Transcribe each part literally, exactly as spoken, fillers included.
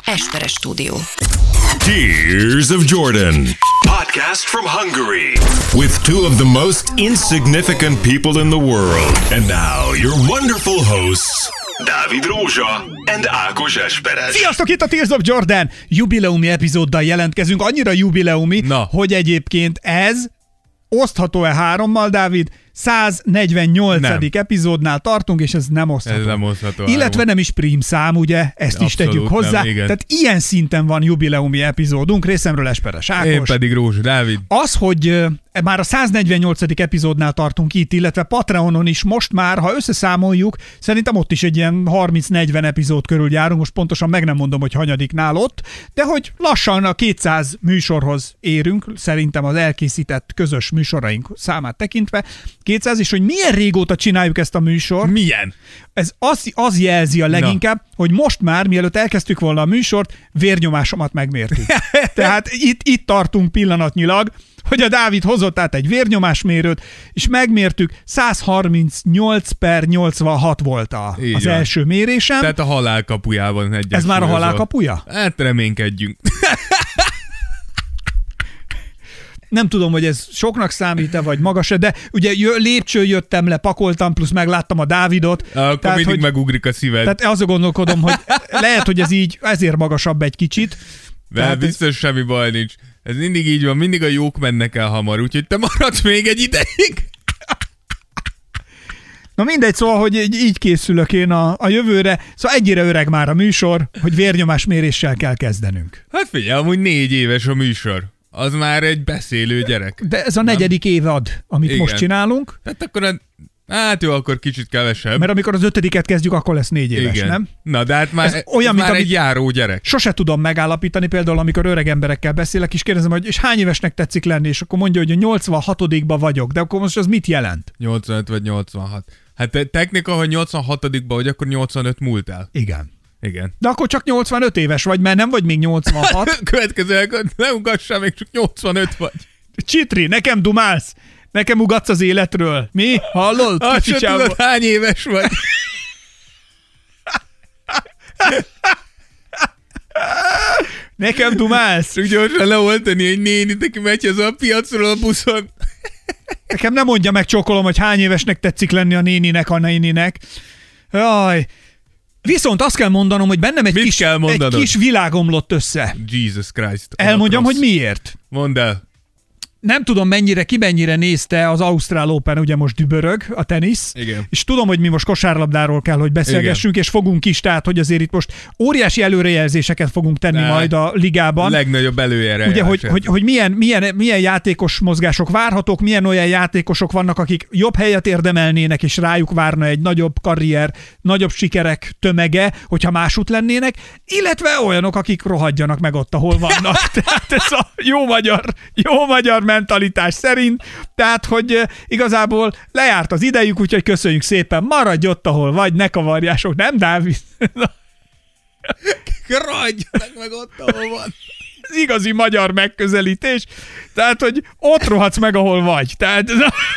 Esperes Stúdió. Tears of Jordan. Podcast from Hungary. With two of the most insignificant people in the world. And now your wonderful hosts, Dávid Rózsa and Ákos Esperes. Sziasztok, itt a Tears of Jordan! Jubileumi epizóddal jelentkezünk. Annyira jubileumi, Na. hogy egyébként ez osztható-e hárommal, Dávid? száznegyvennyolcadik epizódnál tartunk, és ez nem osztható. Ez nem osztható. Illetve nem is prím szám, ugye? Ezt is Abszolút tegyük hozzá. nem, igen. Tehát ilyen szinten van jubileumi epizódunk. Részemről Esperes Ákos. Én pedig Rózsa Dávid. Az, hogy uh, már a száznegyvennyolcadik epizódnál tartunk itt, illetve Patreonon is most már, ha összeszámoljuk, szerintem ott is egy ilyen harminc-negyven epizód körül járunk, most pontosan meg nem mondom, hogy hanyadiknál ott, de hogy lassan a kétszáz műsorhoz érünk, szerintem az elkészített közös műsoraink számát tekintve, kétszáz, és hogy milyen régóta csináljuk ezt a műsort. Milyen? Ez az, az jelzi a leginkább, Na. hogy most már, mielőtt elkezdtük volna a műsort, vérnyomásomat megmértük. Tehát itt, itt tartunk pillanatnyilag, hogy a Dávid hozott át egy vérnyomásmérőt, és megmértük, száz harmincnyolc per nyolcvanhat volt a, az van. első mérésem. Tehát a halál kapujában egyes. Ez már a halál kapuja? Hát reménykedjünk. Nem tudom, hogy ez soknak számít-e, vagy magas-e, de ugye jö, lépcső jöttem le, pakoltam, plusz megláttam a Dávidot. Akkor tehát, mindig hogy, megugrik a szíved. Tehát azon gondolkodom, hogy lehet, hogy ez így ezért magasabb egy kicsit. De tehát biztos ez... semmi baj nincs. Ez mindig így van, mindig a jók mennek el hamar, úgyhogy te maradsz még egy ideig. Na mindegy, szóval, hogy így készülök én a, a jövőre. Szóval egyre öreg már a műsor, hogy vérnyomásméréssel kell kezdenünk. Hát figyelj, amúgy négy éves a műsor. Az már egy beszélő gyerek. De ez a negyedik nem? évad, amit Igen. most csinálunk. Tehát akkor a... Hát jó, akkor kicsit kevesebb. Mert amikor az ötödiket kezdjük, akkor lesz négy éves, Igen. nem? Na, de hát már, ez olyan, ez már egy járó gyerek. Sose tudom megállapítani, például amikor öreg emberekkel beszélek, és kérdezem, hogy és hány évesnek tetszik lenni, és akkor mondja, hogy a nyolcvanhatodikban vagyok, de akkor most az mit jelent? nyolcvanöt vagy nyolcvanhat. Hát te, technika, hogy nyolcvanhatodikban vagy, akkor nyolcvanöt múlt el. Igen. Igen. De akkor csak nyolcvanöt éves vagy, mert nem vagy még nyolcvanhat. Következő, ne ugassál, még csak nyolcvanöt vagy. Csitri, nekem dumálsz. Nekem ugatsz az életről. Mi? Hallod? Azt se tudod, hány éves vagy. Nekem dumálsz. Csak gyorsan leoltani egy nénit, aki megy ez a piacról a buszon. Nekem nem mondja meg, csókolom, hogy hány évesnek tetszik lenni a néninek, a néninek. Jaj. Viszont azt kell mondanom, hogy bennem egy, kis, egy kis világ omlott össze. Jesus Christ. Elmondjam, hogy miért. Mondd el. Nem tudom, mennyire, ki mennyire nézte az Ausztrál Open, ugye most dübörög a tenisz. Igen. És tudom, hogy mi most kosárlabdáról kell, hogy beszélgessünk, Igen. és fogunk is, tehát, hogy azért itt most óriási előrejelzéseket fogunk tenni De majd a ligában. A legnagyobb előjelzés. Ugye, hogy, hogy, hogy milyen, milyen, milyen játékos mozgások várhatók, milyen olyan játékosok vannak, akik jobb helyet érdemelnének, és rájuk várna egy nagyobb karrier, nagyobb sikerek tömege, hogyha másút lennének, illetve olyanok, akik rohadjanak meg ott, ahol vannak. Tehát ez a jó magyar, jó magyar mentalitás szerint, tehát, hogy igazából lejárt az idejük, úgyhogy köszönjük szépen, maradj ott, ahol vagy, ne kavarjások, nem, Dávid? Ragyjanak meg ott, ahol van. Ez igazi magyar megközelítés, tehát, hogy ott rohadsz meg, ahol vagy. Tehát...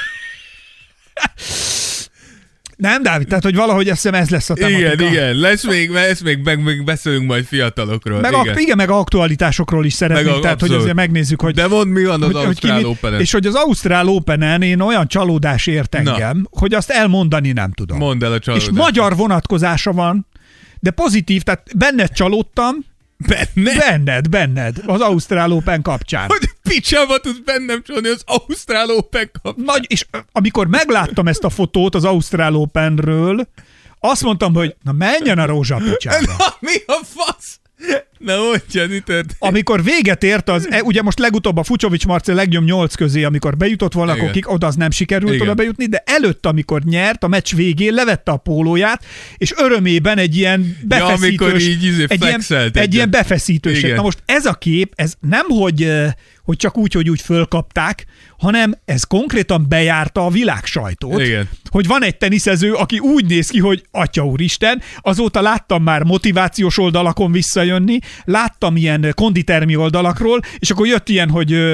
Nem, Dávid, tehát, hogy valahogy azt hiszem ez lesz a tematika. Igen, igen, lesz még, lesz még meg, meg beszélünk majd fiatalokról. Meg igen. A, igen, meg aktualitásokról is szeretnénk, meg tehát, abszolút. hogy azért megnézzük, hogy... De mondd, mi van az Ausztrál Openen. És hogy az Ausztrál Openen én olyan csalódás ért engem, Na. hogy azt elmondani nem tudom. Mondd el a csalódást. És magyar vonatkozása van, de pozitív, tehát benned csalódtam. Benned? Benned, benned, az Ausztrál Open kapcsán. Hogy picsába tudsz bennem csalni az Ausztrál Open kapcsán? Nagy, és amikor megláttam ezt a fotót az Ausztrál Openről, azt mondtam, hogy na menjen a Rózsa picsába. Na mi a fasz? Na mondja, mi történt? Amikor véget ért az, ugye most legutóbb a Fucsovics Marci legjobb nyolc közé, amikor bejutott volna, akkor kik, oda az nem sikerült Igen. oda bejutni, de előtt, amikor nyert, a meccs végén levette a pólóját, és örömében egy ilyen befeszítős, ja, így egy, ilyen, egy ilyen befeszítős. Na most ez a kép, ez nem, hogy, hogy csak úgy, hogy úgy fölkapták, hanem ez konkrétan bejárta a világ sajtót, Igen. hogy van egy teniszező, aki úgy néz ki, hogy atya úristen, azóta láttam már motivációs oldalakon visszajönni, láttam ilyen konditermi oldalakról, és akkor jött ilyen, hogy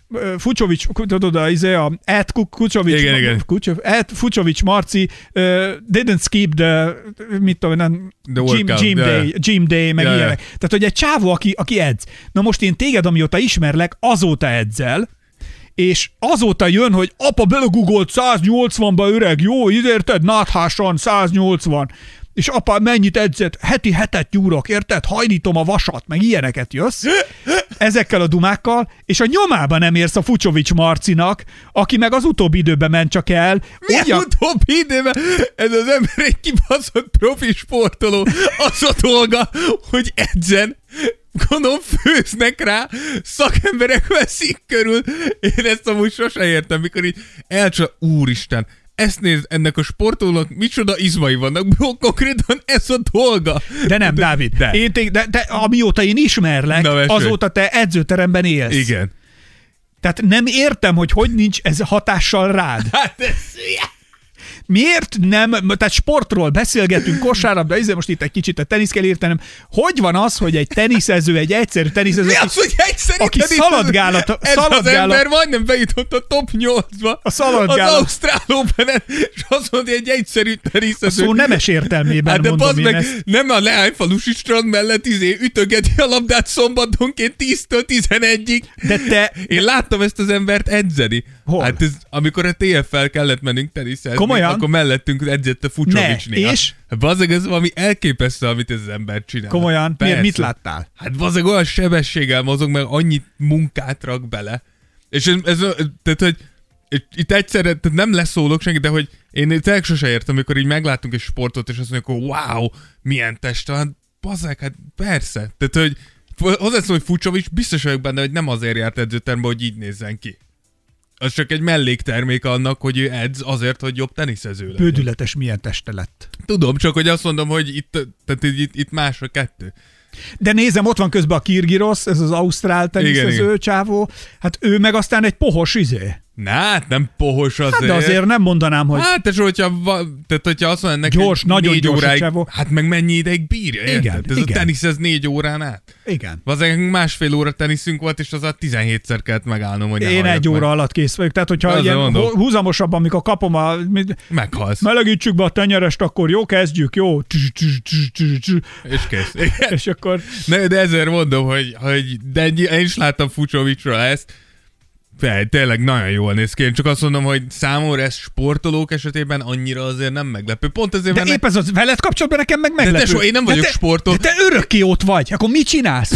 Fucsovics, tudod, a, izé, a Ed Kucsovics, igen, igen. Ed Fucsovics Marci uh, didn't skip the, mit tudom, nem, the gym, workout, gym, yeah. day, gym day, meg yeah, ilyenek. yeah. Tehát, hogy egy csávó, aki, aki edz. Na most én téged, amióta ismerlek, azóta edzel, és azóta jön, hogy apa belegugolt száznyolcvanba öreg, jó, érted? Náthásan száznyolcvan. És apa mennyit edzett? Heti hetet gyúrok, érted? Hajlítom a vasat, meg ilyeneket jössz. Ezekkel a dumákkal, és a nyomába nem érsz a Fucsovics Marcinak, aki meg az utóbbi időben ment csak el. Milyen Ugyan... utóbbi időben? Ez az ember egy kibaszott profi sportoló. Az a dolga, hogy edzen. Gondolom főznek rá, szakemberek veszik körül. Én ezt amúgy sose értem, mikor így elcsal, úristen, ezt nézd, ennek a sportolónak micsoda izmai vannak, bro, konkrétan ez a dolga. De nem, Dávid, de. Én te, de, de amióta én ismerlek, Na, azóta te edzőteremben élsz. Igen. Tehát nem értem, hogy hogy nincs ez hatással rád. Hát ez... Miért nem, tehát sportról beszélgetünk, kosárlabda, ezzel most itt egy kicsit a tenisz kell értenem. Hogy van az, hogy egy teniszező, egy egyszerű teniszező, Mi aki, az, hogy egyszerű aki teniszező? szaladgál a, Ez szaladgál az ember majdnem bejutott a top nyolcba. A szaladgál az a- Ausztrál Openen, és azt mondja, egy egyszerű a teniszező. szó nemes értelmében Hát de mondom bazd én meg, ezt. nem a Leányfalusi strand mellett izé ütögeti a labdát szombatonként tíztől tizenegyig. De te... Én láttam ezt az embert edzeni. Hol? Hát ez, amikor a té ef el kellett mennünk teniszezni, Komolyan? akkor mellettünk edzett a Fucsovicsnél. Ne, és? Hát bazeg, ez valami elképesztő, amit ez az ember csinál. Komolyan? Persze. Miért, mit láttál? Hát bazeg olyan sebességgel mozog, meg annyit munkát rak bele. És ez, ez tehát, hogy itt egyszerre, tehát nem leszólok senki, de hogy én tényleg sose értem, amikor így meglátunk egy sportot, és azt mondjuk, hogy wow, milyen test, hát bazeg, hát persze. Tehát, hogy hozzászól, hogy Fucsovics, biztos vagyok benne, hogy nem azért járt edzőtermbe, hogy így nézzen ki. Az csak egy melléktermék annak, hogy ő edz azért, hogy jobb teniszező legyen. Bődületes milyen teste lett. Tudom, csak hogy azt mondom, hogy itt, tehát itt, itt más a kettő. De nézem, ott van közben a Kirgiros, ez az ausztrál teniszező csávó. Hát ő meg aztán egy pohos izé. Na, hát nem pohos azért. Hát de azért nem mondanám, hogy... Hát, és hogyha, va, tehát, hogyha azt mondja neki, Gyors, nagyon négy gyors a óráig, csávó. hát meg mennyi ideig bírja, érted? Igen, Ez igen. a tenisz, ez négy órán át. Igen. Azért másfél óra teniszünk volt, és az a tizenhétszer kellett megállnom, hogy ne Én halljak egy óra meg. alatt kész vagyok. Tehát, hogyha Azért ilyen mondom. húzamosabb, amikor kapom a... Meghalsz. Melegítsük be a tenyerest, akkor jó, kezdjük, jó. És kész. Igen. És akkor... Ne, de ezért mondom, hogy, hogy de én is láttam Fucsovicsra ezt, Fej, tényleg nagyon jól néz ki. Én csak azt mondom, hogy számomra ez sportolók esetében annyira azért nem meglepő. Pont azért, De mert épp ez az veled kapcsolatban nekem meg meglepő. tesó, én nem De vagyok te- sportoló. De te örökké ott vagy. Akkor mit csinálsz?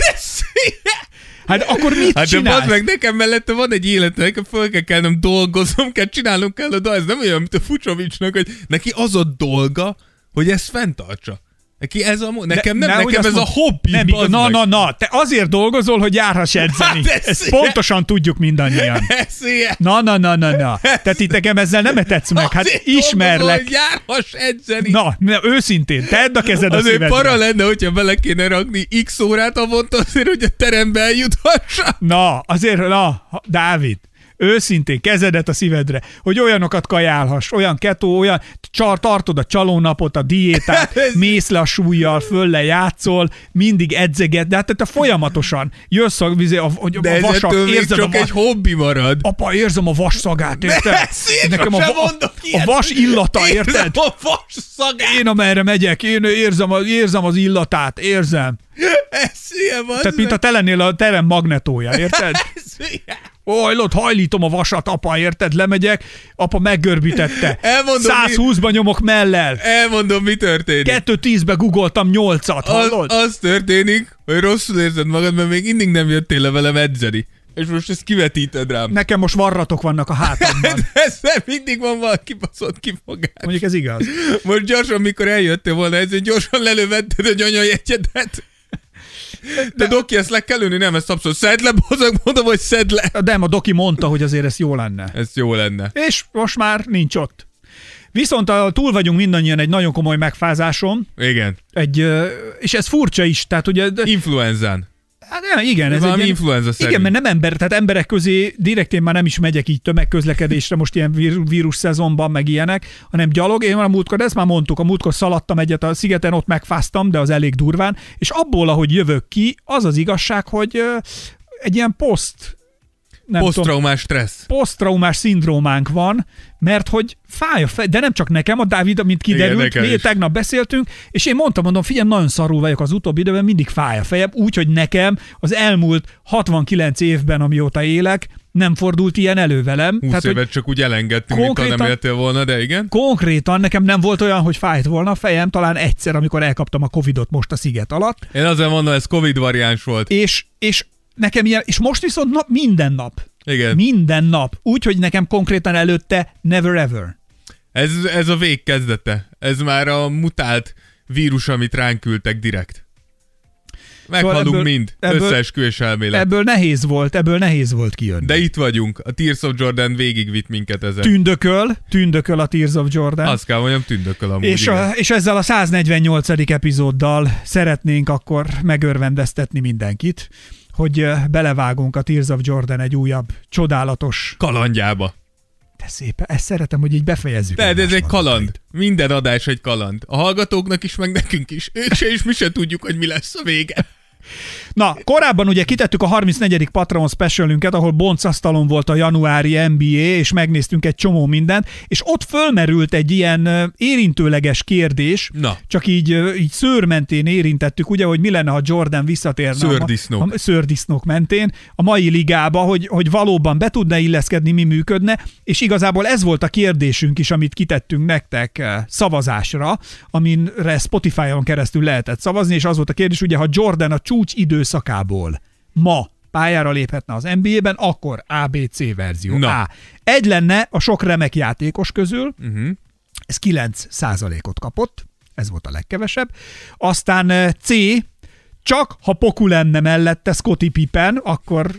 Hát akkor mit Hát de csinálsz? bazd meg, nekem mellette van egy élete, nekem föl kell kelnem, dolgozom kell, csinálnom kell, de ez nem olyan, mint a Fucsovicsnak, hogy neki az a dolga, hogy ezt fenntartsa. Neki ez a, nekem De- nem, nehogy nekem azt ez a mond- hobbi, Nem, bazd na, meg. na, na, te azért dolgozol, hogy járhass edzeni. Hát ez Ezt ilyen. pontosan tudjuk mindannyian. Ez ilyen. Na, na, na, na, na. Tehát itt nekem ezzel nem etetsz meg, hát Azért dolgozol, ismerlek. hogy járhass edzeni. Na, na, őszintén, tedd a kezed a Azért szívedre. para lenne, hogyha bele kéne rakni x órát havonta azért, hogy a terembe eljuthassa. Na, azért, na, ha- Dávid, őszintén kezedet a szívedre, hogy olyanokat kajálhass, olyan ketó, olyan, csar, tartod a csalónapot, a diétát, Ez- mész le a súlyjal, föl le játszol, mindig edzeget, de hát te folyamatosan jössz a, vizé, a, a, De a ez vasak, ettől még érzed a csak vas, egy hobbi marad. apa, érzem a vas szagát, érted? Persze, én Nekem a, sosem va- mondok a ilyet. vas illata, Érzem érted? a vas szagát. Én amerre megyek, én érzem, a, érzem az illatát, érzem. Ez ilyen van. Tehát mint a te lennél a terem magnetója, érted? Ez ilyen. Hajlott, hajlítom a vasat, apa, érted? Lemegyek, apa meggörbítette. Elmondom, száz húszba nyomok mellel. Elmondom, mi történik. kettő tízbe googoltam nyolcat, Az, hallod? az történik, hogy rosszul érzed magad, mert még mindig nem jöttél le velem edzeni. És most ezt kivetíted rám. Nekem most varratok vannak a hátamban. Ez nem mindig van valaki baszott kifogás. Mondjuk ez igaz. Most gyorsan, mikor eljöttél volna, ezért gyorsan lelövetted a anyajegyedet. De Doki, ezt le kell ülni, nem, ezt abszolút szedd le, bozog, mondom, hogy szedd le. De a Doki mondta, hogy azért ez jó lenne. Ez jó lenne. És most már nincs ott. Viszont a, túl vagyunk mindannyian egy nagyon komoly megfázáson, Igen. egy, ö, és ez furcsa is, tehát ugye... de- Influenzán. Hát nem, igen, ez Valami egy ilyen- influenza szerint. Igen, mert nem ember, tehát emberek közé direkt én már nem is megyek így tömegközlekedésre most ilyen vír, vírus szezonban, meg ilyenek, hanem gyalog. Én a múltkor, de ezt már mondtuk, a múltkor szaladtam egyet a szigeten, ott megfáztam, de az elég durván, és abból, ahogy jövök ki, az az igazság, hogy ö, egy ilyen poszt nem posztraumás stressz. Posztraumás szindrómánk van, mert hogy fáj a fej, de nem csak nekem, a Dávid, mint kiderült, mi tegnap beszéltünk, és én mondtam, mondom, figyelj, nagyon szarul vagyok az utóbbi időben, mindig fáj a fejem, úgy, hogy nekem az elmúlt hatvankilenc évben, amióta élek, nem fordult ilyen elő velem. húsz Tehát, évet csak úgy elengedtünk, mint ha nem éltél volna, de igen. Konkrétan nekem nem volt olyan, hogy fájt volna a fejem, talán egyszer, amikor elkaptam a Covidot most a sziget alatt. Én azért mondom, ez Covid variáns volt. És, és nekem ilyen, és most viszont nap, minden nap. Igen. Minden nap. Úgy, hogy nekem konkrétan előtte never ever. Ez, ez a vég kezdete. Ez már a mutált vírus, amit ránk küldtek direkt. Meghalunk szóval ebből, mind. Ebből, összeesküvés elmélet. Ebből nehéz volt, ebből nehéz volt kijönni. De itt vagyunk. A Tears of Jordan végigvitt minket ezen. Tündököl, tündököl a Tears of Jordan. Azt kell mondjam, tündököl amúgy. És, a, és ezzel a száznegyvennyolcadik epizóddal szeretnénk akkor megörvendeztetni mindenkit, hogy belevágunk a Tears of Jordan egy újabb, csodálatos kalandjába. De szépen, ezt szeretem, hogy így befejezzük. De, de ez egy kaland. Minden adás egy kaland. A hallgatóknak is, meg nekünk is. Ők se, és mi se tudjuk, hogy mi lesz a vége. Na, korábban ugye kitettük a harmincnegyedik Patreon specialünket, ahol boncasztalon volt a januári en bé á, és megnéztünk egy csomó mindent, és ott fölmerült egy ilyen érintőleges kérdés, Na. csak így, így szőr mentén érintettük, ugye, hogy mi lenne, ha Jordan visszatérne Szőrdisznók. a, a szőrdisznók mentén a mai ligába, hogy, hogy valóban be tudna illeszkedni, mi működne, és igazából ez volt a kérdésünk is, amit kitettünk nektek szavazásra, aminre Spotify-on keresztül lehetett szavazni, és az volt a kérdés, ugye, ha Jordan a csúcs időszakából ma pályára léphetne az en bé á-ben, akkor á bé cé verzió. Na. A. Egy lenne a sok remek játékos közül, uh-huh. ez kilenc százalékot kapott, ez volt a legkevesebb. Aztán C, csak ha Poku lenne mellette Scottie Pippen, akkor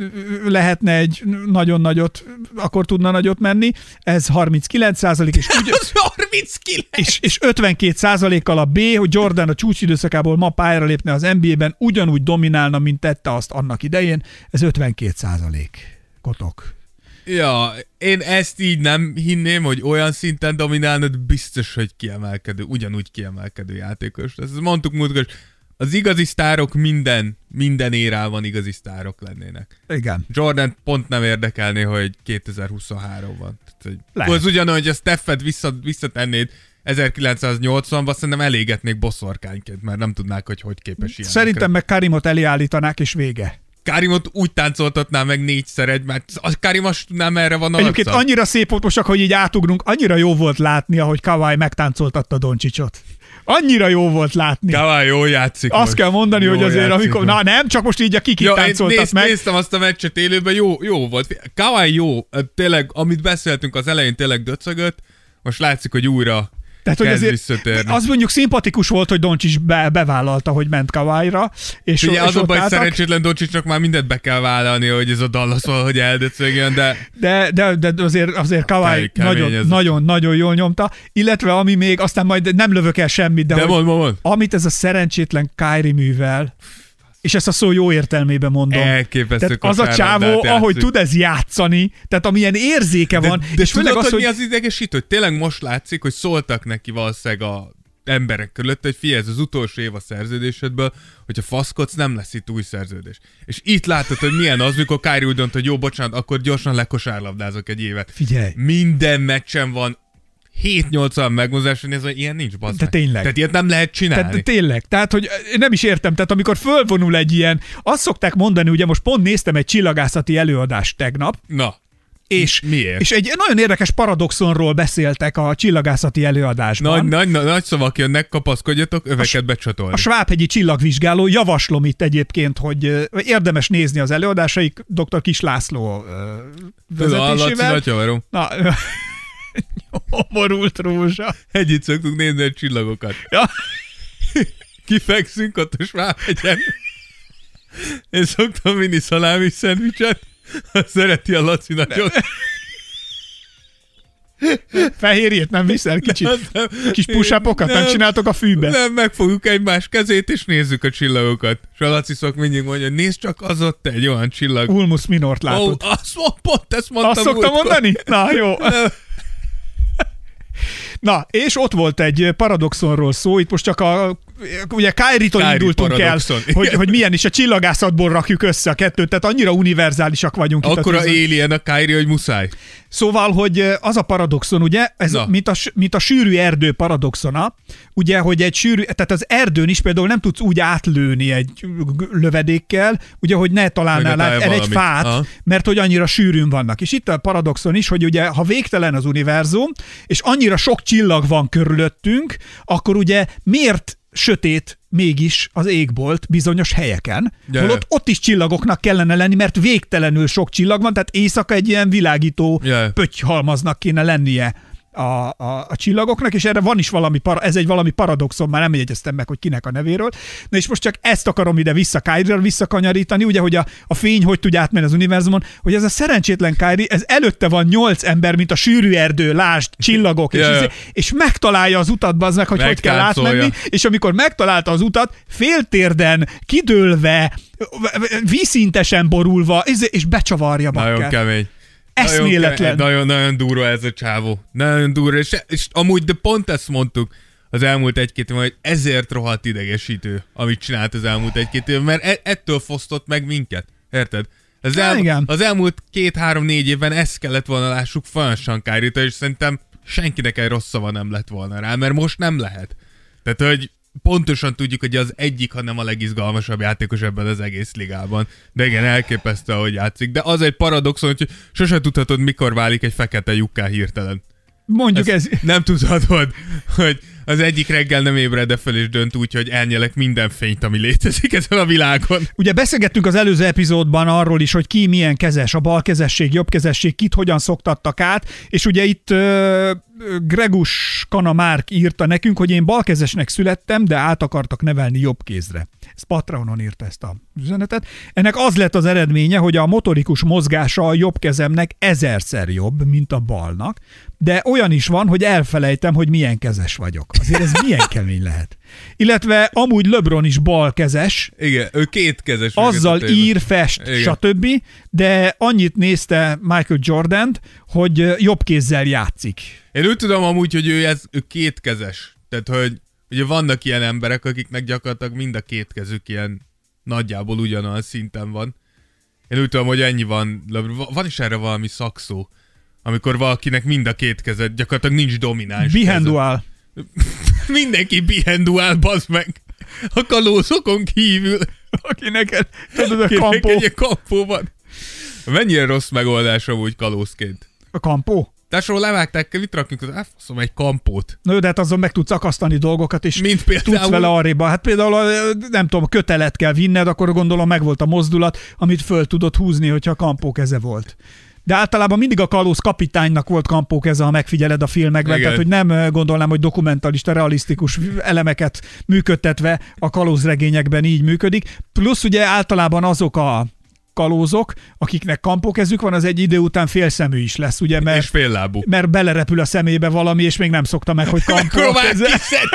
lehetne egy nagyon nagyot, akkor tudna nagyot menni, ez harminckilenc százalék, és, úgy, harminckilenc és, és ötvenkét százalékkal a B, hogy Jordan a csúcsidőszakából ma pályára lépne az en bé á-ben, ugyanúgy dominálna, mint tette azt annak idején, ez ötvenkét százalék. Kotok. Ja, én ezt így nem hinném, hogy olyan szinten dominálnod, biztos, hogy kiemelkedő, ugyanúgy kiemelkedő játékos. Ezt mondtuk múltkor, az igazi sztárok minden, minden érában igazi sztárok lennének. Igen. Jordan pont nem érdekelné, hogy kétezer-huszonhárom van. Tehát, az ugyanúgy, hogy a Stephet vissza, visszatennéd ezerkilencszáznyolcvanban, szerintem elégetnék boszorkányként, mert nem tudnák, hogy hogy képes ilyen. Szerintem meg Karimot elállítanák, és vége. Karimot úgy táncoltatná meg négyszer egy, mert a Karim azt tudnám, erre van arca. Egyébként annyira szép volt most, csak, hogy így átugrunk, annyira jó volt látni, ahogy Kawhi megtáncoltatta Doncsicsot. Annyira jó volt látni. Kawhi jól játszik. Azt most. kell mondani, Jó hogy azért, amikor... Na nem, csak most így a kikit jó, táncoltat néz, meg. Néztem azt a meccset élőben, jó, jó volt. Kawhi jó, tényleg, amit beszéltünk az elején, tényleg döcögött, most látszik, hogy újra Tehát, hogy kezd azért visszatérni. Az mondjuk szimpatikus volt, hogy Doncsics be, bevállalta, hogy ment Kawhira. És, ugye és az a baj, álltak. szerencsétlen Doncsicsnak már mindent be kell vállalni, hogy ez a Dallas valahogy eldöcögjön, de... De, de, de azért, azért Kawhi nagyon, nagyon, nagyon jól nyomta, illetve ami még, aztán majd nem lövök el semmit, de, de hogy, mond, mond. amit ez a szerencsétlen Kyrie művel, és ezt a szó jó értelmében mondom. Elképesztő. Tehát az a csávó, ahogy tud ez játszani, tehát amilyen érzéke de, van. De és tudod, az, hogy hogy mi az idegesítő? Hogy tényleg most látszik, hogy szóltak neki valószínűleg a emberek körülött, hogy figyelj, ez az utolsó év a szerződésedből, hogyha faszkodsz, nem lesz itt új szerződés. És itt látod, hogy milyen az, mikor Kyrie úgy dönt, hogy jó, bocsánat, akkor gyorsan lekosárlabdázok egy évet. Figyelj. Minden meccsen van hét-nyolc olyan megmozgás, hogy ez ilyen nincs, bazd De meg. tényleg. Tehát ilyet nem lehet csinálni. Tehát tényleg. Tehát, hogy nem is értem. Tehát amikor fölvonul egy ilyen, azt szokták mondani, ugye most pont néztem egy csillagászati előadást tegnap, Na. És, miért? És egy nagyon érdekes paradoxonról beszéltek a csillagászati előadásban. Nagy, nagy, nagy, nagy szavak jönnek, kapaszkodjatok, öveket becsatolni. A Svábhegyi csillagvizsgáló, javaslom itt egyébként, hogy érdemes nézni az előadásaik dr. Kis László vezetésével. Tudom, Na, nyomorult rózsa. Együtt szoktuk nézni a csillagokat. Ja. Kifekszünk ott a Svábhegyen. Én szoktam vinni szalámi szendvicset, szereti a Laci nagyon. Fehérjét nem viszel kicsit? Kis push-upokat nem, nem csináltok a fűbe? Nem, megfogjuk egymás kezét, és nézzük a csillagokat. És a Laci szok mindig mondja, nézd csak, az ott egy olyan csillag. Ulmus Minort látod. Ó, azt, pont ezt mondtam. Azt szoktam mondani? Na, jó. Na, és ott volt egy paradoxonról szó, itt most csak a ugye Kyrie-tól Kyrie indultunk paradoxon. el, hogy, hogy milyen is a csillagászatból rakjuk össze a kettőt, tehát annyira univerzálisak vagyunk. Akkora itt a alien a Kyrie, hogy muszáj. Szóval, hogy az a paradoxon, ugye, ez mint a, mint a sűrű erdő paradoxona, ugye, hogy egy sűrű, tehát az erdőn is például nem tudsz úgy átlőni egy lövedékkel, ugye, hogy ne találnál át el egy fát, aha. mert hogy annyira sűrűn vannak. És itt a paradoxon is, hogy ugye, ha végtelen az univerzum, és annyira sok csillag van körülöttünk, akkor ugye miért sötét mégis az égbolt bizonyos helyeken, yeah. holott ott is csillagoknak kellene lenni, mert végtelenül sok csillag van, tehát éjszaka egy ilyen világító yeah. pöttyhalmaznak kéne lennie a, a, a csillagoknak, és erre van is valami, para, ez egy valami paradoxon, már nem jegyeztem meg, hogy kinek a nevéről. Na és most csak ezt akarom ide vissza Kyrie-ra visszakanyarítani, ugye, hogy a, a fény hogy tudja átmenni az univerzumon, hogy ez a szerencsétlen Kyrie, ez előtte van nyolc ember, mint a sűrű erdő, lásd, csillagok, yeah. és, izé, és megtalálja az utat, bazdmeg, hogy hogy kell átmenni, és amikor megtalálta az utat, féltérden, kidőlve, vízszintesen borulva, és becsavarja bakker. Nagyon kemény. Eszméletlen. Nagyon, nagyon durva ez a csávó. Nagyon durva. És, és amúgy, de pont ezt mondtuk az elmúlt egy-két évben, hogy ezért rohadt idegesítő, amit csinált az elmúlt egy-két évben, mert e- ettől fosztott meg minket. Érted? Az, el, az elmúlt két-három-négy évben ezt kellett volna lássuk folyamatosan Kyrie-től, és szerintem senkinek egy rossz szava nem lett volna rá, mert most nem lehet. Tehát, hogy pontosan tudjuk, hogy az egyik, ha nem a legizgalmasabb játékos ebben az egész ligában. De igen, elképesztő, ahogy játszik. De az egy paradoxon, hogy sose tudhatod, mikor válik egy fekete lyukká hirtelen. Mondjuk ez... ez... Nem tudhatod, hogy az egyik reggel nem ébred fel és dönt úgy, hogy elnyelek minden fényt, ami létezik ezen a világon. Ugye beszélgettünk az előző epizódban arról is, hogy ki milyen kezes, a balkezesség, jobbkezesség, kit hogyan szoktattak át, és ugye itt uh, Gregus Kanamárk írta nekünk, hogy én balkezesnek születtem, de át akartak nevelni jobbkézre. Ez Patreonon írta ezt a üzenetet. Ennek az lett az eredménye, hogy a motorikus mozgása a jobb kezemnek ezerszer jobb, mint a balnak, de olyan is van, hogy elfelejtem, hogy milyen kezes vagyok. Azért ez milyen kemény lehet. Illetve amúgy LeBron is balkezes. Igen, ő kétkezes. Azzal ír, fest, igen. stb. De annyit nézte Michael Jordant, hogy jobb kézzel játszik. Én úgy tudom amúgy, hogy ő, ez, ő kétkezes. Tehát, hogy ugye vannak ilyen emberek, akiknek gyakorlatilag mind a két kezük ilyen nagyjából ugyanolyan szinten van. Én úgy tudom, hogy ennyi van. Van is erre valami szakszó, amikor valakinek mind a két kezed, gyakorlatilag nincs domináns. Bihenduál. Mindenki bihenduál, bazd meg. A kalózokon kívül. Akinek, tudod, a kampó. egy kampó van. Mennyire rossz megoldás amúgy kalózként? A kampó? Társadalól levágták, mit rakjunk, az elfaszom egy kampót. No, de hát azon meg tudsz akasztani dolgokat, és mint például... tudsz vele arréba. Hát például, nem tudom, kötelet kell vinned, akkor gondolom megvolt a mozdulat, amit föl tudod húzni, hogyha a kampó keze volt. De általában mindig a kalóz kapitánynak volt kampó keze, ha megfigyeled a filmekben, igen. Tehát hogy nem gondolnám, hogy dokumentalista, realisztikus elemeket működtetve a kalózregényekben így működik. Plusz ugye általában azok a kalózok, akiknek kampókezük van, az egy idő után félszemű is lesz, ugye, mert, és féllábú. Mert belerepül a szemébe valami, és még nem szokta meg, hogy kampókeze.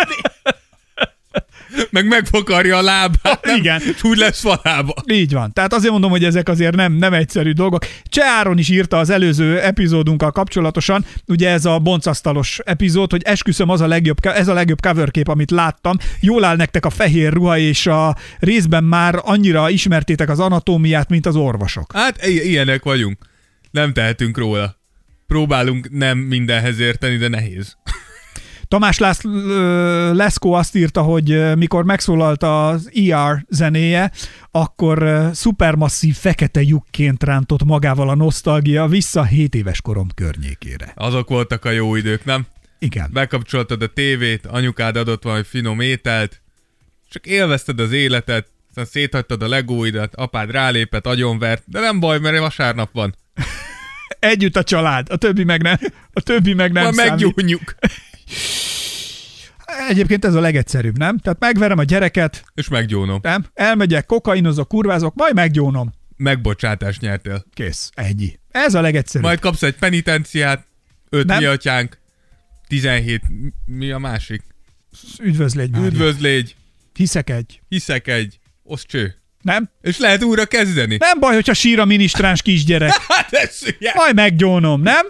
Meg megfokarja a lábát, nem? Igen. Úgy lesz falába. Így van. Tehát azért mondom, hogy ezek azért nem, nem egyszerű dolgok. Cseh Áron is írta az előző epizódunkkal kapcsolatosan, ugye ez a boncasztalos epizód, hogy esküszöm, az a legjobb, ez a legjobb coverkép, amit láttam. Jól áll nektek a fehér ruha, és a részben már annyira ismertétek az anatómiát, mint az orvosok. Hát ilyenek vagyunk. Nem tehetünk róla. Próbálunk nem mindenhez érteni, de nehéz. Tamás Lász, Leszkó azt írta, hogy mikor megszólalt az é er zenéje, akkor szupermasszív fekete lyukként rántott magával a nosztalgia vissza hét éves korom környékére. Azok voltak a jó idők, nem? Igen. Bekapcsoltad a tévét, anyukád adott valami finom ételt, csak élvezted az életet, aztán széthagytad a legóidat, apád rálépett, agyonvert, de nem baj, mert vasárnap van. Együtt a család, a többi meg nem, a többi meg nem számít. Meggyónjuk. Egyébként ez a legegyszerűbb, nem? Tehát megverem a gyereket. És meggyónom. Nem? Elmegyek, kokainozok, kurvázok, majd meggyónom. Megbocsátást nyertél. Kész. Ennyi. Ez a legegyszerűbb. Majd kapsz egy penitenciát, öt mi atyánk, tizenhét, mi a másik? Üdvözlégy már. Üdvözlégy. Hiszek egy. Hiszek egy. Osz cső. Nem? És lehet újra kezdeni. Nem baj, hogyha sír a minisztráns kisgyerek. Hát ez ugye. Majd meggyónom, nem?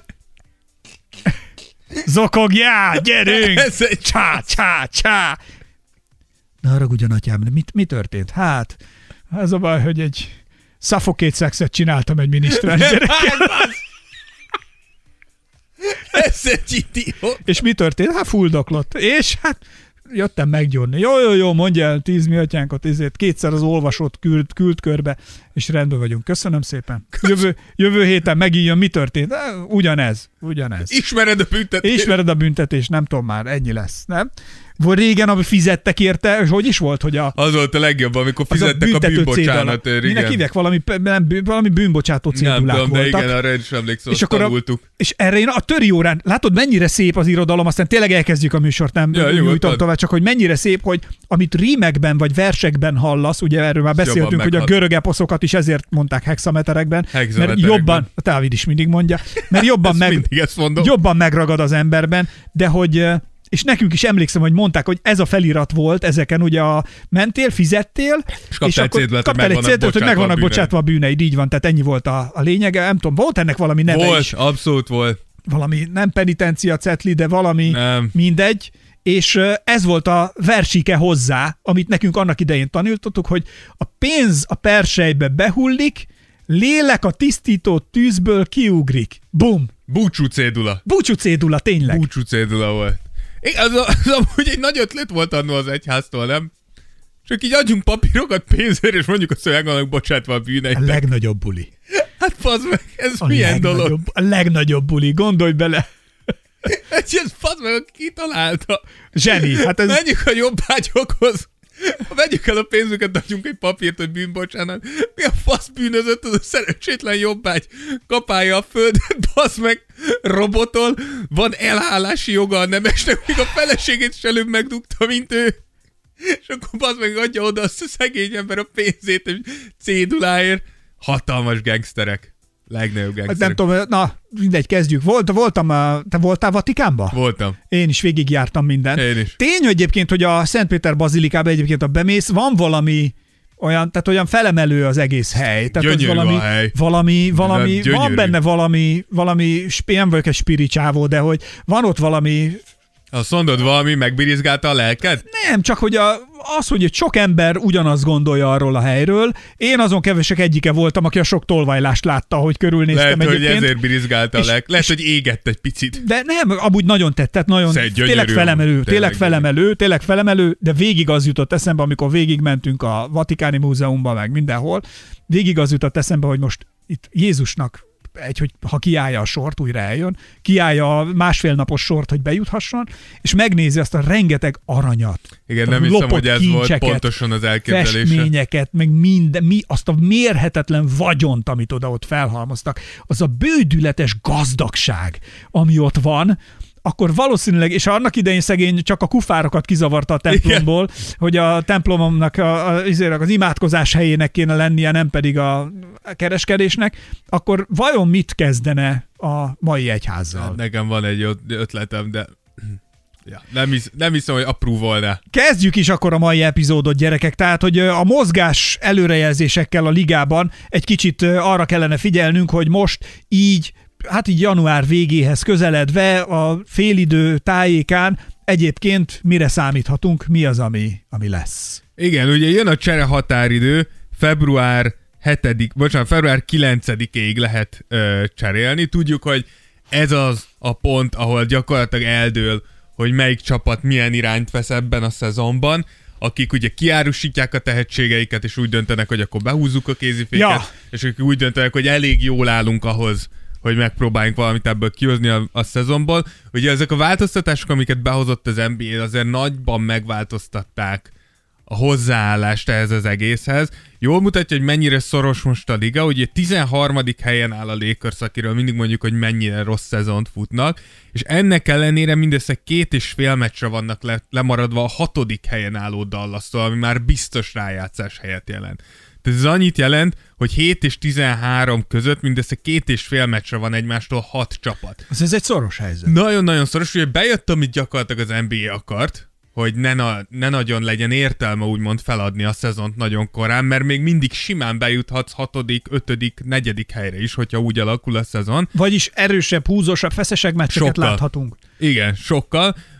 Zokogjál, gyerünk! Ez egy csá, csá, csá. Ne haragudjon, atyám, de mit, mi történt? Hát, az a baj, hogy egy suffocate szexet csináltam egy minisztrán gyerekkel. Ez egy idiót. És mi történt? Hát fuldoklott. És hát jöttem meggyónni. Jó, jó, jó, mondja el, tíz mi atyánkot, ezért kétszer az olvasót küld, küld körbe, és rendben vagyunk. Köszönöm szépen. Jövő, jövő héten megint jön, mi történt? Ugyanez, ugyanez. Ismered a büntetést. Ismered a büntetést, nem tudom már, ennyi lesz, nem? Volt régen, ami fizettek érte, és hogy is volt, hogy a... Az volt a legjobb, amikor fizettek a, a bűnbocsánat. Minek hívják, valami, nem, valami bűnbocsátó cédulák nem tudom, voltak. De igen, arra is emlékszem, és akkor a, és erre én a töri órán, látod, mennyire szép az irodalom, aztán tényleg elkezdjük a műsort, nem ja, nyújtom tovább, csak hogy mennyire szép, hogy amit rímekben vagy versekben hallasz, ugye erről már beszéltünk, hogy a görög eposzokat is ezért mondták hexameterekben, mert jobban, a Dávid is mindig mondja, mert jobban, meg, jobban megragad az emberben, de hogy... És nekünk is emlékszem, hogy mondták, hogy ez a felirat volt, ezeken ugye a mentél, fizettél, és, és akkor cédlet, kaptál egy cédlet, hogy meg vannak bocsátva a bűneid, így van, tehát ennyi volt a, a lényege, nem tudom, volt ennek valami neve volt, is. Volt, abszolút volt. Valami, nem penitencia cetli, de valami, nem. Mindegy, és ez volt a versike hozzá, amit nekünk annak idején tanultottuk, hogy a pénz a persejbe behullik, lélek a tisztító tűzből kiugrik. Bum! Búcsú cédula. Búcsú cédula, tényleg. Búcsú cédula volt. Az, az amúgy egy nagy ötlet volt annó az egyháztól, nem? Csak így adjunk papírokat pénzért, és mondjuk azt, hogy meg vannak bocsátva a bűneitek. A legnagyobb buli. Hát fazd meg, ez a milyen dolog? A legnagyobb buli, gondolj bele. Ez fazd meg, aki kitalálta. Zseni. Hát ez... Menjünk a jobbágyokhoz. Vegyük el a pénzüket, adjunk egy papírt, hogy bűnbocsánat. Mi a fasz bűnözött az a szerencsétlen jobbágy? Kapálja a földet, basz meg, robotol, van elállási joga a nemesnek, még a feleségét is előbb megdugta, mint ő. És akkor basz meg adja oda azt a szegény ember a pénzét, egy céduláért. Hatalmas gangsterek. Legnagyobb gangsterek. Nem tudom, na, mindegy, kezdjük. Volt, voltam, te voltál Vatikánba? Voltam. Én is végigjártam mindent. Én is. Tény egyébként, hogy a Szentpéter bazilikába egyébként a bemész, van valami olyan, tehát olyan felemelő az egész hely. Tehát gyönyörű az valami, a hely. Valami, valami, gyönyörű. Van benne valami, valami, nem vagyok egy spiricsávó, de hogy van ott valami... Azt mondod, valami megbirizgálta a lelked? Nem, csak hogy a, az, hogy sok ember ugyanazt gondolja arról a helyről. Én azon kevesek egyike voltam, aki a sok tolvajlást látta, hogy körülnéztem Lehet, egyébként. hogy ezért birizgálta a lelk. Lehet, és, hogy égett egy picit. De nem, amúgy nagyon tetszett, nagyon Szed, gyönyörű, tényleg felemelő, tényleg, tényleg felemelő, tényleg felemelő, de végig az jutott eszembe, amikor végig mentünk a Vatikáni Múzeumban, meg mindenhol, végig az jutott eszembe, hogy most itt Jézusnak egy, hogy ha kiállja a sort, újra eljön, kiállja a másfél napos sort, hogy bejuthasson, és megnézi azt a rengeteg aranyat. Igen, nem hiszem, hogy ez volt pontosan az elképzelése. Festményeket, meg minden, mi, azt a mérhetetlen vagyont, amit oda ott felhalmoztak, az a bődületes gazdagság, ami ott van, akkor valószínűleg, és annak idején szegény csak a kufárokat kizavarta a templomból, igen, hogy a templomomnak a, a, az imádkozás helyének kéne lennie, nem pedig a kereskedésnek, akkor vajon mit kezdene a mai egyházzal? Nekem van egy ötletem, de ja, nem, hisz, nem hiszem, hogy apró volna. Kezdjük is akkor a mai epizódot, gyerekek. Tehát, hogy a mozgás előrejelzésekkel a ligában egy kicsit arra kellene figyelnünk, hogy most így hát így január végéhez közeledve a félidő tájékán egyébként mire számíthatunk, mi az, ami, ami lesz? Igen, ugye jön a csere határidő, február hetedik, bocsánat, február kilencedikéig lehet ö, cserélni. Tudjuk, hogy ez az a pont, ahol gyakorlatilag eldől, hogy melyik csapat milyen irányt vesz ebben a szezonban, akik ugye kiárusítják a tehetségeiket, és úgy döntenek, hogy akkor behúzzuk a kéziféket, ja, és akik úgy döntenek, hogy elég jól állunk ahhoz, hogy megpróbáljunk valamit ebből kihozni a, a szezonból. Ugye ezek a változtatások, amiket behozott az en bé á, azért nagyban megváltoztatták a hozzáállást ehhez az egészhez. Jól mutatja, hogy mennyire szoros most a liga. Ugye tizenharmadik helyen áll a Lakers, akiről mindig mondjuk, hogy mennyire rossz szezont futnak, és ennek ellenére mindössze két és fél meccsre vannak le, lemaradva a hatodik helyen álló Dallastól, ami már biztos rájátszás helyet jelent. Tehát ez annyit jelent, hogy hét és tizenhárom között mindössze két és fél meccsre van egymástól hat csapat. Ez egy szoros helyzet. Nagyon-nagyon szoros, ugye bejött, amit gyakorlatilag az en bé á akart, hogy ne, na, ne nagyon legyen értelme úgymond feladni a szezont nagyon korán, mert még mindig simán bejuthatsz hatodik, ötödik, negyedik helyre is, hogyha úgy alakul a szezon. Vagyis erősebb, húzósabb, feszesebb meccseket sokkal láthatunk. Igen, sokkal.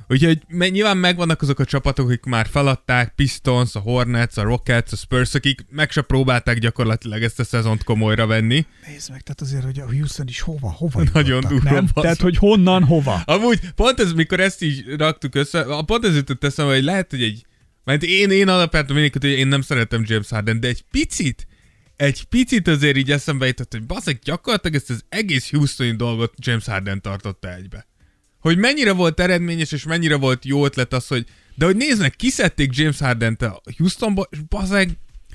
Úgyhogy nyilván megvannak azok a csapatok, akik már feladták, Pistons, a Hornets, a Rockets, a Spurs, akik meg se próbálták gyakorlatilag ezt a szezont komolyra venni. Nézd meg, tehát azért, hogy a Houston is hova, hova Nagyon durva, nem? Tehát, hogy honnan, hova. Amúgy pont ez, mikor ezt így raktuk össze, pont ez jutott eszembe, hogy lehet, hogy egy, mert én, én alapvetően mindig, hogy én nem szeretem James Harden, de egy picit, egy picit azért így eszembe jutott, hogy bazdmeg gyakorlatilag ezt az egész Houstoni dolgot James Harden tartotta egybe. Hogy mennyire volt eredményes, és mennyire volt jó ötlet az, hogy de hogy néznek, kiszedték James Hardent a Houstonba, és bazdmeg,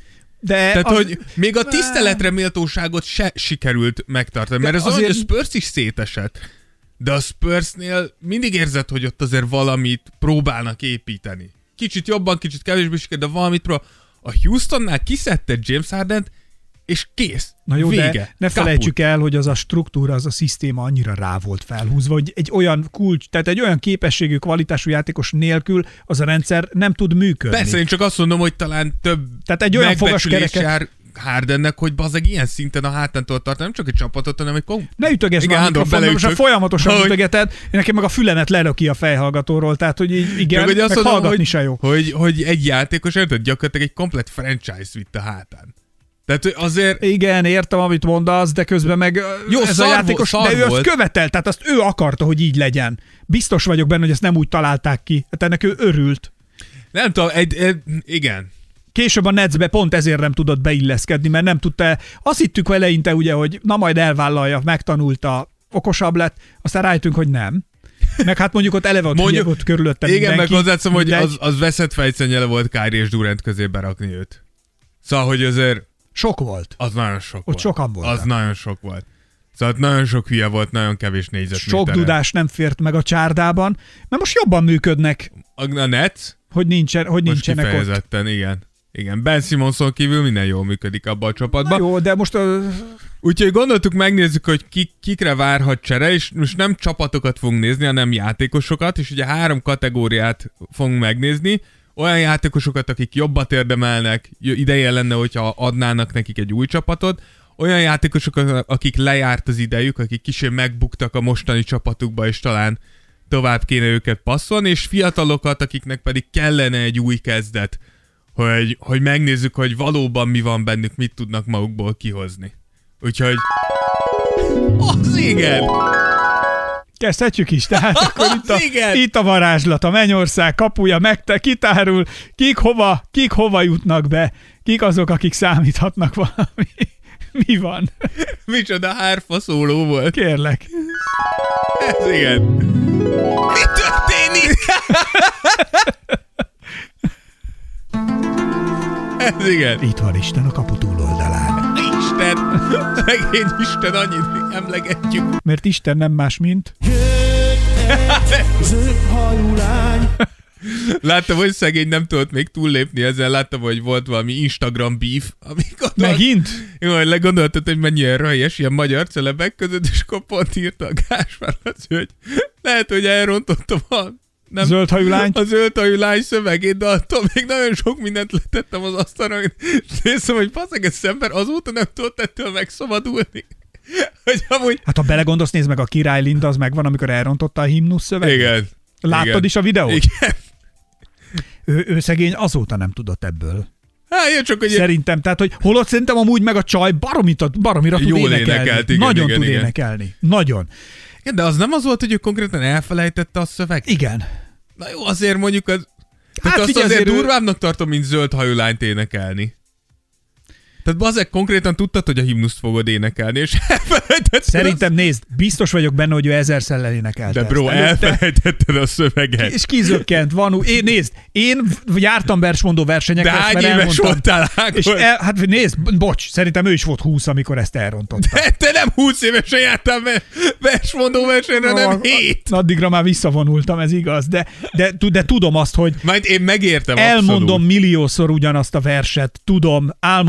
de tehát, az... hogy még a tiszteletre méltóságot se sikerült megtartani, mert ez azért... az, hogy a Spurs is szétesett. De a Spursnél mindig érzed, hogy ott azért valamit próbálnak építeni. Kicsit jobban, kicsit kevésbé siker, de valamit próbál. A Houstonnál kiszedte James Hardent, és kész. Na jó, vége. de ne felejtsük el, hogy az a struktúra, az a szisztéma annyira rá volt felhúzva, hogy egy olyan kulcs, tehát egy olyan képességű, kvalitású játékos nélkül az a rendszer nem tud működni. Persze, én csak azt mondom, hogy talán több tehát egy olyan fogaskereket jár Hardennek, hogy bazeg ilyen szinten a hátántól tart, nem csak egy csapatot, hanem egy kom... Ne ütögess már a mikrofonba, most folyamatosan hogy... ütögeted, én nekem meg a fülemet lelöki a fejhallgatóról, tehát hogy így, igen, csak, hogy meg mondom, hallgatni hogy, se jó. Hogy, hogy egy játékos, érted, gyakorlatilag egy komplet franchise vitt a hátán. Tehát azért... Igen, értem, amit mondasz, de közben meg jó, ez a játékos, de ő azt követelt, tehát azt ő akarta, hogy így legyen. Biztos vagyok benne, hogy ezt nem úgy találták ki. Hát ennek ő örült. Nem tudom, egy, egy, igen. Később a Netsbe pont ezért nem tudott beilleszkedni, mert nem tudta, azt hittük eleinte ugye, hogy na majd elvállalja, megtanulta, okosabb lett, aztán rájöttünk, hogy nem. Meg hát mondjuk ott eleve ott, mondjuk, ott körülöttem igen, mindenki. meg hozzátszom, hogy az, az veszett fejszennyele volt Kyrie és Durant közé berakni őt. Szóval, hogy azért... Sok volt. Az nagyon sok ott volt. sokan voltak. Az nagyon sok volt. Szóval nagyon sok hülye volt, nagyon kevés négyzetméterre. Sok dudás nem fért meg a csárdában, mert most jobban működnek. A, a Nets? Hogy, nincsen, hogy most nincsenek kifejezetten, ott. igen. Igen, Ben Simonson kívül minden jól működik abban a csapatban. Na jó, de most... A... Úgyhogy gondoltuk, megnézzük, hogy ki, kikre várhat csere, és most nem csapatokat fogunk nézni, hanem játékosokat, és ugye három kategóriát fogunk megnézni. Olyan játékosokat, akik jobbat érdemelnek, ideje lenne, hogyha adnának nekik egy új csapatot. Olyan játékosokat, akik lejárt az idejük, akik kicsit megbuktak a mostani csapatukba, és talán tovább kéne őket passzolni, és fiatalokat, akiknek pedig kellene egy új kezdet, hogy, hogy megnézzük, hogy valóban mi van bennük, mit tudnak magukból kihozni. Úgyhogy... Az igen! Kezdhetjük is, tehát akkor itt a, itt a varázslat, a mennyország kapuja megte, kitárul, kik hova, kik hova jutnak be, kik azok, akik számíthatnak valami. Mi van? Micsoda hárfa szóló volt. Kérlek. Ez igen. Mi történik? Ez igen. Itt van Isten a kapu túloldalán. Isten! Szegény Isten, annyit emlegetjük. Mert Isten nem más, mint... Láttam, hogy szegény nem tudott még túllépni ezen, láttam, hogy volt valami Instagram beef, amikor... Megint? Jó, hogy legondoltad, hogy mennyire röhelyes ilyen magyar celebek között, és akkor pont írta a Gáspár az, hogy lehet, hogy elrontottam a... Nem, zöldhajú lány? A zöldhajú lány szövegét, de attól még nagyon sok mindent letettem az asztalra, és néztem, hogy faszeg, ez ember azóta nem tudott ettől megszabadulni. Hogy amúgy... Hát ha belegondolsz, nézd meg, a Király Linda, az megvan, amikor elrontotta a himnusz szöveget. Igen. Láttad igen. is a videót? Igen. Ő, ő szegény azóta nem tudott ebből. Hát, jó, csak, hogy szerintem, tehát, hogy holott szerintem amúgy meg a csaj baromira, baromira tud jól énekelni. Énekelt, igen, Nagyon igen, tud igen. énekelni. Nagyon. Igen, de az nem az volt, hogy ő konkrétan elfelejtette a szöveget? Igen. Na jó, azért mondjuk az... Hát azt figyelj, azért azért durvábbnak tartom, mint zöldhajú lányt énekelni. Tehát bazeg, konkrétan tudtad, hogy a himnuszt fogod énekelni, és elfelejtetted. Szerintem nézd, biztos vagyok benne, hogy ő ezerszer elénekelte. De bro, elfelejtetted a szöveget. És kizökkent, van, én, nézd, én jártam versmondó versenyekre, de hány mert éves elmondtam. voltál, Ákos? És el, hát nézd, bocs, szerintem ő is volt húsz, amikor ezt elrontotta. De te nem húsz évesen jártál versmondó versenyre, nem hét. Addigra már visszavonultam, ez igaz, de, de, de tudom azt, hogy majd én megértem elmondom abszolút. milliószor ugyanazt a verset, tudom, álmomból föl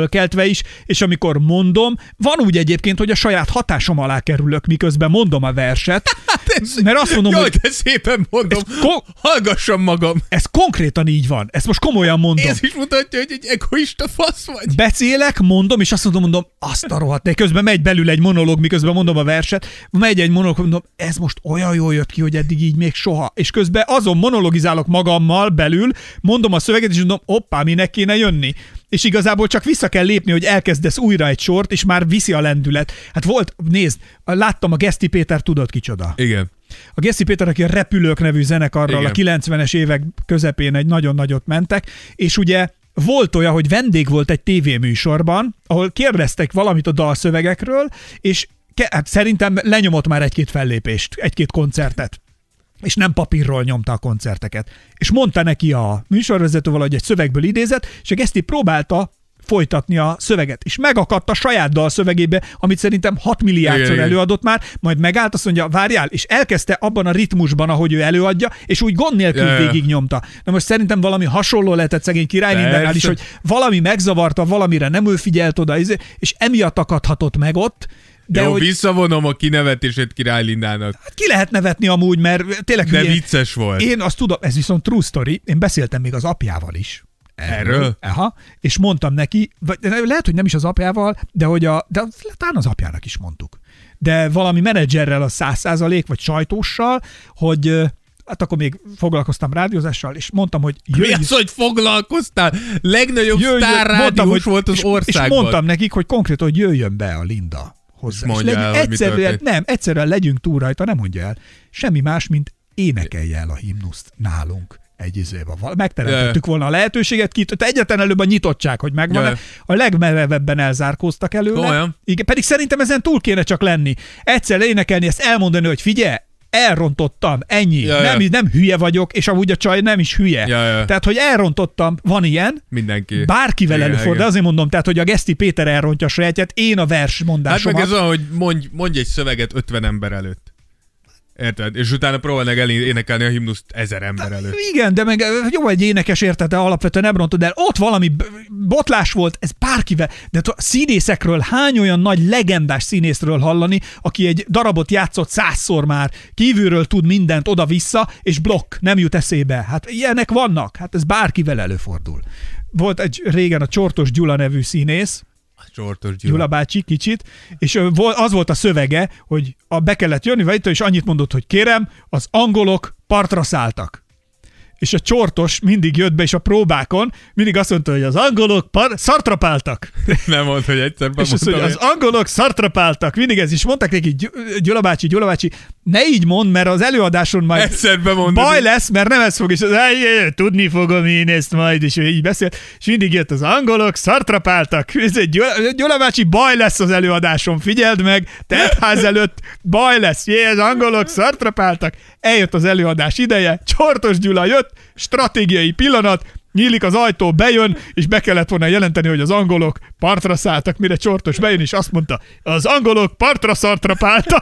fölkeltve is, és amikor mondom, van úgy egyébként, hogy a saját hatásom alá kerülök, miközben mondom a verset, hát ez, mert azt mondom, jaj, hogy... de szépen mondom, ko- hallgassam magam. Ez konkrétan így van, ezt most komolyan mondom. Ez is mutatja, hogy egy egoista fasz vagy. Becélek, mondom, és azt mondom, mondom, azt a rohadt, de közben megy belül egy monológ, miközben mondom a verset, megy egy monológ, mondom, ez most olyan jól jött ki, hogy eddig így még soha. És közben azon monologizálok magammal belül, mondom a szöveget, és mondom, hoppá, minek kéne jönni. És igazából csak vissza kell lépni, hogy elkezdesz újra egy sort, és már viszi a lendület. Hát volt, nézd, láttam a Geszti Péter, tudod kicsoda. Igen. A Geszti Péter, aki a Repülők nevű zenekarral igen. a kilencvenes évek közepén egy nagyon nagyot mentek, és ugye volt olyan, hogy vendég volt egy tévéműsorban, ahol kérdeztek valamit a dalszövegekről, és ke- hát szerintem lenyomott már egy-két fellépést, egy-két koncertet. És nem papírról nyomta a koncerteket. És mondta neki a műsorvezető valahogy egy szövegből idézett, és a Geszti próbálta folytatni a szöveget. És megakadt a saját dalszövegébe, amit szerintem hat milliárdszor előadott már, majd megállt, azt mondja, várjál, és elkezdte abban a ritmusban, ahogy ő előadja, és úgy gond nélkül végignyomta. Na most szerintem valami hasonló lehetett szegény Király Lindánál is, hogy valami megzavarta, valamire nem ő figyelt oda, és emiatt akadhatott meg ott. De jó, hogy... visszavonom a kinevetését Király Lindának. Hát ki lehet nevetni amúgy, mert tényleg... De hülyén... vicces volt. Én azt tudom, ez viszont true story, én beszéltem még az apjával is. Erről? Erről? Aha, és mondtam neki, vagy lehet, hogy nem is az apjával, de hogy a, de talán az apjának is mondtuk. De valami menedzserrel a száz százalék, vagy sajtóssal, hogy hát akkor még foglalkoztam rádiózással, és mondtam, hogy jöjj. Mi az, hogy foglalkoztál? Legnagyobb jöjj, sztár rádiós volt az és, országban. És mondtam nekik, hogy konkrétan, hogy jöjjön be a Linda hozzá. És mondja el, egyszerűen, nem, egyszerűen legyünk túl rajta, nem mondja el. Semmi más, mint énekelje el a himnuszt nálunk. Egy izébe. Megteremtettük volna a lehetőséget, ki, egyetlen előbb a nyitottság, hogy megvan. Jaj. A legmerevebben elzárkóztak előle. Olyan. Igen, pedig szerintem ezen túl kéne csak lenni. Egyszer énekelni, ezt elmondani, hogy figyelj, elrontottam, ennyi. Jaj, nem, nem hülye vagyok, és amúgy a csaj nem is hülye. Jaj, tehát, hogy elrontottam, van ilyen. Mindenki. Bárkivel előfordul, de azért mondom, tehát, hogy a Geszti Péter elrontja a sajátját, én a versmondásomat. Hát meg ez olyan, hogy mondj, mondj egy szöveget ötven ember előtt. Érted? És utána próbál meg énekelni a himnuszt ezer ember előtt. Igen, de meg jó, egy énekes, érted, de alapvetően nem rontod el. Ott valami botlás volt, ez bárkivel. De a színészekről hány olyan nagy legendás színészről hallani, aki egy darabot játszott százszor már, kívülről tud mindent oda-vissza, és blokk, nem jut eszébe. Hát ilyenek vannak, hát ez bárkivel előfordul. Volt egy régen a Csortos Gyula nevű színész, Csortos Gyula. Gyula bácsi, kicsit, és az volt a szövege, hogy be kellett jönni, vagy és annyit mondott, hogy kérem, az angolok partra szálltak. És a Csortos mindig jött be, és a próbákon mindig azt mondta, hogy az angolok par- szartrapáltak. Nem mondd, hogy egyszer és azt mondja, az angolok szartrapáltak. Mindig ez is mondták neki, Gyula bácsi, Gyula bácsi, ne így mondd, mert az előadáson majd egyszer bemondod, baj lesz, mert nem ez fog, és az, tudni fogom én ezt majd, és így beszélt, és mindig jött az angolok szartrapáltak. Ez egy Gyula, Gyula bácsi, baj lesz az előadáson, figyeld meg, teltház előtt baj lesz, jé, az angolok szartrapáltak. Eljött az előadás ideje, Csortos Gyula jött, stratégiai pillanat, nyílik az ajtó, bejön, és be kellett volna jelenteni, hogy az angolok partra szálltak, mire Csortos bejön, és azt mondta, az angolok partra szartrapáltak.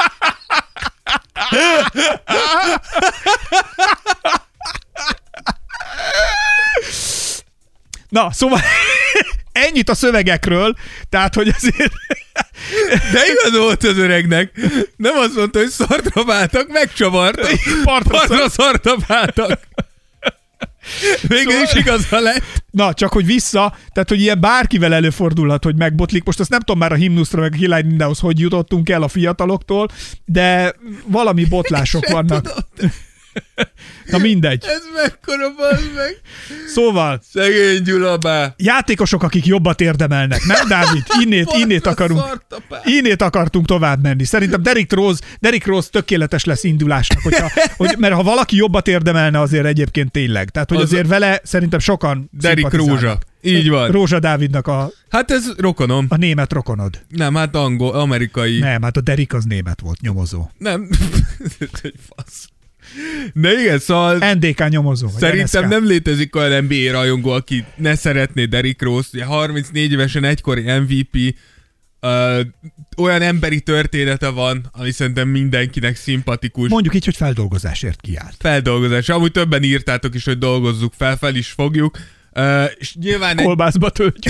Na, szóval ennyit a szövegekről, tehát, hogy azért... De igaz volt az öregnek. Nem azt mondta, hogy szartrapáltak, megcsavartak. Partra, Partra szartrapáltak. Végül szóval... is igaza lett. Na, csak hogy vissza, tehát, hogy ilyen bárkivel előfordulhat, hogy megbotlik. Most azt nem tudom már a himnuszra, meg a Király Lindához, hogy jutottunk el a fiataloktól, de valami botlások vannak. Na mindegy. Ez mekkora bazd meg. Szóval. Szegény Gyulabá. Játékosok, akik jobbat érdemelnek, nem, Dávid? Innét, innét akarunk. Innét akartunk tovább menni. Szerintem Derrick Rose, Derrick Rose tökéletes lesz indulásnak, hogyha, hogy, mert ha valaki jobbat érdemelne, azért egyébként tényleg. Tehát, hogy az azért vele szerintem sokan Derrick Rózsa. Így van. Rózsa Dávidnak a... Hát ez rokonom. A német rokonod. Nem, hát angol, amerikai. Nem, hát a Derrick az német volt, nyomozó. Nem. Ez egy fasz. De igen, szóval... en dé ká nyomozó. Szerintem en es ká. Nem létezik olyan en bé á rajongó, aki ne szeretné Derrick Rose. Ugye harmincnégy évesen egykori em vé pé. Uh, olyan emberi története van, ami szerintem mindenkinek szimpatikus. Mondjuk így, hogy feldolgozásért kiállt. Feldolgozás. Amúgy többen írtátok is, hogy dolgozzuk fel, fel is fogjuk. Uh, és nyilván Kolbászba töltjük.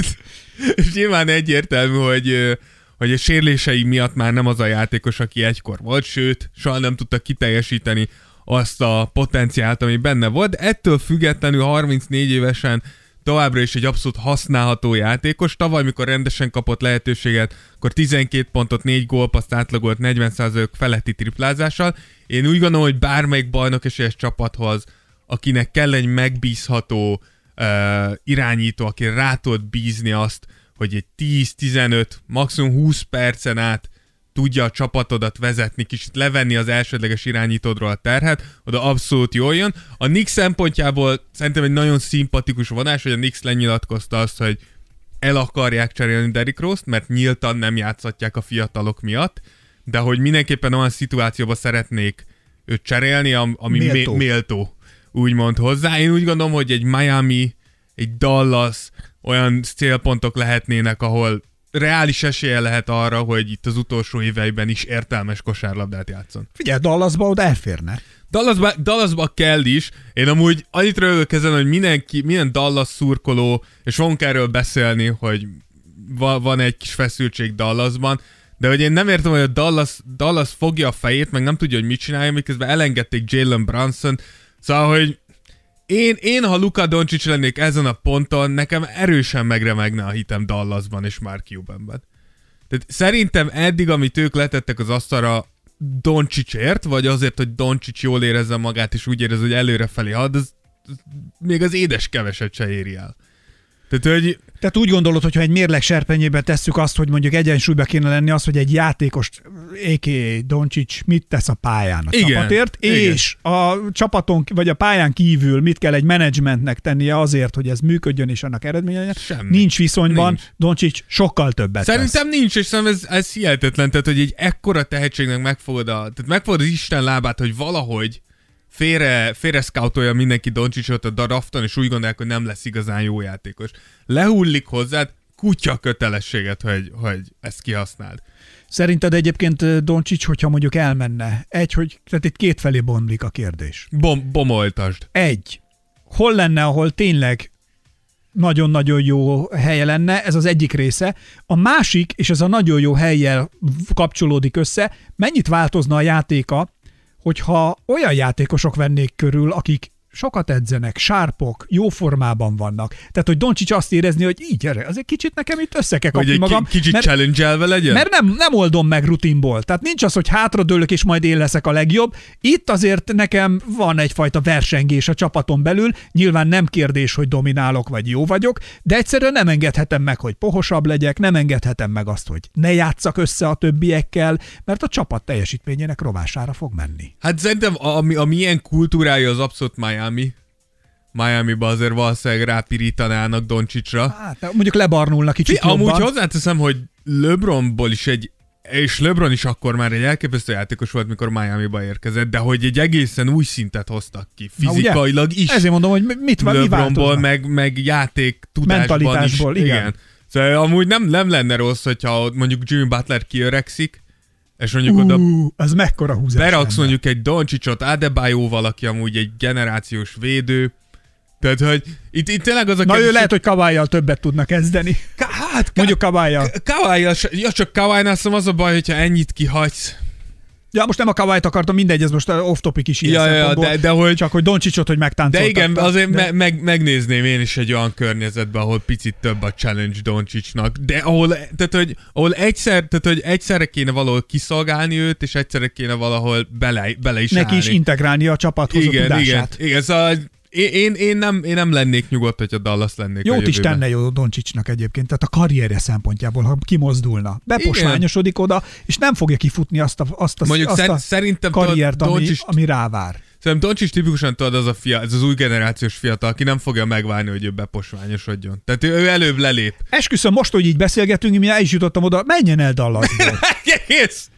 És nyilván egyértelmű, hogy, hogy a sérülései miatt már nem az a játékos, aki egykor volt, sőt, soha nem tudta kiteljesíteni azt a potenciált, ami benne volt. Ettől függetlenül harmincnégy évesen továbbra is egy abszolút használható játékos. Tavaly, mikor rendesen kapott lehetőséget, akkor tizenkét pontot, négy gólpasszt átlagolt negyven százalék feletti triplázással. Én úgy gondolom, hogy bármelyik bajnok esélyes csapathoz, akinek kell egy megbízható uh, irányító, aki rá tud bízni azt, hogy egy tíz-tizenöt, maximum húsz percen át tudja a csapatodat vezetni, kicsit levenni az elsődleges irányítódról a terhet, oda abszolút jól jön. A Knicks szempontjából szerintem egy nagyon szimpatikus vonás, hogy a Knicks lenyilatkozta azt, hogy el akarják cserélni Derrick Rose-t, mert nyíltan nem játszatják a fiatalok miatt, de hogy mindenképpen olyan szituációba szeretnék őt cserélni, ami méltó. méltó, úgymond hozzá. Én úgy gondolom, hogy egy Miami, egy Dallas olyan célpontok lehetnének, ahol reális esélye lehet arra, hogy itt az utolsó éveiben is értelmes kosárlabdát játszon. Figyelj, Dallasba oda elférne. Dallasba, Dallasba kell is. Én amúgy annyit rövök ezen, hogy mindenki, minden Dallas szurkoló, és fogunk erről beszélni, hogy va, van egy kis feszültség Dallasban, de hogy én nem értem, hogy a Dallas, Dallas fogja a fejét, meg nem tudja, hogy mit csinálja, miközben elengedték Jalen Brunson. Szóval, hogy Én, én, ha Luka Doncic lennék ezen a ponton, nekem erősen megremegne a hitem Dallasban és Mark Cubanben. Tehát szerintem eddig, amit ők letettek az asztalra Doncicért, vagy azért, hogy Doncic jól érezze magát, és úgy érez, hogy előrefelé had, az, az még az édes keveset se éri el. Tehát, hogy... Tehát úgy gondolod, hogyha egy mérleg serpenyében tesszük azt, hogy mondjuk egyensúlyba kéne lenni az, hogy egy játékos, á ká á. Doncic mit tesz a pályán a igen, csapatért, igen. és a csapaton, vagy a pályán kívül mit kell egy menedzsmentnek tennie azért, hogy ez működjön és annak eredménye. Nincs viszonyban, nincs. Doncic sokkal többet Szerintem tesz. nincs, és szerintem ez, ez hihetetlen, tehát hogy egy ekkora tehetségnek megfogod, a, tehát megfogod az Isten lábát, hogy valahogy félre, félre scoutolja mindenki Doncicot a drafton, és úgy gondolják, hogy nem lesz igazán jó játékos. Lehullik hozzád, kutya kötelességet, hogy, hogy ezt kihasználd. Szerinted egyébként Doncic, hogyha mondjuk elmenne, egy, hogy tehát itt kétfelé bomlik a kérdés. Bom, bomoltasd. Egy. Hol lenne, ahol tényleg nagyon-nagyon jó helye lenne, ez az egyik része. A másik, és ez a nagyon jó hellyel kapcsolódik össze, mennyit változna a játéka, hogyha olyan játékosok vennék körül, akik sokat edzenek, sárpok, jó formában vannak. Tehát, hogy Doncic azt érezni, hogy így, gyere, azért kicsit nekem itt össze kell kapni hogy magam. Hogy kicsit mert, challenge-elve legyen? Mert nem, nem oldom meg rutinból. Tehát nincs az, hogy hátradőlök, és majd én leszek a legjobb. Itt azért nekem van egyfajta versengés a csapaton belül. Nyilván nem kérdés, hogy dominálok, vagy jó vagyok, de egyszerűen nem engedhetem meg, hogy pohosabb legyek, nem engedhetem meg azt, hogy ne játsszak össze a többiekkel, mert a csapat teljesítményének rovására fog menni. Hát szerintem a, a milyen kultúrája az abszolút Miami. Miami-ba azért valószínűleg rápirítanának Doncicra. Hát, mondjuk lebarnulnak kicsit Fi, jobban. Amúgy hozzáteszem, hogy LeBronból is egy, és LeBron is akkor már egy elképesztő játékos volt, mikor Miami-ba érkezett, de hogy egy egészen új szintet hoztak ki, fizikailag is. Ezért mondom, hogy mit van, mi LeBronból, meg, meg játék tudásban mentalitásból, is. igen. igen. Szóval amúgy nem, nem lenne rossz, hogyha mondjuk Jimmy Butler kiöregszik, és mondjuk uh, oda az mekkora húzás beraksz lenne. mondjuk egy Doncicot, Adebayoval, aki amúgy egy generációs védő. Tehát, hogy itt, itt tényleg az a Na kérdés, ő lehet, hogy Kawhi-jal többet tudna kezdeni. Ka- hát, Mondjuk Kawhi-jal. Kawhi-jal, ja csak Kawhi-nál az a baj, hogyha ennyit kihagysz. Ja, most nem a Kawhi-t akartam, mindegy, ez most off-topic is ilyen ja, ja, de, de hogy... Csak hogy Doncicot, hogy megtáncoltatta. De igen, azért de... Me- meg, megnézném én is egy olyan környezetben, ahol picit több a challenge Doncicnak, de ahol, tehát, hogy, ahol egyszer, tehát, hogy egyszerre kéne valahol kiszolgálni őt, és egyszerre kéne valahol bele, bele is Neki állni. is integrálni a csapathoz igen, a tudását. Igen, igen, szóval én, én, én, nem, én nem lennék nyugodt, hogyha Dallas lennék. Jót is tenne jó Doncicnak egyébként, tehát a karrierje szempontjából, ha kimozdulna. Beposványosodik oda, és nem fogja kifutni azt a, azt a, Mondjuk azt szer- a szerintem karriert, ami, Doncic, ami rávár. Szerintem Doncic tipikusan tudod, az a fia, ez az új generációs fiatal, aki nem fogja megvárni, hogy ő beposványosodjon. Tehát ő, ő előbb lelép. Esküszöm, most, hogy így beszélgetünk, mi el is jutottam oda, menjen el Dallasból. Kész!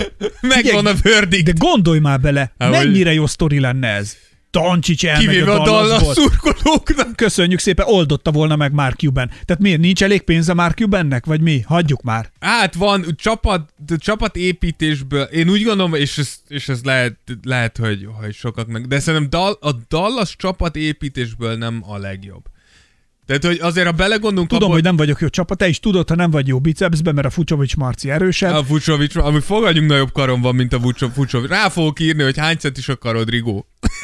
Megvan a verdict. De gondolj már bele, Há, mennyire jó sztori lenne ez. Doncic elmegy kivéve a a Dallasból. Dallas szurkolóknak. Köszönjük szépen, oldotta volna meg Mark Cuban. Tehát miért, nincs elég pénze Mark Cubannek, vagy mi? Hagyjuk már. Hát van csapat, csapatépítésből, én úgy gondolom, és ez, és ez lehet, lehet hogy, hogy sokaknak, de szerintem Dal, a Dallas csapatépítésből nem a legjobb. Tehát, hogy azért, ha belegondolunk... Tudom, abba, hogy nem vagyok jó csapat, te is tudod, ha nem vagy jó bicepsben, mert a Fucsovics Marci erősebb. A Fucsovics, ami fogadjunk nagyobb karom van, mint a Fucsovics. Rá fogok írni, hogy hány centis a karod, Rigó.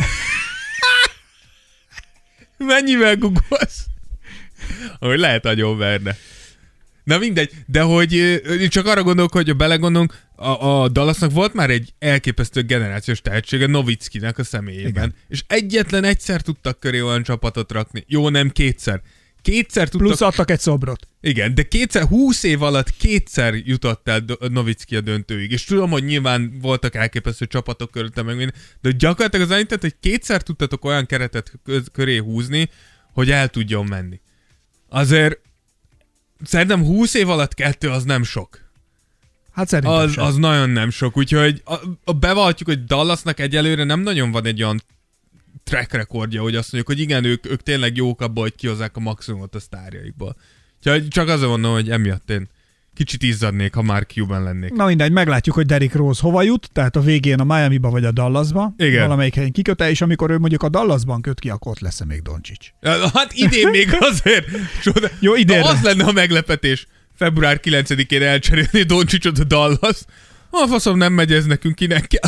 Mennyivel guggolsz? Hogy lehet agyonverne. Na mindegy, de hogy csak arra gondolok, hogy ha belegondolunk, a, a Dallasnak volt már egy elképesztő generációs tehetsége Novickinek a személyében. Igen. És egyetlen egyszer tudtak köré olyan csapatot rakni. Jó, nem kétszer. Kétszer tudtak... Plusz adtak egy szobrot. Igen, de kétszer, húsz év alatt kétszer jutott el Novicki a döntőig. És tudom, hogy nyilván voltak elképesztő csapatok körülötte meg minden, de gyakorlatilag az annyit tett, hogy kétszer tudtatok olyan keretet köré húzni, hogy el tudjon menni. Azért szerintem húsz év alatt kettő az nem sok. Hát szerintem az, sem. az nagyon nem sok, úgyhogy a, a bevallhatjuk, hogy Dallasnak egyelőre nem nagyon van egy olyan track recordja, hogy azt mondjuk, hogy igen, ők, ők tényleg jók abban, hogy kihozzák a maximumot a sztárjaikból. Úgyhogy csak azon mondom, hogy emiatt én kicsit izzadnék, ha már Q-ben lennék. Na mindegy, meglátjuk, hogy Derrick Rose hova jut, tehát a végén a Miami-ba vagy a Dallasba. Igen. Valamelyik helyen kiköte, és amikor ő mondjuk a Dallasban köt ki, akkor ott lesz még Doncic. Hát idén még azért. Csoda. Jó, idénre. Az lenne a meglepetés. február kilencedikén elcserélni Doncicot a Dallas. A faszom nem megy ez nekünk, kinek kell.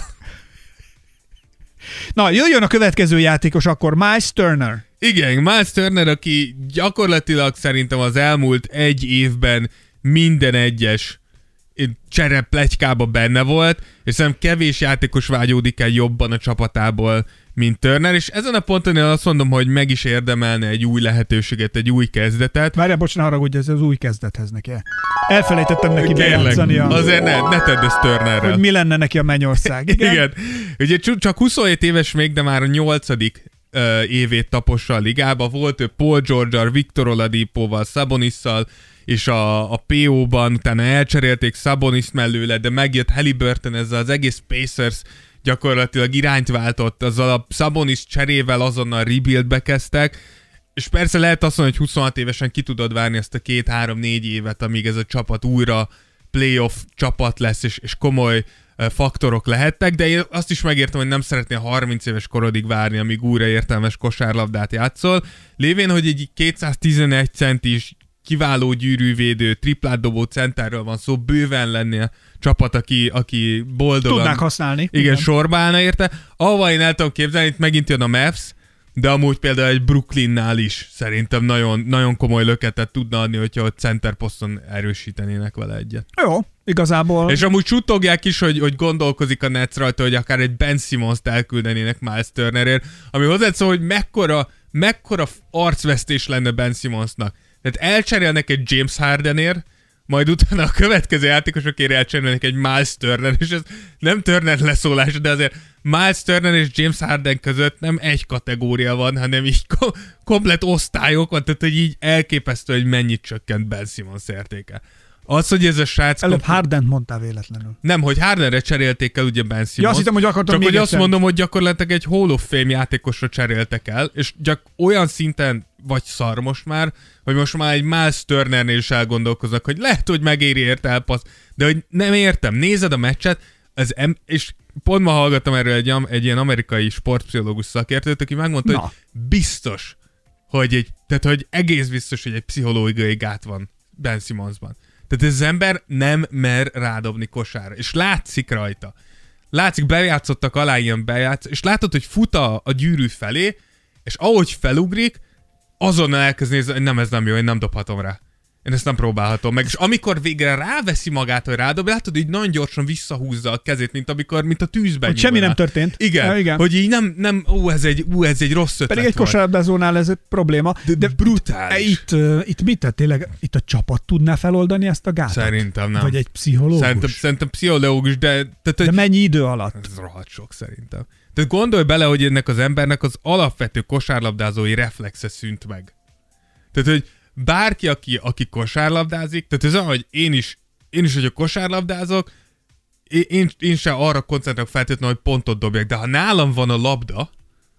Na, jöjjön a következő játékos akkor, Miles Turner. Igen, Miles Turner, aki gyakorlatilag szerintem az elmúlt egy évben minden egyes csere pletykába benne volt, és szerintem kevés játékos vágyódik el jobban a csapatából, mint Turner, és ezen a ponton én azt mondom, hogy meg is érdemelne egy új lehetőséget, egy új kezdetet. Várjál, bocs, ne haragudj, ez az új kezdethez neki. Elfelejtettem neki bejátszani a... Azért ne, ne tedd ezt Turnerrel. Hogy mi lenne neki a mennyország. Igen. Igen. Ugye csak huszonhét éves még, de már a nyolcadik uh, évét tapossa a ligába. Volt ő Paul George-al, Victor Oladipoval, Sabonisszal, és a, a pé ó-ban utána elcserélték Sabonis mellőle, de megjött Haliburton, ezzel az egész Pacers gyakorlatilag irányt váltott, azzal a Sabonis cserével azonnal rebuildbe kezdtek, és persze lehet azt mondani, hogy huszonhat évesen ki tudod várni ezt a két-három-négy évet, amíg ez a csapat újra playoff csapat lesz, és, és komoly uh, faktorok lehettek, de én azt is megértem, hogy nem szeretnél harminc éves korodig várni, amíg újra értelmes kosárlabdát játszol. Lévén, hogy egy kétszáztizenegy centis kiváló gyűrűvédő, triplát dobó centerről van szó, bőven lennél csapat, aki, aki boldogan... Tudnák használni. Igen, igen, sorba állna érte. Ahova én el tudom képzelni, itt megint jön a Mavs, de amúgy például egy Brooklynnál is szerintem nagyon, nagyon komoly löketet tudna adni, hogyha ott center poszton erősítenének vele egyet. Jó, igazából. És amúgy suttogják is, hogy, hogy gondolkozik a Nets rajta, hogy akár egy Ben Simmons-t elküldenének Miles Turnerért, ami hozzátszól, hogy mekkora, mekkora arcvesztés lenne Ben Simmonsnak. Tehát elcserélnek egy James Hardenért, majd utána a következő játékosokért elcserélnek egy Miles Turner, és ez nem Turner leszólás, de azért Miles Turner és James Harden között nem egy kategória van, hanem így kom- komplet osztályok van, tehát hogy így elképesztő, hogy mennyit csökkent Ben Simmons értéke. Az, hogy ez a srác... Előbb kom- Hardent mondtál véletlenül. Nem, hogy Hardenre cserélték el ugye Ben Simmons. Ja, azt hittem, hogy akartam Csak még hogy egyszer. azt mondom, hogy gyakorlatilag egy Hall of Fame játékosra cseréltek el, és gyak olyan szinten vagy szar most már, hogy most már egy Miles Turnernél is elgondolkoznak, hogy lehet, hogy megéri érte elpassz, de hogy nem értem. Nézed a meccset, az em- és pont ma hallgattam erről egy, egy ilyen amerikai sportpszichológus szakértőt, aki megmondta, Na. hogy biztos, hogy egy, tehát hogy egész biztos, hogy egy pszichológiai gát van Ben Simmonsban. Tehát ez az ember nem mer rádobni kosárra, és látszik rajta. Látszik, bejátszottak alá ilyen bejátsz, és látod, hogy fut a, a gyűrű felé, és ahogy felugrik, azonnal elkezd nézni, hogy nem, ez nem jó, én nem dobhatom rá. Én ezt nem próbálhatom meg. És amikor végre ráveszi magát, hogy rádob, látod, hogy nagyon gyorsan visszahúzza a kezét, mint amikor, mint a tűzben. Hogy semmi nem történt. Igen, ja, igen. Hogy így nem, nem ó, ez egy, ú, ez egy rossz ötlet. Pedig egy kosárlabdázónál ez egy probléma. De, de brutális. Itt, uh, itt mit tett tényleg? Itt a csapat tudná feloldani ezt a gátat? Szerintem nem. Vagy egy pszichológus? Szerintem, szerintem pszichológus, de... Tehát, de mennyi idő alatt? Ez rohadt sok szerintem. Tehát gondolj bele, hogy ennek az embernek az alapvető kosárlabdázói reflexe szűnt meg. Tehát, hogy bárki, aki, aki kosárlabdázik, tehát ez olyan, hogy én is, én is, hogy a kosárlabdázok, én, én, én sem arra koncentrálok feltétlenül, hogy pontot dobjak, de ha nálam van a labda,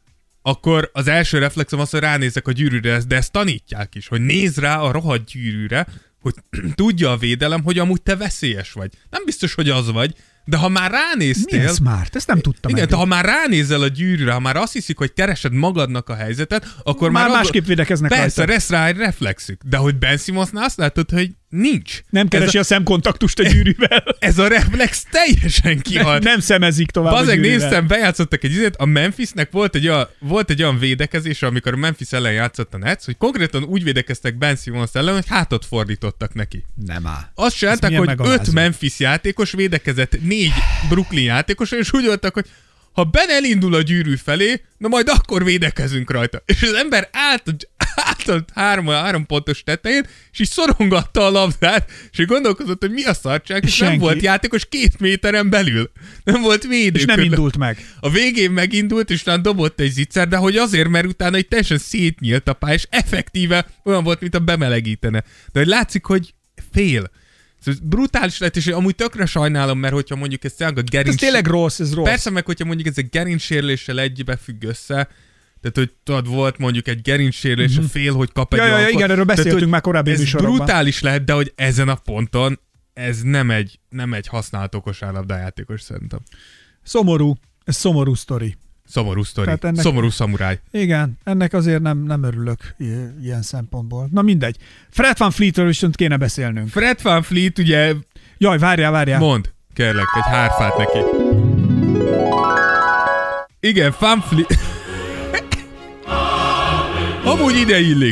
akkor az első reflexem az, hogy ránézek a gyűrűre, de ezt tanítják is, hogy nézz rá a rohadt gyűrűre, hogy tudja a védelem, hogy amúgy te veszélyes vagy. Nem biztos, hogy az vagy, De ha már ránéztél... Milyen smart? Ezt nem tudtam. Igen, eddig. de ha már ránézel a gyűrűre, ha már azt hiszik, hogy keresed magadnak a helyzetet, akkor Már már... másképp védekeznek Persze, rajta. lesz rá egy reflexük. De hogy Ben Simmonsnál azt látod, hogy nincs. Nem keresi ez a, a szemkontaktust a gyűrűvel. Ez a reflex teljesen kihalt. Nem szemezik tovább a Bazeg, gyűrűvel. néztem, bejátszottak egy izét, a Memphisnek volt egy, olyan, volt egy olyan védekezése, amikor a Memphis ellen játszott a Nets, hogy konkrétan úgy védekeztek Ben Simmons ellen, hogy hátat fordítottak neki. Nem áll. Azt csinálták, hogy öt Memphis játékos védekezett négy Brooklyn játékos, és úgy voltak, hogy ha Ben elindul a gyűrű felé, na majd akkor védekezünk rajta. És az ember állt, állt a három, három pontos tetején, és így szorongatta a labdát, és így gondolkozott, hogy mi a szartság, és, és nem volt játékos két méteren belül. Nem volt védő. És nem indult meg. A végén megindult, és utána dobott egy zicser, de hogy azért, mert utána egy teljesen szétnyílt a pálya, és effektíve olyan volt, mint a bemelegítene. De hogy látszik, hogy fél. Szóval brutális lett, és amúgy tökre sajnálom, mert hogyha mondjuk ez tényleg a gerinc... Ez tényleg rossz, ez rossz. Persze, meg hogyha mondjuk ez egy gerincsérléssel egybe függ össze, tehát hogy tudod, volt mondjuk egy gerincsérlés, mm-hmm. a fél, hogy kap egy ja, olyan... Ja, igen, erről beszéltünk tehát, már korábbi ez műsorokban. brutális lehet, de hogy ezen a ponton ez nem egy, nem egy használt kosárlabdajátékos szerintem. Szomorú. Ez szomorú sztori. Szomorú sztori. Ennek, szomorú szamuráj. Igen, ennek azért nem, nem örülök ilyen szempontból. Na mindegy. Fred VanVleetről viszont kéne beszélnünk. Fred VanVleet ugye... Jaj, várjál, várjál. Mondd, kérlek, egy hárfát neki. Igen, VanVleet... Amúgy ide illik.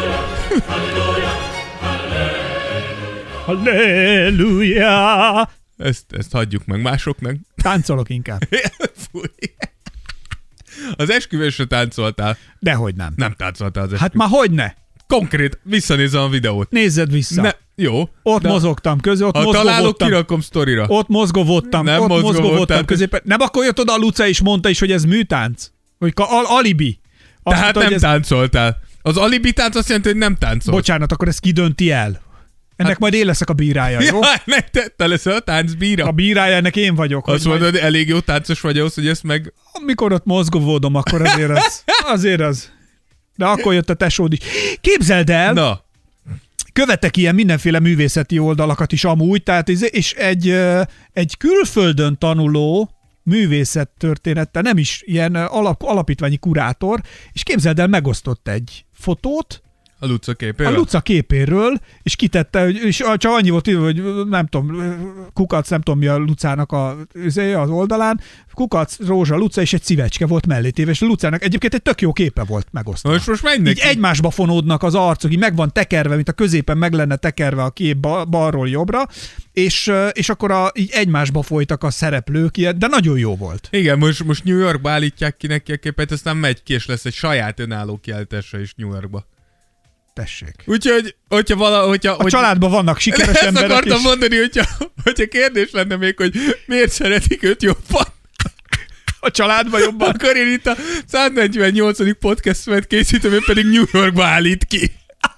Halleluja! Ezt, ezt hagyjuk meg másoknak. Táncolok inkább. Fúj. Az esküvősre táncoltál. Dehogy nem. Nem táncoltál az esküvősre. Hát már hogy ne? Konkrét, visszanézem a videót. Nézzed vissza. Ne, jó. Ott mozogtam közé, ott ha találok, mozgovoltam. kirakom sztorira. Ott mozgovoltam, Nem ott mozgovoltál, mozgovoltam középen. Nem, akkor jött oda a Luca és mondta is, hogy ez műtánc. Hogy al- alibi. Azt Tehát mondta, nem ez... táncoltál. Az alibi tánc azt jelenti, hogy nem táncolt. Bocsánat, akkor ezt kidönti el. Ennek hát... majd én leszek a bírája, jó? Ja, ne, te, te leszel a táncbíra. A bírája ennek én vagyok. Azt mondod, majd... hogy elég jó táncos vagy ahhoz, hogy ezt meg... Amikor ott mozgovódom, akkor azért az. Azért az. De akkor jött a tesód is. Képzeld el, Na. követek ilyen mindenféle művészeti oldalakat is amúgy, tehát és egy, egy külföldön tanuló művészettörténettel, nem is ilyen alap, alapítványi kurátor, és képzeld el, megosztott egy fotót, A Luca képéről? A Luca képéről, és kitette, hogy, és csak annyi volt, hogy nem tudom, kukac, nem tudom mi a Lucának a, az oldalán, kukac, rózsa, Luca, és egy szívecske volt mellétéve, és a Lucának egyébként egy tök jó képe volt megosztva. Most most menj neki. Így egymásba fonódnak az arcok, így meg van tekerve, mint a középen meg lenne tekerve a kép balról jobbra, és, és akkor a, így egymásba folytak a szereplők, ilyen, de nagyon jó volt. Igen, most, most New Yorkba állítják ki neki a képet, aztán megy ki, és lesz egy saját önálló kiállítása is New Yorkba. Tessék. Úgyhogy, hogyha vala, hogyha... A hogy... családban vannak sikeres ezt emberek. Ezt akartam és... mondani, hogyha, hogyha kérdés lenne még, hogy miért szeretik őt jobban. A családban jobban. Akkor én itt a száznegyvennyolcadik podcastet készítem, én pedig New Yorkba állít ki.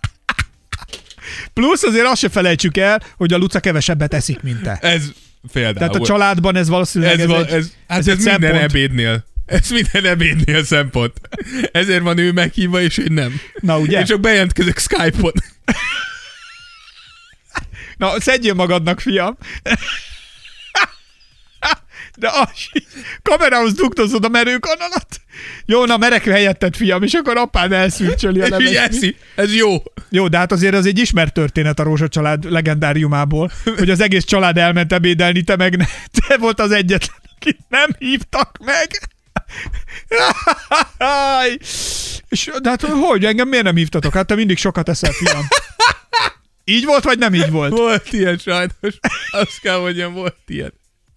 Plusz azért azt se felejtsük el, hogy a Luca kevesebbet eszik, mint te. Ez például. Tehát a családban ez valószínűleg ez, ez, val- egy, ez, hát ez, ez, egy minden szempont. ebédnél. Ez minden ebédnél szempont. Ezért van ő meghívva, és én nem. Na ugye? Én csak bejelentkezek Skype-on. Na, szedjél magadnak, fiam. De az, kamerához dugdozod a merőkanalat. Jó, na merek helyetted, fiam, és akkor apád elszűrcsöli a És így eszi. Ez jó. Jó, de hát azért az egy ismert történet a Rózsa család legendáriumából, hogy az egész család elment ebédelni, te meg ne. Te volt az egyetlen, akit nem hívtak meg. És, de hát hogy, engem miért nem hívtatok? Hát te mindig sokat eszel, fiam. Így volt, vagy nem így volt? Volt ilyen sajnos. Azt kell mondjam, volt ilyen.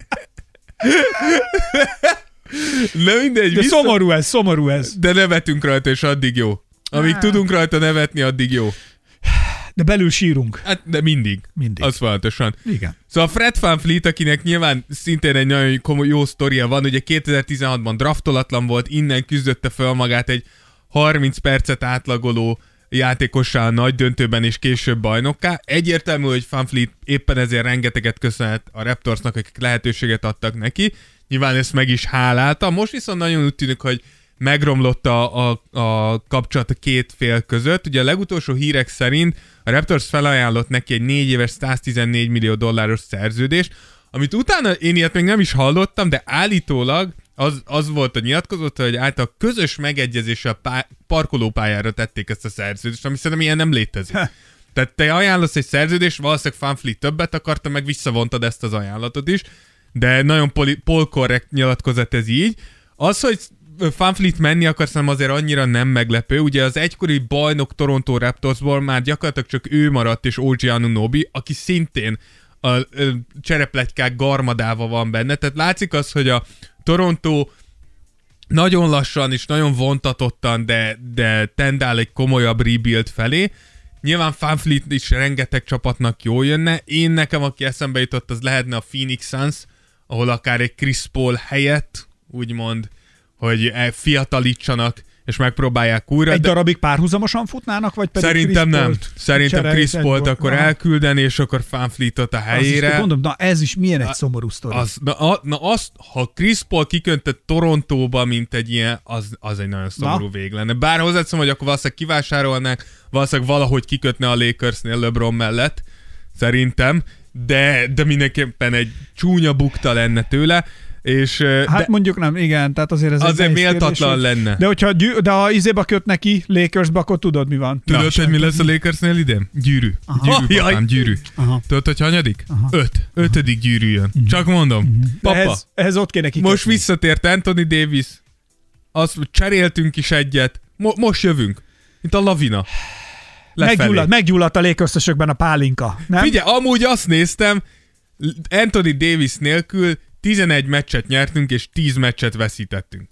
Na mindegy. De vissza... szomorú ez, szomorú ez. De nevetünk rajta, és addig jó. Amíg ah. tudunk rajta nevetni, addig jó. De belül sírunk. Hát, de mindig. Mindig. Az fontosan. Igen. Szóval Fred VanVleet, akinek nyilván szintén egy nagyon komoly, jó sztoria van, ugye kétezer-tizenhatban draftolatlan volt, innen küzdötte fel magát egy harminc percet átlagoló játékossal a nagy döntőben és később bajnokká. Egyértelmű, hogy VanVleet éppen ezért rengeteget köszönhet a Raptorsnak, akik lehetőséget adtak neki. Nyilván ezt meg is hálálta. Most viszont nagyon úgy tűnik, hogy megromlott a, a, a kapcsolat a két fél között. Ugye a legutolsó hírek szerint a Raptors felajánlott neki egy négy éves száztizennégy millió dolláros szerződést, amit utána én ilyet még nem is hallottam, de állítólag az, az volt a nyilatkozat, hogy által közös megegyezéssel pá- parkolópályára tették ezt a szerződést, ami szerintem ilyen nem létezik. Tehát te ajánlasz egy szerződést, valószínűleg Fanfleet többet akarta, meg visszavontad ezt az ajánlatot is, de nagyon poli- polkorrekt nyilatkozat ez így. Az, hogy Fanfleet menni akar, szerintem azért annyira nem meglepő. Ugye az egykori bajnok Toronto Raptorsból már gyakorlatilag csak ő maradt, és o gé Anunoby, aki szintén a, a cserepletykák garmadával van benne. Tehát látszik az, hogy a Toronto nagyon lassan és nagyon vontatottan, de, de tendál egy komolyabb rebuild felé. Nyilván Fanfleet is rengeteg csapatnak jól jönne. Én nekem, aki eszembe jutott, az lehetne a Phoenix Suns, ahol akár egy Chris Paul helyett, úgymond, hogy fiatalítsanak, és megpróbálják újra. Egy de... darabig párhuzamosan futnának, vagy pedig Szerintem Chris nem. Paul-t Szerintem Chris Paul-t akkor na. elküldeni, és akkor Fanfleetot a helyére. Azt mondom, na ez is milyen egy szomorú sztori. Az, na, a, na azt, ha Chris Paul kiköntött Torontóba, mint egy ilyen, az, az egy nagyon szomorú na. vég lenne. Bár hozzátszom, hogy akkor valószínűleg kivásárolnák, valószínűleg valahogy kikötne a Lakersnél LeBron mellett, szerintem, de, de mindenképpen egy csúnya bukta lenne tőle. És, hát de, mondjuk nem, igen, tehát azért ez azért egy méltatlan kérdés, lenne. De hogyha gyű, de ha izébe köt neki Lakersbe, akkor tudod, mi van. Tudod, Na, hogy mi lesz a Lakersnél idén? Gyűrű. Aha. Gyűrű, papám, gyűrű. Aha. Tudod, hogy hanyadik? Aha. Öt. Ötödik gyűrű jön. Uh-huh. Csak mondom. Uh-huh. Papa, ehhez, ehhez ott kéne kikötni. Most visszatért Anthony Davis. Azt cseréltünk is egyet. Mo- most jövünk. Mint a lavina. Meggyulladt, meggyulladt a Lakers-ösökben a pálinka. Nem? Figyelj, amúgy azt néztem, Anthony Davis nélkül tizenegy meccset nyertünk, és tíz meccset veszítettünk.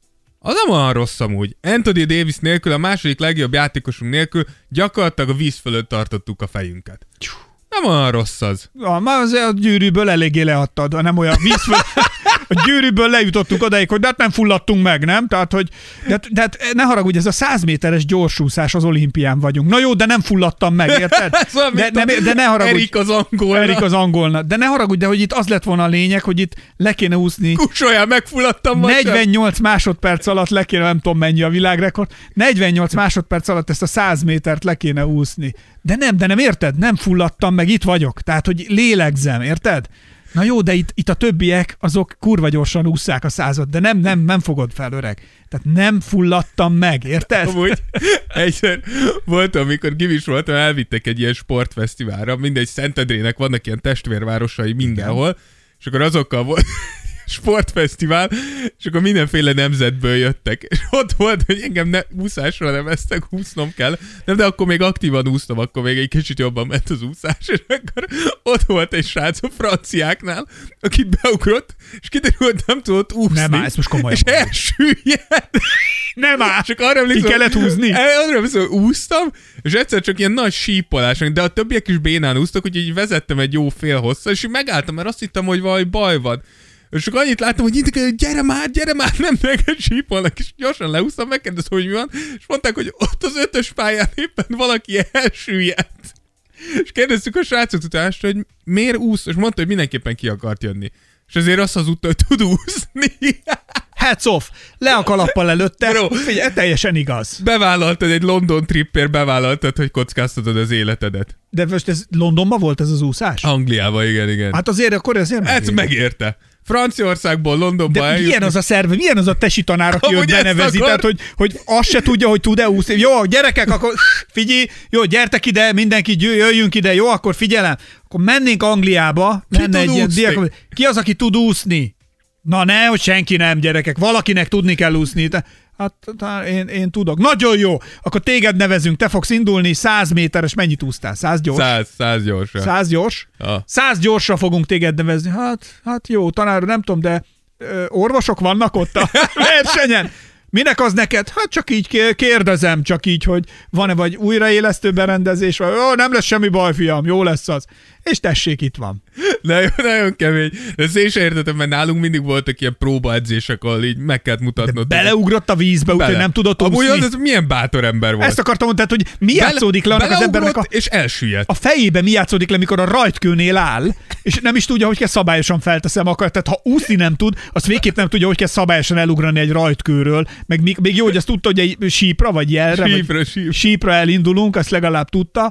Az nem olyan rossz amúgy. Anthony Davis nélkül, a második legjobb játékosunk nélkül gyakorlatilag a víz fölött tartottuk a fejünket. Nem olyan rossz az. Ja, már azért a gyűrűből eléggé leadtad, nem olyan víz föl... A gyűrűből lejutottunk odaig, hogy de hát nem fulladtunk meg, nem? Tehát, hogy de, de hát ne haragudj, ez a száz méteres gyorsúszás az olimpián vagyunk. Na jó, de nem fulladtam meg, érted? Szóval de, ne, de ne haragudj. Erik az angolna. Erik az angolna. De ne haragudj, de hogy itt az lett volna a lényeg, hogy itt le kéne úszni. Kusoljál, megfulladtam. negyvennyolc másodperc alatt le kéne, nem tudom mennyi a világrekord, negyvennyolc másodperc alatt ezt a száz métert le kéne úszni. De nem, de nem érted? Nem fulladtam meg, itt vagyok. Tehát, hogy lélegzem, érted? Na jó, de itt, itt a többiek, azok kurva gyorsan ússzák a százat, de nem, nem, nem fogod fel, öreg. Tehát nem fulladtam meg, érted? Amúgy egyszer volt, amikor gimis voltam, elvittek egy ilyen sportfesztiválra, mindegy, Szentendrének vannak ilyen testvérvárosai mindenhol, és akkor azokkal volt sportfesztivál, és akkor mindenféle nemzetből jöttek. És ott volt, hogy engem ne, úszásra neveztek, úsznom kell. Nem, de akkor még aktívan úsztam, akkor még egy kicsit jobban ment az úszás, és akkor ott volt egy srác a franciáknál, aki beugrott, és kiderült, nem tudott úszni. Nem áll, ez most komolyan. És elsüllyedt. Nem áll. Csak arra emlékszem, ki kellett húzni? Arra emlékszem, hogy úsztam, és egyszer csak ilyen nagy sípolás, de a többiek is bénán úsztak, úgyhogy így vezettem egy jó fél hosszal, és így megálltam, mert azt hittem, hogy valami baj van. És csak annyit láttam, hogy nyitnak, hogy gyere már, gyere már, nem neked sípolnak, és gyorsan leúsztam, megkérdeztem, hogy mi van, és mondták, hogy ott az ötös pályán éppen valaki elsüllyedt. És kérdeztük a srácot utásra, hogy miért úsz, és mondta, hogy mindenképpen ki akart jönni. És azért azt hazudta, hogy tud úszni. Hats off, le a kalappal előtte, Bro, figyelj, teljesen igaz. Bevállaltad egy London tripper, bevállaltad, hogy kockáztatod az életedet. De most ez Londonban volt ez az úszás? Angliában, igen, igen. Hát azért akkor ezért megérte. Ez megérte. Franciaországból Londonba de eljutni. milyen az a szerve, milyen az a tesi tanár, aki őt benevezi, tehát hogy, hogy azt se tudja, hogy tud-e úszni. Jó, gyerekek, akkor figyelj, jó, gyertek ide, mindenki jöjjünk ide, jó, akkor figyelem. Akkor mennénk Angliába, ki lenne egy ilyen diák, ki az, aki tud úszni? Na ne, hogy senki nem, gyerekek, valakinek tudni kell úszni. Hát, hát én, én tudok. Nagyon jó, akkor téged nevezünk, te fogsz indulni, száz méteres, mennyit úsztál? száz gyors? száz, száz gyorsra. száz gyors? Ah. száz gyorsra fogunk téged nevezni. Hát, hát jó, tanár, nem tudom, de ö, orvosok vannak ott a versenyen. Minek az neked? Hát csak így kérdezem, csak így, hogy van-e vagy újraélesztő berendezés, vagy ó, nem lesz semmi baj, fiam, jó lesz az. És tessék, itt van. Nagyon, nagyon kemény. De ezt én sem értettem, mert nálunk mindig voltak ilyen próbaedzések, ahol így meg kellett mutatnod. De beleugrott a vízbe, úgyhogy nem tudott úszni. Amúgy az, az milyen bátor ember volt. Ezt akartam mondani, hogy mi Bele, játszódik le annak az embernek a... és elsüllyedt. A fejében mi játszódik le, mikor a rajtkőnél áll, és nem is tudja, hogy kell szabályosan felteszem akar. Tehát ha úszni nem tud, az végképp nem tudja, hogy kell szabályosan elugrani egy rajtkőről. Meg még jó, hogy azt tudta, hogy egy sípra, vagy jelre, sípra, vagy sípra. sípra elindulunk, azt legalább tudta.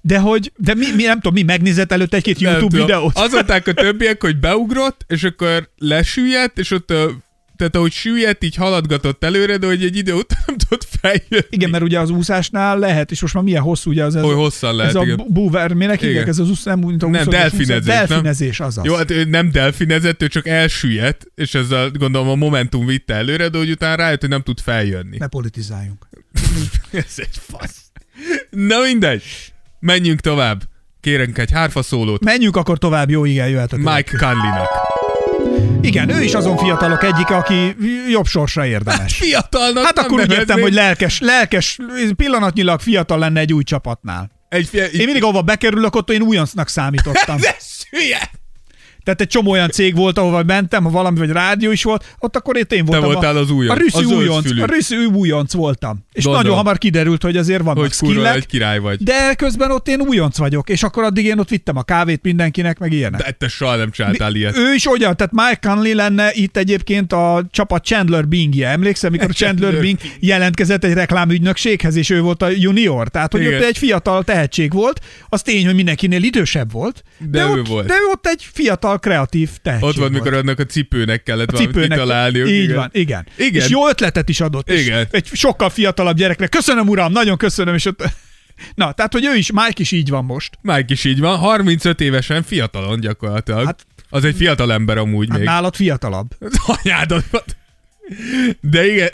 De hogy, de mi, mi nem tudom, mi megnézett előtt egy-két Nem YouTube tudom. videót? Azt mondták a többiek, hogy beugrott, és akkor lesüllyedt, és ott a tehát ahogy süllyedt, így haladgatott előre, de hogy egy idő után nem tudott feljönni. Igen, mert ugye az úszásnál lehet, és most már milyen hosszú ugye az ez, hogy hosszan lehet, ez igen. a búver, minek hívják, ez az úsz, nem, mint a nem, úszodás, delfinezés, delfinezés, nem? azaz. Jó, hát ő nem delfinezett, ő csak elsüllyedt, és ezzel gondolom a Momentum vitte előre, de hogy utána rájött, hogy nem tud feljönni. Ne politizáljunk. Ez egy fasz. Na mindegy. Menjünk tovább. Kérünk egy hárfa szólót. Menjünk akkor tovább, jó, igen, jöhet. Mike Conley-nak. Igen, ő is azon fiatalok egyike, aki jobb sorsra érdemes. Hát fiatalnak Hát nem akkor úgy értem, nevezném. hogy lelkes, lelkes, pillanatnyilag fiatal lenne egy új csapatnál. Egy fia... Én mindig ahova bekerülök, ott én újoncnak számítottam. Ez hülye! Tehát egy csomó olyan cég volt, ahova mentem, ha valami vagy rádió is volt, ott akkor itt én voltam. Te voltál a, az újonc. A rüsszű A zöld újonc, fülű. a rüsszű újonc voltam. És Gondolom. nagyon hamar kiderült, hogy azért vannak Hogy kurva skillek, egy király vagy. de közben ott én újonc vagyok, és akkor addig én ott vittem a kávét mindenkinek, meg ilyenek. De te soha nem csináltál ilyet. Ő is olyan, tehát Mike Conley lenne itt egyébként a csapat Chandler Bingje. Emlékszem, mikor Chandler Chandler Bing jelentkezett egy reklámügynökséghez, és ő volt a junior. Tehát, hogy Igen. ott egy fiatal tehetség volt. Az tény, hogy mindenkinél idősebb volt. De ő ott, volt. De ő ott egy fiatal, kreatív tehetség Ott volt, mikor volt. annak a cipőnek kellett A valamit cipőnek, kitalálniuk. így igen. van, igen. Igen. És jó ötletet is adott. és Igen. Egy sokkal fiatalabb gyereknek. Köszönöm, uram, nagyon köszönöm. És ott... Na, tehát, hogy ő is, Mike is így van most. Mike is így van, harmincöt évesen fiatalon gyakorlatilag. Hát- Az egy fiatal ember amúgy Hát még. nálad fiatalabb. Az anyádat. De igen.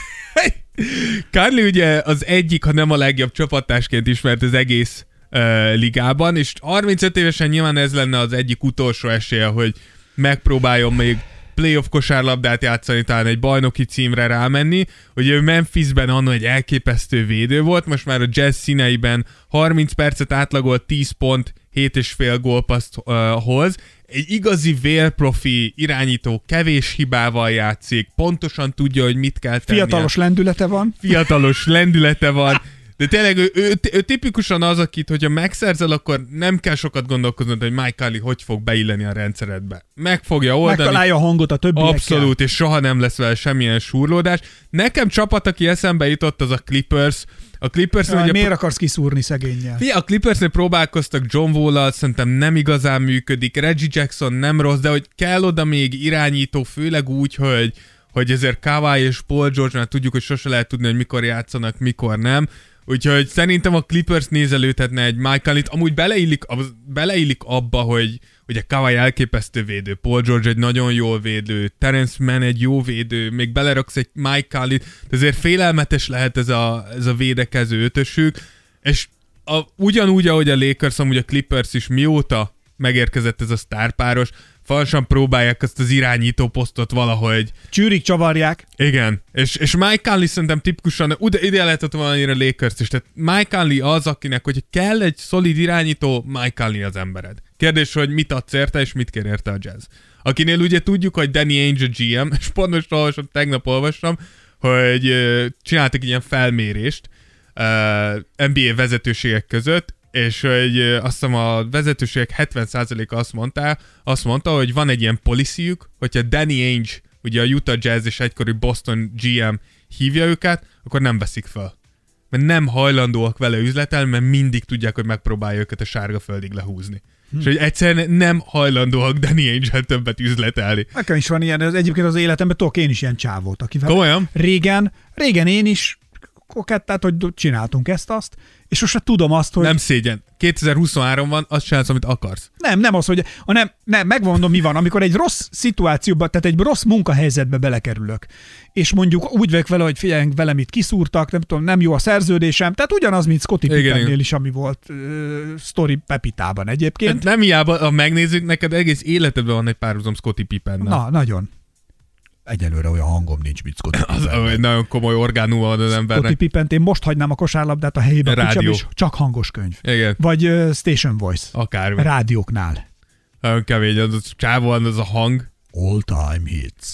Conley ugye az egyik, ha nem a legjobb csapattársként ismert az egész uh, ligában, és harmincöt évesen nyilván ez lenne az egyik utolsó esélye, hogy megpróbáljon még playoff kosárlabdát játszani, talán egy bajnoki címre rámenni. Ugye ő Memphisben anno egy elképesztő védő volt, most már a Jazz színeiben harminc percet átlagolt, tíz pont, hét és fél gólpaszt uh, hoz. Egy igazi vérprofi irányító, kevés hibával játszik, pontosan tudja, hogy mit kell tennie. Fiatalos lendülete van. Fiatalos lendülete van. De tényleg ő, ő, ő tipikusan az, akit, hogyha megszerzel, akkor nem kell sokat gondolkoznod, hogy Mike Conley hogy fog beilleni a rendszeredbe. Meg fogja oldani. Megtalálja a hangot a többiekkel. Abszolút, és soha nem lesz vele semmilyen súrlódás. Nekem csapat, aki eszembe jutott, az a Clippers. A Clippers Jaj, ugye... miért akarsz kiszúrni szegénnyel? Fia, a Clippersnél próbálkoztak John Wall-al, szerintem nem igazán működik. Reggie Jackson nem rossz, de hogy kell oda még irányító, főleg úgy, hogy, hogy ezért Kawhi és Paul George-nál tudjuk, hogy sose lehet tudni, hogy mikor játszanak, mikor nem. Úgyhogy szerintem a Clippers nézelődhetne egy Mike Conley-t. Amúgy beleillik, beleillik abba, hogy ugye Kawhi elképesztő védő, Paul George egy nagyon jól védő, Terence Mann egy jó védő, még beleraksz egy Mike Conley-t, de azért félelmetes lehet ez a, ez a védekező ötösük, és a, ugyanúgy, ahogy a Lakers, amúgy a Clippers is mióta megérkezett ez a sztárpáros, falsan próbálják azt az irányító posztot valahogy. Csűrik, csavarják. Igen, és, és Mike Conley szerintem tipikusan, ide, ide lehetett valamire Lakers is, tehát Mike Conley az, akinek, hogy kell egy szolid irányító, Mike Conley az embered. Kérdés, hogy mit adsz érte, és mit kér érte a Jazz. Akinél ugye tudjuk, hogy Danny Ainge a gé em, és pont most olvasom, tegnap olvastam, hogy uh, csináltak ilyen felmérést uh, en bé á vezetőségek között, és hogy uh, azt hiszem a vezetőségek hetven százaléka azt mondta, azt mondta, hogy van egy ilyen policyjük, hogyha Danny Ainge, ugye a Utah Jazz és egykori Boston gé em hívja őket, akkor nem veszik fel. Mert nem hajlandóak vele üzletelni, mert mindig tudják, hogy megpróbálja őket a sárga földig lehúzni. Hm. És hogy egyszerűen nem hajlandóak Danny Ainge-el többet üzletelni. Nekem is van ilyen, az egyébként az életemben tudok én is ilyen csávót, akivel Komolyan? régen, régen én is kokettát, hogy csináltunk ezt-azt, és most már tudom azt, hogy... Nem szégyen. kétezer-huszonhárom van, azt csinálsz, amit akarsz. Nem, nem az, hogy... Nem, nem, megmondom, mi van. Amikor egy rossz szituációba, tehát egy rossz munkahelyzetbe belekerülök, és mondjuk úgy vagyok vele, hogy figyelj, velem itt kiszúrtak, nem tudom, nem jó a szerződésem, tehát ugyanaz, mint Scottie Pippennél is, ami volt uh, Story Pepitában egyébként. Hát nem hiába, ha megnézzük, neked egész életedben van egy párhuzam Scottie Pippennel. Na, nagyon. Egyelőre olyan hangom nincs, mint Scottie Pippen. Az egy nagyon komoly orgánuma van az embernek. Scottie Pippent, én most hagynám a kosárlabdát a helyébe, Rádió. és csak hangos könyv. Igen. Vagy uh, Station Voice. Akármi. Rádióknál. Nagyon kemény, az a csávóan az a hang. All time hits.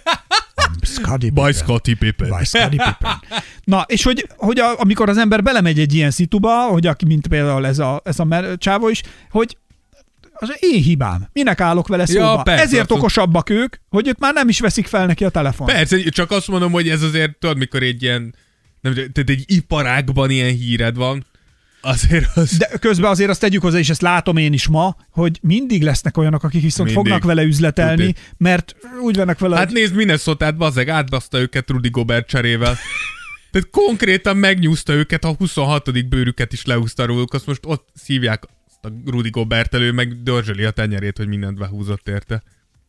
Scottie By Pippen. Scottie Pippen. By Scottie Pippen. Na, és hogy, hogy a, amikor az ember belemegy egy ilyen szituba, hogy aki, mint például ez a, ez a mer- csávó is, hogy az én hibám. Minek állok vele szóba? Ja, persze, Ezért abszolút. okosabbak ők, hogy őt már nem is veszik fel neki a telefon. Persze, csak azt mondom, hogy ez azért, tudod, mikor egy ilyen, nem, tehát egy iparágban ilyen híred van, azért az... De közben azért azt tegyük hozzá, és ezt látom én is ma, hogy mindig lesznek olyanok, akik viszont mindig fognak vele üzletelni, Tuti. mert úgy vannak vele... Hát nézd, Minnesotát, bazzeg, átbaszta őket Rudy Gobert cserével. Tehát konkrétan megnyúzta őket, a huszonhatodik bőrüket is lehúzta róluk, azt most ott szívják azt a Rudy Gobert elő, meg dörzsöli a tenyerét, hogy mindent behúzott érte.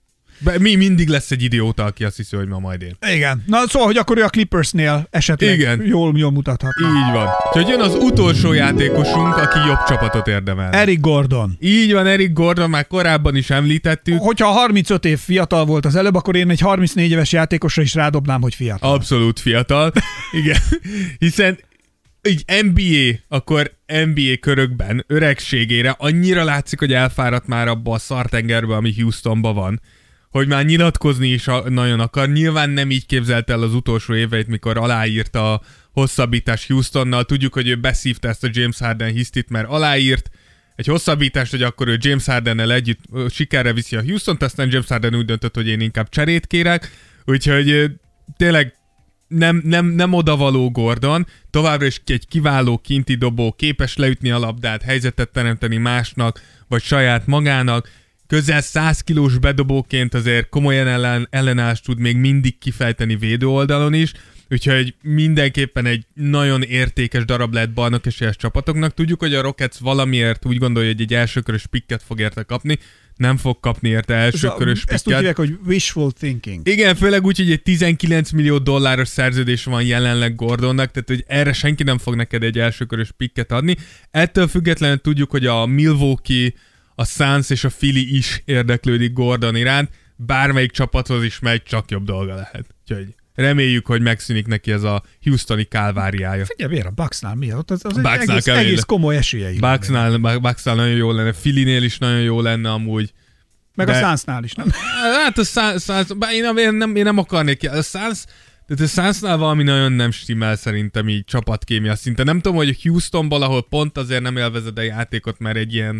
Be, mi mindig lesz egy idióta, aki azt hiszi, hogy ma majd én. Igen. Na szóval, hogy akkor ő a Clippersnél esetleg Igen. Jól, jól mutathat. Így van. Úgyhogy jön az utolsó játékosunk, aki jobb csapatot érdemel. Eric Gordon. Így van, Eric Gordon, már korábban is említettük. Hogyha harmincöt év fiatal volt az előbb, akkor én egy harmincnégy éves játékosra is rádobnám, hogy fiatal. Abszolút fiatal. Igen. Hiszen így en bé á, akkor en bé á körökben öregségére annyira látszik, hogy elfáradt már abba a szartengerbe, ami Houstonban van, hogy már nyilatkozni is nagyon akar. Nyilván nem így képzelt el az utolsó éveit, mikor aláírta a hosszabbítás Houstonnal. Tudjuk, hogy ő beszívta ezt a James Harden hisztit, mert aláírt egy hosszabbítást, hogy akkor ő James Hardennel együtt sikerre viszi a Houstont, aztán James Harden úgy döntött, hogy én inkább cserét kérek. Úgyhogy tényleg nem, nem, nem odavaló Gordon, továbbra is egy kiváló kinti dobó, képes leütni a labdát, helyzetet teremteni másnak, vagy saját magának. Közel száz kilós bedobóként azért komolyan ellen, ellenállást tud még mindig kifejteni védő oldalon is, úgyhogy mindenképpen egy nagyon értékes darab lehet bajnokesélyes csapatoknak. Tudjuk, hogy a Rockets valamiért úgy gondolja, hogy egy elsőkörös pikket fog érte kapni, nem fog kapni érte elsőkörös pikket. Ezt úgy hívják, hogy wishful thinking. Igen, főleg úgy, hogy egy tizenkilenc millió dolláros szerződés van jelenleg Gordonnak, tehát hogy erre senki nem fog neked egy elsőkörös pikket adni. Ettől függetlenül tudjuk, hogy a Milwaukee, a Suns és a Philly is érdeklődik Gordon iránt, bármelyik csapathoz is megy, csak jobb dolga lehet. Úgyhogy reméljük, hogy megszűnik neki ez a Houstoni kálváriája. Figyelj, miért a Bucksnál mi? Ott az, az egy egész, egész komoly esélyei. Bucksnál, Bucksnál nagyon jó lenne, Phillynél is nagyon jó lenne amúgy. Meg de... a Sunsnál is, nem? Hát a Suns, Suns én, nem, én, nem, én nem akarnék ki. A Suns, de a Sunsnál valami nagyon nem stimmel szerintem így csapatkémia szinte. Nem tudom, hogy Houstonban, ahol pont azért nem élvezed a játékot, mert egy ilyen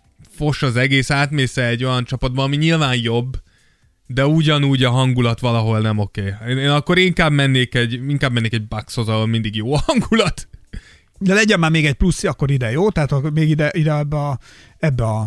fos az egész, átmész egy olyan csapatban, ami nyilván jobb, de ugyanúgy a hangulat valahol nem oké. Okay. Én, én akkor inkább mennék egy, inkább mennék egy Buckshoz, ahol mindig jó a hangulat. De legyen már még egy plusz, akkor ide, jó? Tehát még ide, ide ebbe a, ebbe a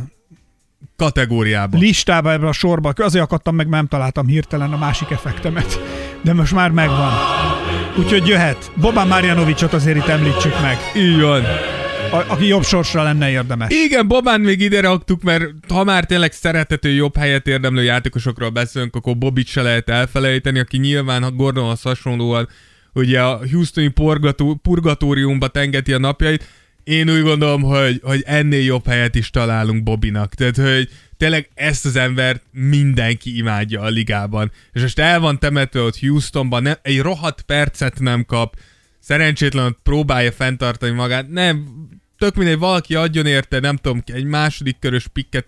kategóriába. Listába, ebbe a sorba. Azért akadtam meg, mert nem találtam hirtelen a másik effektemet. De most már megvan. Úgyhogy jöhet. Boban Marjanovićot azért itt említsük meg. Így van. A, aki jobb sorsra lenne érdemes. Igen, Bobán még ide raktuk, mert ha már tényleg szerethető jobb helyet érdemlő játékosokról beszélünk, akkor Bobit se lehet elfelejteni, aki nyilván a Gordonhoz hasonlóan ugye a Houstoni purgató, purgatóriumba tengeti a napjait. Én úgy gondolom, hogy, hogy ennél jobb helyet is találunk Bobinak. Tehát, hogy tényleg ezt az embert mindenki imádja a ligában. És most el van temetve ott Houstonban, nem, egy rohadt percet nem kap, szerencsétlen próbálja fenntartani magát. Nem, tök mindegy, valaki adjon érte, nem tudom, egy második körös pikket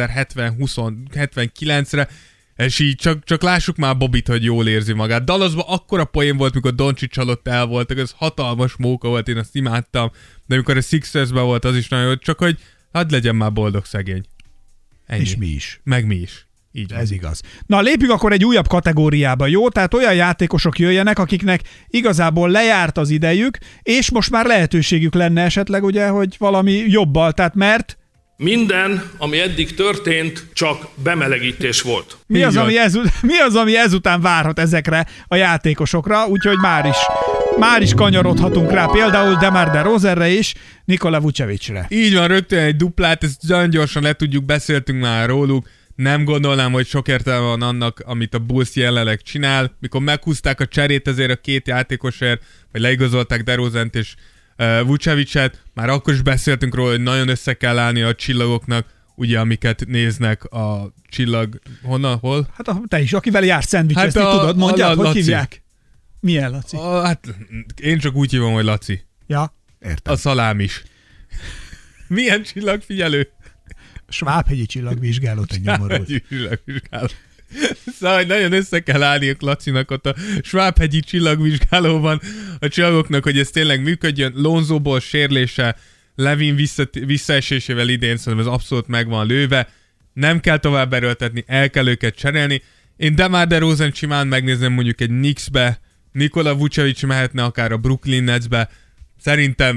kétezer-hetven-hetvenkilencre, és így csak, csak lássuk már Bobit, hogy jól érzi magát. Dallasban akkora poén volt, mikor Doncic alatt el voltak, ez hatalmas móka volt, én azt imádtam, de amikor a Sixersben volt, az is nagyon jó, csak hogy hadd legyen már boldog szegény. Ennyi. És mi is. Meg mi is. Így van. Ez igaz. Na, lépjük akkor egy újabb kategóriába, jó? Tehát olyan játékosok jöjjenek, akiknek igazából lejárt az idejük, és most már lehetőségük lenne esetleg, ugye, hogy valami jobbal, tehát mert... Minden, ami eddig történt, csak bemelegítés volt. Mi az, ami ezut- mi az, ami ezután várhat ezekre a játékosokra, úgyhogy már is, már is kanyarodhatunk rá, például DeMar DeRozanre is, Nikola Vucevicre. Így van, rögtön egy duplát, ezt nagyon gyorsan le tudjuk, beszéltünk már róluk. Nem gondolnám, hogy sok értelme van annak, amit a Bulls jelenleg csinál. Mikor meghúzták a cserét ezért a két játékosért, vagy leigazolták DeRozant és uh, Vucevicet, már akkor is beszéltünk róla, hogy nagyon össze kell állni a csillagoknak, ugye, amiket néznek a csillag... Honnan, hol? Hát a, te is, akivel jár szendvicsezni, hát tudod, mondjad, hogy hívják? Milyen Laci? A, hát én csak úgy hívom, hogy Laci. Ja, értem. A szalám is. Milyen csillagfigyelő? Svábhegyi csillagvizsgáló, te nyomorult. Csillagvizsgáló. Szóval nagyon össze kell állni a Lacinak ott a Svábhegyi csillagvizsgálóban a csillagoknak, hogy ez tényleg működjön. Lonzóból sérlése, Levin vissza, visszaesésével idén szerintem ez abszolút meg van lőve. Nem kell tovább erőltetni, el kell őket cserélni. Én DeMar DeRozan simán megnézném mondjuk egy Knicksbe, Nikola Vucevic mehetne akár a Brooklyn Netsbe. Szerintem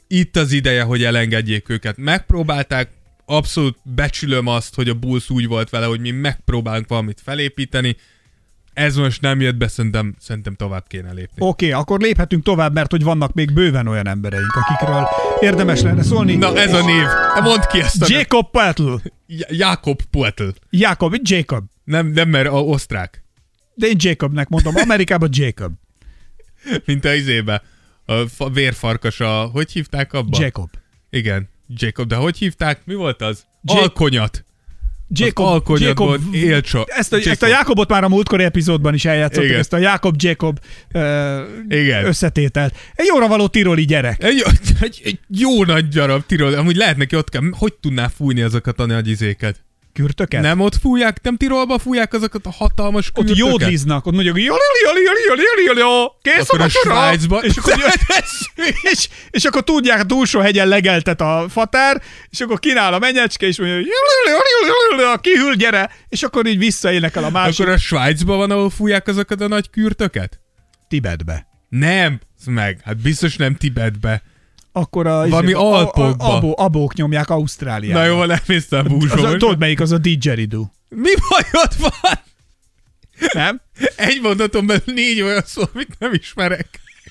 itt az ideje, hogy elengedjék őket. Megpróbálták, abszolút becsülöm azt, hogy a Bulls úgy volt vele, hogy mi megpróbálunk valamit felépíteni. Ez most nem jött be, szerintem, szerintem tovább kéne lépni. Oké, okay, akkor léphetünk tovább, mert hogy vannak még bőven olyan embereink, akikről érdemes lenne szólni. Na, ez a név. Mondd ki ezt a... Jacob Poeltl. Jakob Poeltl. Jakob, Jacob. Nem, nem, mert a osztrák. De én Jacobnek mondom, Amerikában Jacob. Mint a izébe. A vérfarkas, a... Hogy hívták abba? Jacob. Igen, Jacob. De hogy hívták? Mi volt az? J- Alkonyat. Jacob, az alkonyatból Jacob, élt so. ezt, a, ezt a Jakobot már a múltkori epizódban is eljátszottuk, Igen. ezt a Jakob-Jacob uh, Igen. összetételt. Egy jóra való tiroli gyerek. Egy, egy, egy jó nagy darab Tirol. Amúgy lehet neki ott kell. Hogy tudná fújni azokat a nagy izéket? Kürtöket? Nem ott fújják, nem Tirolba fújják azokat a hatalmas Ott kürtöket? jódliznak, ott mondjuk joli, joli, joli, joli, joli, joli, kész Akkor a a vacsora. Svájcba... És akkor, és, és akkor tudják, a túlsó hegyen legeltet a fatár, és akkor kínál a menyecske, és mondja, joli, joli, joli, joli, kihűl, gyere, és akkor így visszaénekel a másik. Akkor a Svájcban van, ahol fújják azokat a nagy kürtöket? Tibetbe. Nem, meg, hát biztos nem Tibetbe. Akkor a, Valami a, a, Alpokba. a, abó, abók nyomják Ausztráliában. Na jó, nem hiszem búzsó. Az, tudod melyik az a didgeridoo? Mi baj ott van? Nem? Egy mondaton belül négy olyan szó, amit nem ismerek.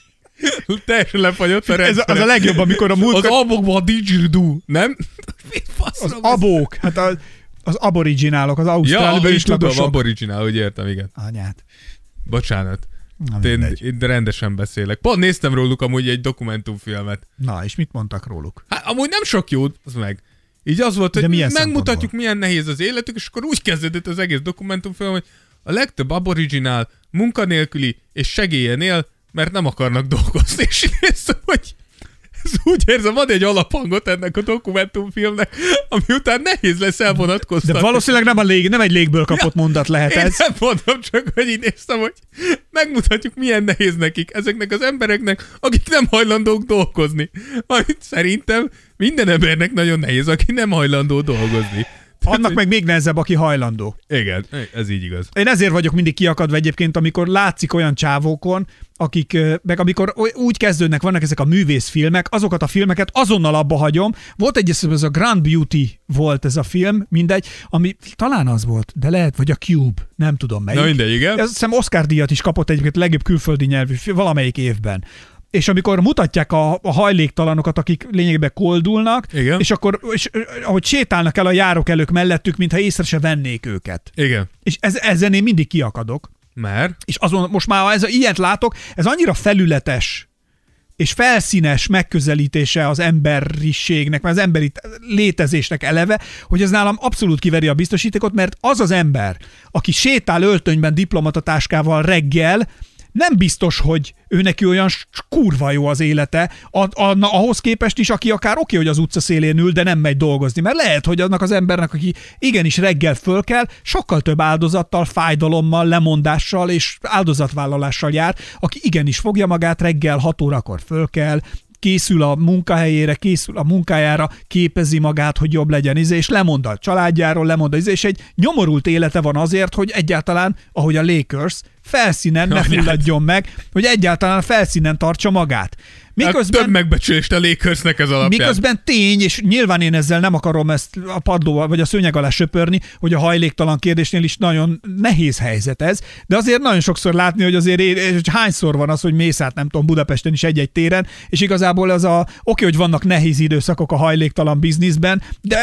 Teljesen lefagyott a Ez rendszer. a, az a legjobb, amikor a múlt... Az abokban a didgeridoo, nem? Mit Az faszom? abók, hát az, az aboriginálok, az Ja, ausztráliai is tudom, őslakosok. aboriginál, úgy értem, igen. Anyát. Bocsánat. Na, Én, mindegy. én rendesen beszélek. Pont néztem róluk amúgy egy dokumentumfilmet. Na, és mit mondtak róluk? Hát amúgy nem sok jó, az meg. Így az volt, De hogy milyen megmutatjuk, szempontból? milyen nehéz az életük, és akkor úgy kezdődött az egész dokumentumfilm, hogy a legtöbb aboriginál munkanélküli és segélyen él, mert nem akarnak dolgozni. És néztem, hogy ez úgy érzem, van egy alaphangot ennek a dokumentumfilmnek, ami után nehéz lesz elvonatkoztatni. De valószínűleg nem, a lég, nem egy légből kapott mondat lehet Én ez. nem mondom, csak hogy így néztem, hogy megmutatjuk, milyen nehéz nekik, ezeknek az embereknek, akik nem hajlandók dolgozni. Amit szerintem minden embernek nagyon nehéz, aki nem hajlandó dolgozni. Annak meg még nehezebb, aki hajlandó. Igen, ez így igaz. Én ezért vagyok mindig kiakadva egyébként, amikor látszik olyan csávókon, akik, meg amikor úgy kezdődnek, vannak ezek a művészfilmek, azokat a filmeket azonnal abba hagyom. Volt egy, ez a Grand Beauty volt ez a film, mindegy, ami talán az volt, de lehet, vagy a Cube, nem tudom melyik. Na mindegy, igen. Ez, azt hiszem Oscar-díjat is kapott egyébként a legjobb külföldi nyelvű film valamelyik évben. És amikor mutatják a, a hajléktalanokat, akik lényegében koldulnak, Igen. és akkor, és, ahogy sétálnak el a járókelők mellettük, mintha észre se vennék őket. Igen. És ez, ezen én mindig kiakadok. Mert? És azon most már, ha ez, ilyet látok, ez annyira felületes és felszínes megközelítése az emberiségnek, vagy az emberi létezésnek eleve, hogy ez nálam abszolút kiveri a biztosítékot, mert az az ember, aki sétál öltönyben diplomatatáskával reggel, nem biztos, hogy ő neki olyan kurva jó az élete, a, a, ahhoz képest is, aki akár oké, hogy az utca szélén ül, de nem megy dolgozni. Mert lehet, hogy annak az embernek, aki igenis reggel föl kell, sokkal több áldozattal, fájdalommal, lemondással és áldozatvállalással jár, aki igenis fogja magát, reggel hat órakor föl kell, készül a munkahelyére, készül a munkájára, képezi magát, hogy jobb legyen, és lemond a családjáról, lemond a, és egy nyomorult élete van azért, hogy egyáltalán, ahogy a Lakers, felszínen ne fulladjon meg, hogy egyáltalán felszínen tartsa magát. Miközben, több megbecsülést a Lakersnek ez alapján. Miközben tény, és nyilván én ezzel nem akarom ezt a padlóval vagy a szőnyeg alá söpörni, hogy a hajléktalan kérdésnél is nagyon nehéz helyzet ez, de azért nagyon sokszor látni, hogy azért én, hogy hányszor van az, hogy mész át, nem tudom, Budapesten is egy-egy téren, és igazából az a, oké, hogy vannak nehéz időszakok a hajléktalan bizniszben, de,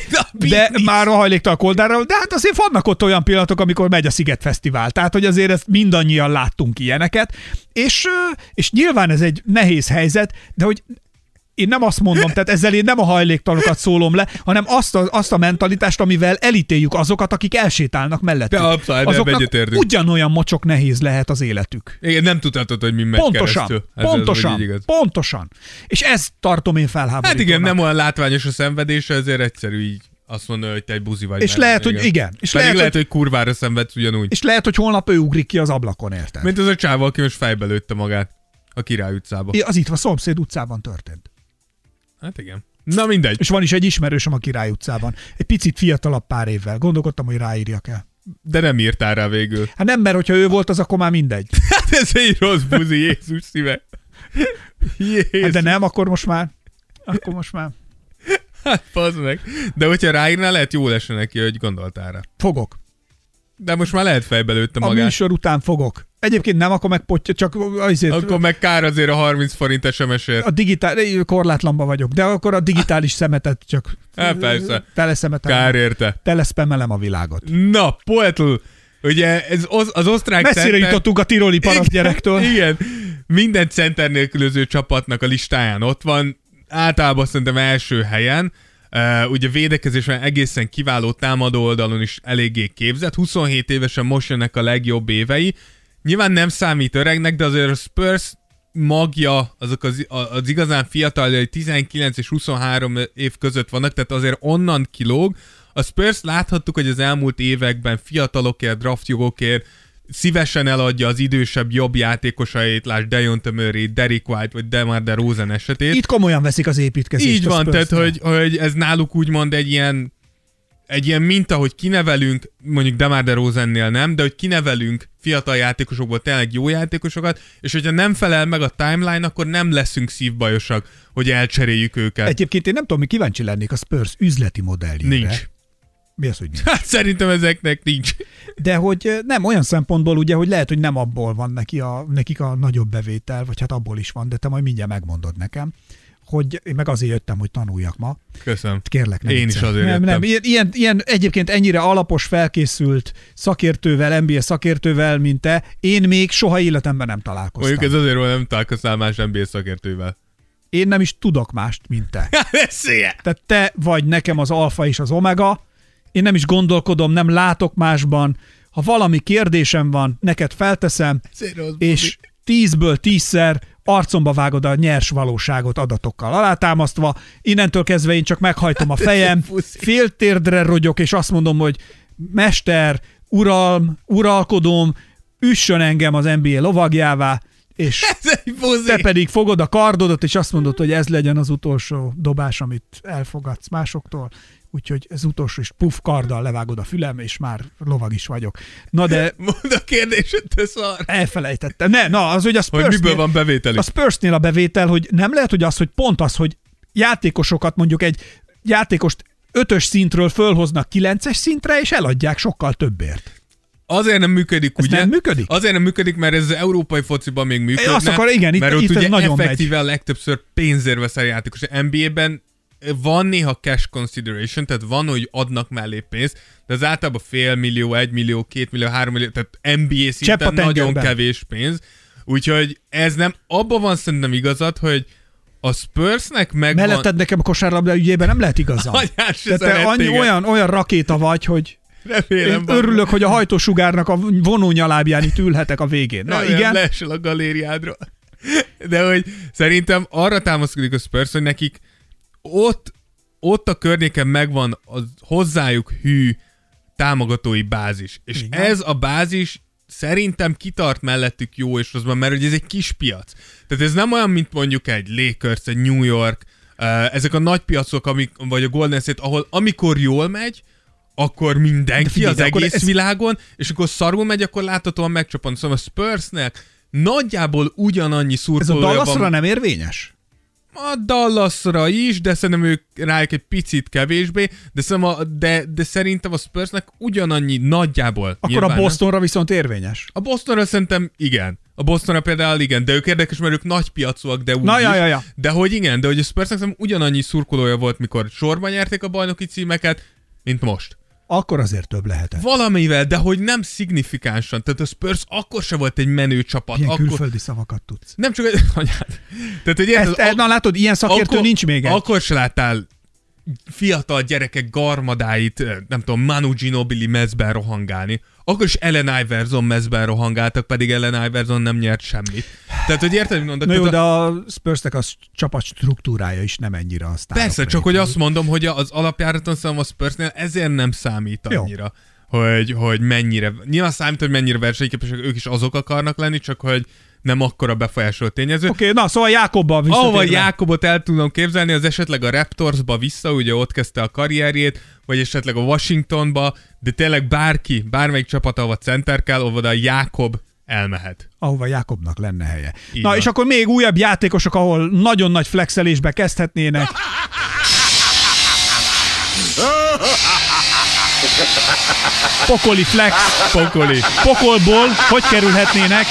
de már a hajléktalan koldáról, de hát azért vannak ott olyan pillanatok, amikor megy a Sziget Fesztivál, tehát hogy azért ezt mindannyian láttunk ilyeneket, és, és nyilván ez egy nehéz helyzet, de hogy én nem azt mondom, tehát ezzel én nem a hajléktalanokat szólom le, hanem azt a, azt a mentalitást, amivel elítéljük azokat, akik elsétálnak mellettük. Azoknak ugyanolyan mocsok nehéz lehet az életük. Igen, nem tudhatod, hogy mi megy pontosan, keresztül. Ez pontosan, az, pontosan. És ezt tartom én felháborítónak. Hát igen, nem olyan látványos a szenvedése, ezért egyszerű így azt mondani, hogy te egy buzi vagy. És nem, lehet, igen. hogy igen. És Pedig lehet, lehet, hogy, hogy kurvára szenvedsz ugyanúgy. És lehet, hogy holnap ő ugrik ki az ablakon, érted? Mint az a csáva, aki most fejbe lőtte magát a Király utcába. Az itt a szomszéd utcában történt. Hát igen. Na mindegy. És van is egy ismerősöm a Király utcában. Egy picit fiatalabb pár évvel. Gondolkodtam, hogy ráírjak el. De nem írtál rá végül. Hát nem, mert hogyha ő volt, az akkor már mindegy. Hát ez egy rossz buzi, Jézus szíve. Hát de nem, akkor most már... Akkor most már Hát, bazd meg. De hogyha ráírnál, lehet jól esne neki, hogy gondoltál rá. fogok. De most már lehet fejbe lőtte A magát. műsor után fogok. Egyébként nem, akkor meg potya, csak azért... Akkor meg kár azért a harminc forint es em es-ért. A digitál, korlátlanban vagyok, de akkor a digitális szemetet csak... Hát persze. Teleszemetem. Kár érte. Teleszpemelem a világot. Na, Poetl, ugye ez az, az osztrák Messzire center... jutottunk a tiroli paraszt gyerektől. Igen, minden center nélkülöző csapatnak a listáján ott van, általában szerintem első helyen. Uh, ugye védekezésben egészen kiváló, támadó oldalon is eléggé képzett. huszonhét évesen most jönnek a legjobb évei. Nyilván nem számít öregnek, de azért a Spurs magja, azok az, az igazán fiataljai tizenkilenc és huszonhárom év között vannak, tehát azért onnan kilóg. A Spurs láthattuk, hogy az elmúlt években fiatalokért, draftjogokért szívesen eladja az idősebb, jobb játékosait, lásd Dejounte Murray, Derrick White vagy DeMar DeRozan esetét. Itt komolyan veszik az építkezést. Így van, tehát Spursnél. hogy, hogy ez náluk úgymond egy ilyen, egy ilyen minta, hogy kinevelünk, mondjuk DeMar DeRozannél nem, de hogy kinevelünk fiatal játékosokból tényleg jó játékosokat, és hogyha nem felel meg a timeline, akkor nem leszünk szívbajosak, hogy elcseréljük őket. Egyébként én nem tudom, mi kíváncsi lennék a Spurs üzleti modelljére. Nincs. Mi az, hogy nincs? Hát szerintem ezeknek nincs. De hogy nem olyan szempontból, ugye, hogy lehet, hogy nem abból van neki a, nekik a nagyobb bevétel, vagy hát abból is van, de te majd mindjárt megmondod nekem, hogy én meg azért jöttem, hogy tanuljak ma. Köszönöm. Kérlek, nem Én is viccelj. azért nem, jöttem. nem, ilyen, ilyen, ilyen egyébként ennyire alapos, felkészült szakértővel, en bé á szakértővel, mint te, én még soha életemben nem találkoztam. Mondjuk ez azért, hogy nem találkoztál más en bé á szakértővel. Én nem is tudok mást, mint te. Szia! Tehát te vagy nekem az alfa és az omega, én nem is gondolkodom, nem látok másban. Ha valami kérdésem van, neked felteszem, és tízből tízszer arcomba vágod a nyers valóságot adatokkal alátámasztva. Innentől kezdve én csak meghajtom a fejem, féltérdre rogyok, és azt mondom, hogy mester, uram, uralkodóm, üssön engem az en bé á lovagjává, és te pedig fogod a kardodat, és azt mondod, hogy ez legyen az utolsó dobás, amit elfogadsz másoktól. Úgyhogy ez utolsó is puff, karddal levágod a fülem, és már lovag is vagyok. Na de... Mondd a kérdésed, te szar! Elfelejtettem. Ne, na, az, hogy a Spursnél... Hogy miből van bevételük? A Spursnél a bevétel, hogy nem lehet, hogy az, hogy pont az, hogy játékosokat, mondjuk egy játékost ötös szintről fölhoznak kilences szintre, és eladják sokkal többért. Azért nem működik, Ez ugye? nem működik? Azért nem működik, mert ez az európai fociban még működne. Azt akar, igen, itt, mert ott itt ez ugye nagyon effektíve megy. a legtöbbször pénzért veszel játékos. en bé á-ben van néha cash consideration, tehát van, hogy adnak mellé pénzt, de az általában fél millió, egy millió, két millió, három millió, tehát en bé á Csepp a szinten nagyon tengerben. kevés pénz. Úgyhogy ez nem, abban van szerintem igazad, hogy a Spursnek megvan... Melletted nekem a kosárlabda ügyében nem lehet igazam. Anyás se Tehát te szeret annyi, téged. olyan, olyan rakéta vagy, hogy Remélem, én örülök, hogy a hajtósugárnak a vonónyalábján itt ülhetek a végén. Na Remélem, igen. leesel a galériádról. De hogy szerintem arra támaszkodik a Spurs, hogy nekik ott, ott a környéken megvan az hozzájuk hű támogatói bázis. És Igen. ez a bázis szerintem kitart mellettük jó és rosszban, mert hogy ez egy kis piac. Tehát ez nem olyan, mint mondjuk egy Lakers, egy New York, uh, ezek a nagy piacok, amik, vagy a Golden State, ahol amikor jól megy, akkor mindenki figyelj, az de akkor egész ez- világon, és akkor szarul megy, akkor láthatóan megcsapant. Szóval a Spursnek nagyjából ugyanannyi Ez a szurkolója Dallasra van. nem érvényes? A Dallasra is, de szerintem ők rájuk egy picit kevésbé, de, szerintem a, de, de szerintem a Spursnek ugyanannyi nagyjából. Akkor nyilván a nem. Bostonra viszont érvényes. A Bostonra szerintem igen. A Bostonra például igen, de ők érdekes, mert ők nagy piacúak, de úgy Na, is. ja, ja, ja. De hogy igen, de hogy a Spursnek szerintem ugyanannyi szurkolója volt, mikor sorban nyerték a bajnoki címeket, mint most. Akkor azért több lehetett. Valamivel, de hogy nem szignifikánsan. Tehát a Spurs akkor se volt egy menő csapat. Ilyen akkor... külföldi szavakat tudsz. Nem csak egy... Anyád. Tehát, hogy érted, Ezt, e, na látod, ilyen szakértő akkor, nincs még egy. Akkor se láttál fiatal gyerekek garmadáit, nem tudom, Manu Ginobili mezben rohangálni. Akkor is Allen Iverson mezben rohangáltak, pedig Allen Iverson nem nyert semmit. Tehát, hogy érted, hogy mondod? Na jó, tehát de a... a Spursnek a csapat struktúrája is nem ennyire a sztárokra Persze, csak hogy épül. azt mondom, hogy az alapjáraton szerintem a Spursnél ezért nem számít Jó. annyira, hogy, hogy mennyire, nyilván számít, hogy mennyire versenyképesek, ők is azok akarnak lenni, csak hogy nem akkora befolyásoló tényező. Oké, okay, na szóval Jákobban visszatérve. Ahova Jákobot el tudom képzelni, az esetleg a Raptorsba vissza, ugye ott kezdte a karrierjét, vagy esetleg a Washingtonba, de tényleg bárki, bármelyik csapat, ahova center kell, ahova a Jákob elmehet. Ahova Jakobnak lenne helye. Így Na, van. és akkor még újabb játékosok, ahol nagyon nagy flexelésbe kezdhetnének. Pokoli flex. Pokoli. Pokolból hogy kerülhetnének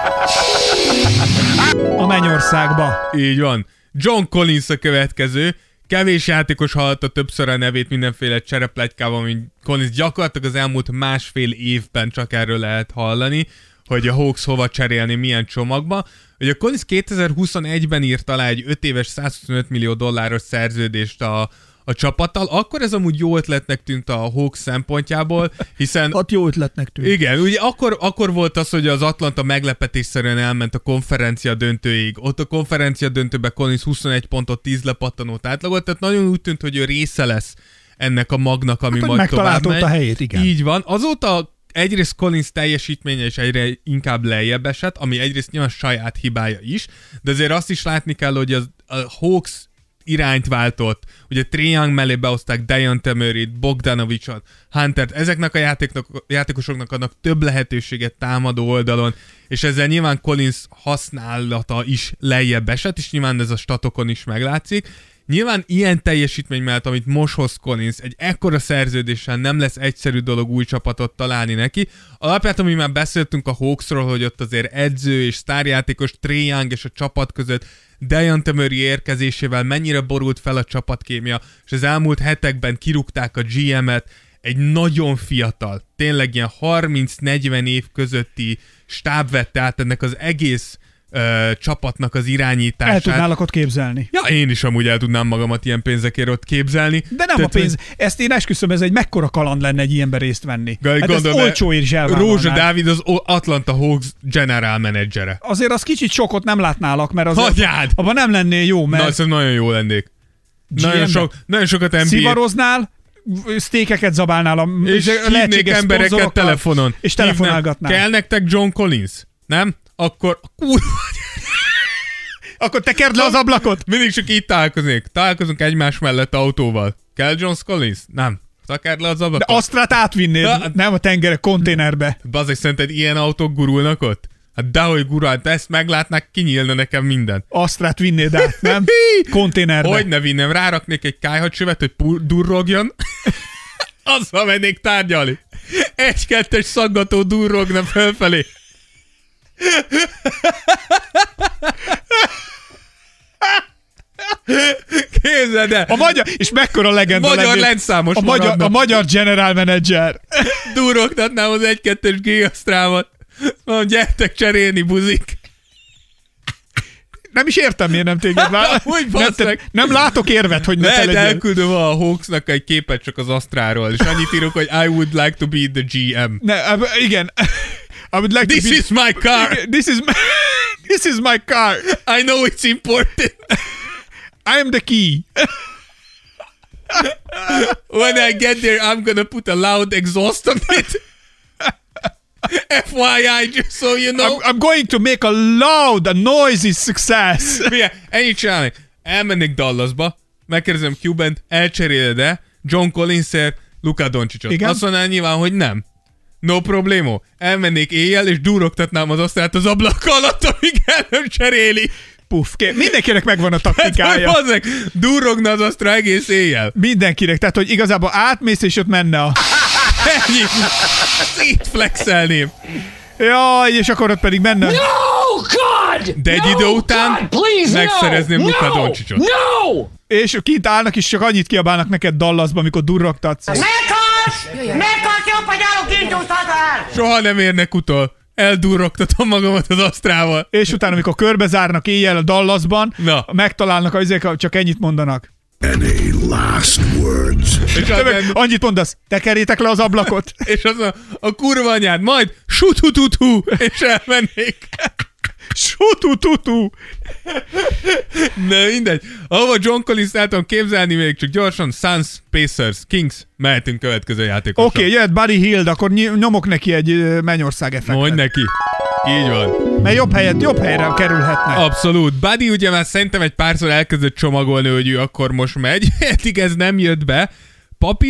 a Mennyországba? Így van. John Collins a következő. Kevés játékos hallotta többször a nevét mindenféle cserepletykával, mint Collins. Gyakorlatilag az elmúlt másfél évben csak erről lehet hallani, hogy a Hawks hova cserélni, milyen csomagba. Ugye a Collins kétezer-huszonegyben írt alá egy öt éves százhuszonöt millió dolláros szerződést a, a csapattal. Akkor ez amúgy jó ötletnek tűnt a Hawks szempontjából, hiszen... Ott jó ötletnek tűnt. Igen, ugye akkor, akkor volt az, hogy az Atlanta meglepetésszerűen elment a konferencia döntőig. Ott a konferencia döntőben Collins huszonegy pontot, tíz lepattanót átlagolt, tehát nagyon úgy tűnt, hogy ő része lesz ennek a magnak, ami hát, majd tovább megtalálta megy. ott a helyét, igen. Így van. Azóta egyrészt Collins teljesítménye is egyre inkább lejjebb esett, ami egyrészt nyilván saját hibája is, de azért azt is látni kell, hogy az, a Hawks irányt váltott. Ugye Trae Young mellé behozták Dejounte Murrayt, Bogdanovicot, Huntert, ezeknek a játéknak, játékosoknak adnak több lehetőséget támadó oldalon, és ezzel nyilván Collins használata is lejjebb esett, és nyilván ez a statokon is meglátszik. Nyilván ilyen teljesítmény mellett, amit most hoz Collins, egy ekkora szerződéssel nem lesz egyszerű dolog új csapatot találni neki. Alapját, ami már beszéltünk a Hawksról, hogy ott azért edző és sztárjátékos Trae Young és a csapat között Dejounte Murray érkezésével mennyire borult fel a csapatkémia, és az elmúlt hetekben kirúgták a gé em-et, egy nagyon fiatal, tényleg ilyen harminc-negyven év közötti stáb vette át ennek az egész ö, csapatnak az irányítását. El tudnálak ott képzelni. Ja, én is amúgy el tudnám magamat ilyen pénzekért ott képzelni. De nem Tehát, a pénz. Ezt én esküszöm, ez egy mekkora kaland lenne egy ilyenben részt venni. G- Hát ezt olcsóért is elvállalnák. Rózsa Dávid az Atlanta Hawks general menedzsere. Azért az kicsit sokot nem látnálak, mert azért Hagyjad! abban nem lennél jó, mert Na, szerintem nagyon jó lennék. Nagyon, gé em-ben sok, nagyon sokat en bé á... szivaroznál, sztékeket zabálnál a És hívnék lehetséges embereket szponzorokkal, telefonon. és telefonálgatnál. Hívnám, kell nektek John Collins? Nem? Akkor kurva... Akkor tekerd le az ablakot. Mindig csak így találkoznék. Találkozunk egymás mellett autóval. Kell John Collins? Nem. Takard le az De ablakot. Asztrát átvinnéd, Ja. nem a tengerek konténerbe. Bazeg, szerinted ilyen autók gurulnak ott? Hát dehogy gurult, ezt meglátnák, kinyílna nekem minden. Asztrát vinnéd át, nem? Konténerbe. Hogy ne vinnem, ráraknék egy kájhatcsövet, hogy pu- durrogjon. Azzal mennék tárgyalni. Egy-kettes szaggató durrogna felfelé. Képzeld el! A magyar, és mekkora legenda Magyar lennél. lentszámos a magyar, maradna. a magyar general manager. Durrogtatnám az egy-kettes G-asztrámat. Mondom, gyertek cserélni, buzik. Nem is értem, miért nem téged vár. Úgy nem, basz te, meg. nem látok érvet, hogy ne te Lehet, legyél. elküldöm a Hawksnak egy képet csak az Asztráról, és annyit írok, hogy I would like to be the gé em. Ne, ab- igen. I would like This to be... is my car. This is my... This is my car. I know it's important. I am the key. When I get there, I'm gonna put a loud exhaust on it. F Y I, just so you know. I'm, I'm going to make a loud, a noisy success. Milyen? Ennyit csinálnék. Elmennék Dallasba, megkérdezem Cubant, elcseréled-e John Collinsért Luka Doncicot? Igen? Azt mondaná nyilván, hogy nem. No problémo. Elmennék éjjel, és durogtatnám az asztalt az ablak alatt, amíg el nem cseréli. Puff, ké- mindenkinek megvan a Hát, hogy taktikája. bazzeg, durrogna az asztra egész éjjel. Mindenkinek, tehát hogy igazából átmész, és ott menne a... Ennyi. Szétflexelném. Jaj, és akkor ott pedig menne... No, God! De egy no, idő után God, please, megszerezném no, Luka no, Doncicot. No! És kint állnak, és csak annyit kiabálnak neked Dallasba, amikor durrogtatsz. Meghalsz! Meghalsz, jobb, hogy állok, indulsz Soha nem érnek utol. Eldurrogtatom magamat az asztrával. És utána, amikor körbezárnak éjjel a Dallasban, Na. megtalálnak a izék, csak ennyit mondanak. Any last words? És Te azt, meg mond, annyit mondasz, tekerjétek le az ablakot. és az a, a kurva anyád, majd sutututu, és elmennék. Sutu-tutu. Na mindegy. Ahova John Collins el tudom képzelni, még csak gyorsan, Suns, Pacers, Kings, mehetünk következő játékosra. Oké, okay, jöhet Buddy Hield, akkor ny- nyomok neki egy ö, Mennyország effektet. Mondj neki. Így van. Mert jobb helyet, jobb helyre kerülhetne. Abszolút. Buddy ugye már szerintem egy párszor elkezdett csomagolni, hogy ő akkor most megy. Eddig ez nem jött be. Papíron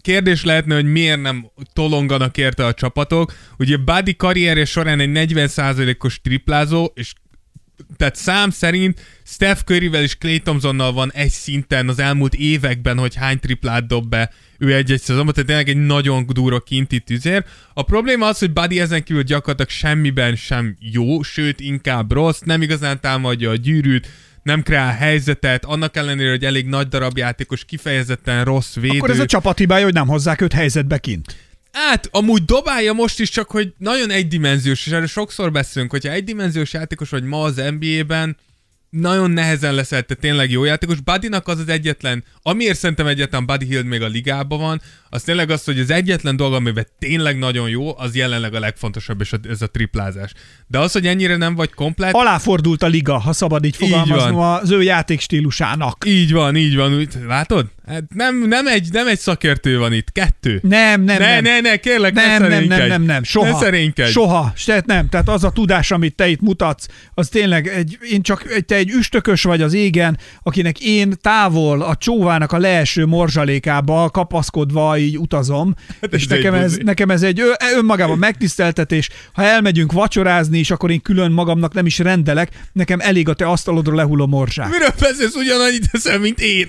kérdés lehetne, hogy miért nem tolonganak érte a csapatok. Ugye Buddy karrierje során egy negyven százalékos triplázó, és tehát szám szerint Steph Curryvel és Klay Thompsonnal van egy szinten az elmúlt években, hogy hány triplát dob be ő egy-egy szezonban, tehát tényleg egy nagyon durva kinti tüzér. A probléma az, hogy Buddy ezen kívül gyakorlatilag semmiben sem jó, sőt inkább rossz, nem igazán támadja a gyűrűt, nem kreál helyzetet, annak ellenére, hogy elég nagy darab játékos, kifejezetten rossz védő. Akkor ez a csapat hibája, hogy nem hozzák őt helyzetbe kint. Hát, amúgy dobálja most is, csak hogy nagyon egydimenziós, és erről sokszor beszélünk, hogyha egydimenziós játékos vagy ma az en bé á-ben, nagyon nehezen leszel te tényleg jó játékos. Buddynak az az egyetlen, amiért szerintem egyetlen Buddy Hield még a ligában van, az tényleg az, hogy az egyetlen dolga, amiben tényleg nagyon jó, az jelenleg a legfontosabb, és ez a triplázás. De az, hogy ennyire nem vagy komplett... Aláfordult a liga, ha szabad így fogalmaznom, az ő játékstílusának. Így van, így van. Úgy, látod? Hát nem, nem, egy, nem egy szakértő van itt, kettő. Nem, nem, ne, nem. Ne, ne, kérlek, nem, ne nem, nem, nem, nem, soha. Ne szerénykedj. Soha. Tehát nem. Tehát az a tudás, amit te itt mutatsz, az tényleg, egy, én csak, te egy üstökös vagy az égen, akinek én távol a csóvának a leeső morzsalékába kapaszkodva így utazom, hát és nekem ez, nekem ez egy önmagában megtiszteltetés. Ha elmegyünk vacsorázni, és akkor én külön magamnak nem is rendelek, nekem elég a te asztalodra lehulló morzsák. Miről beszélsz, ugyanannyit eszel, mint én?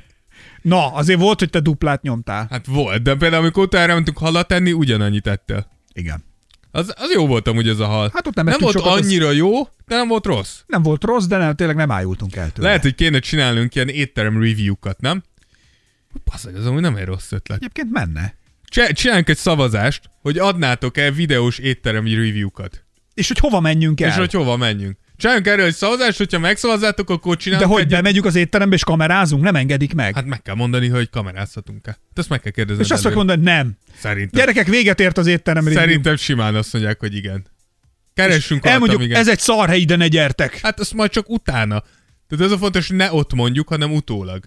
Na, azért volt, hogy te duplát nyomtál. Hát volt, de például amikor utána mentünk halat enni, ugyanannyit ettél. Igen. Az, az jó volt amúgy ez a hal. Hát ott nem, nem volt sokat, annyira az... jó, de nem volt rossz. Nem volt rossz, de nem, tényleg nem ájultunk el tőle. Lehet, hogy kéne csinálnunk ilyen étterem review-kat, nem? Basszag, az amúgy nem egy rossz ötlet. Egyébként menne. Csináljunk egy szavazást, hogy adnátok-e videós étterem review-kat. És hogy hova menjünk el. És hogy hova menjünk. Csináljunk erről egy szavazást, hogyha megszavazzátok, akkor csinálunk. De hogy egy... bemegyünk az étterembe és kamerázunk? Nem engedik meg. Hát meg kell mondani, hogy kamerázhatunk-e. Ezt meg kell kérdezni. És azt fogjuk mondani, hogy nem. Szerintem. Gyerekek, véget ért az étterem review. Szerintem simán azt mondják, hogy igen. Keressünk alatt, elmondjuk, igen. Ez egy szarhely, ide ne gyertek. Hát azt majd csak utána. Tehát ez a fontos, hogy ne ott mondjuk, hanem utólag.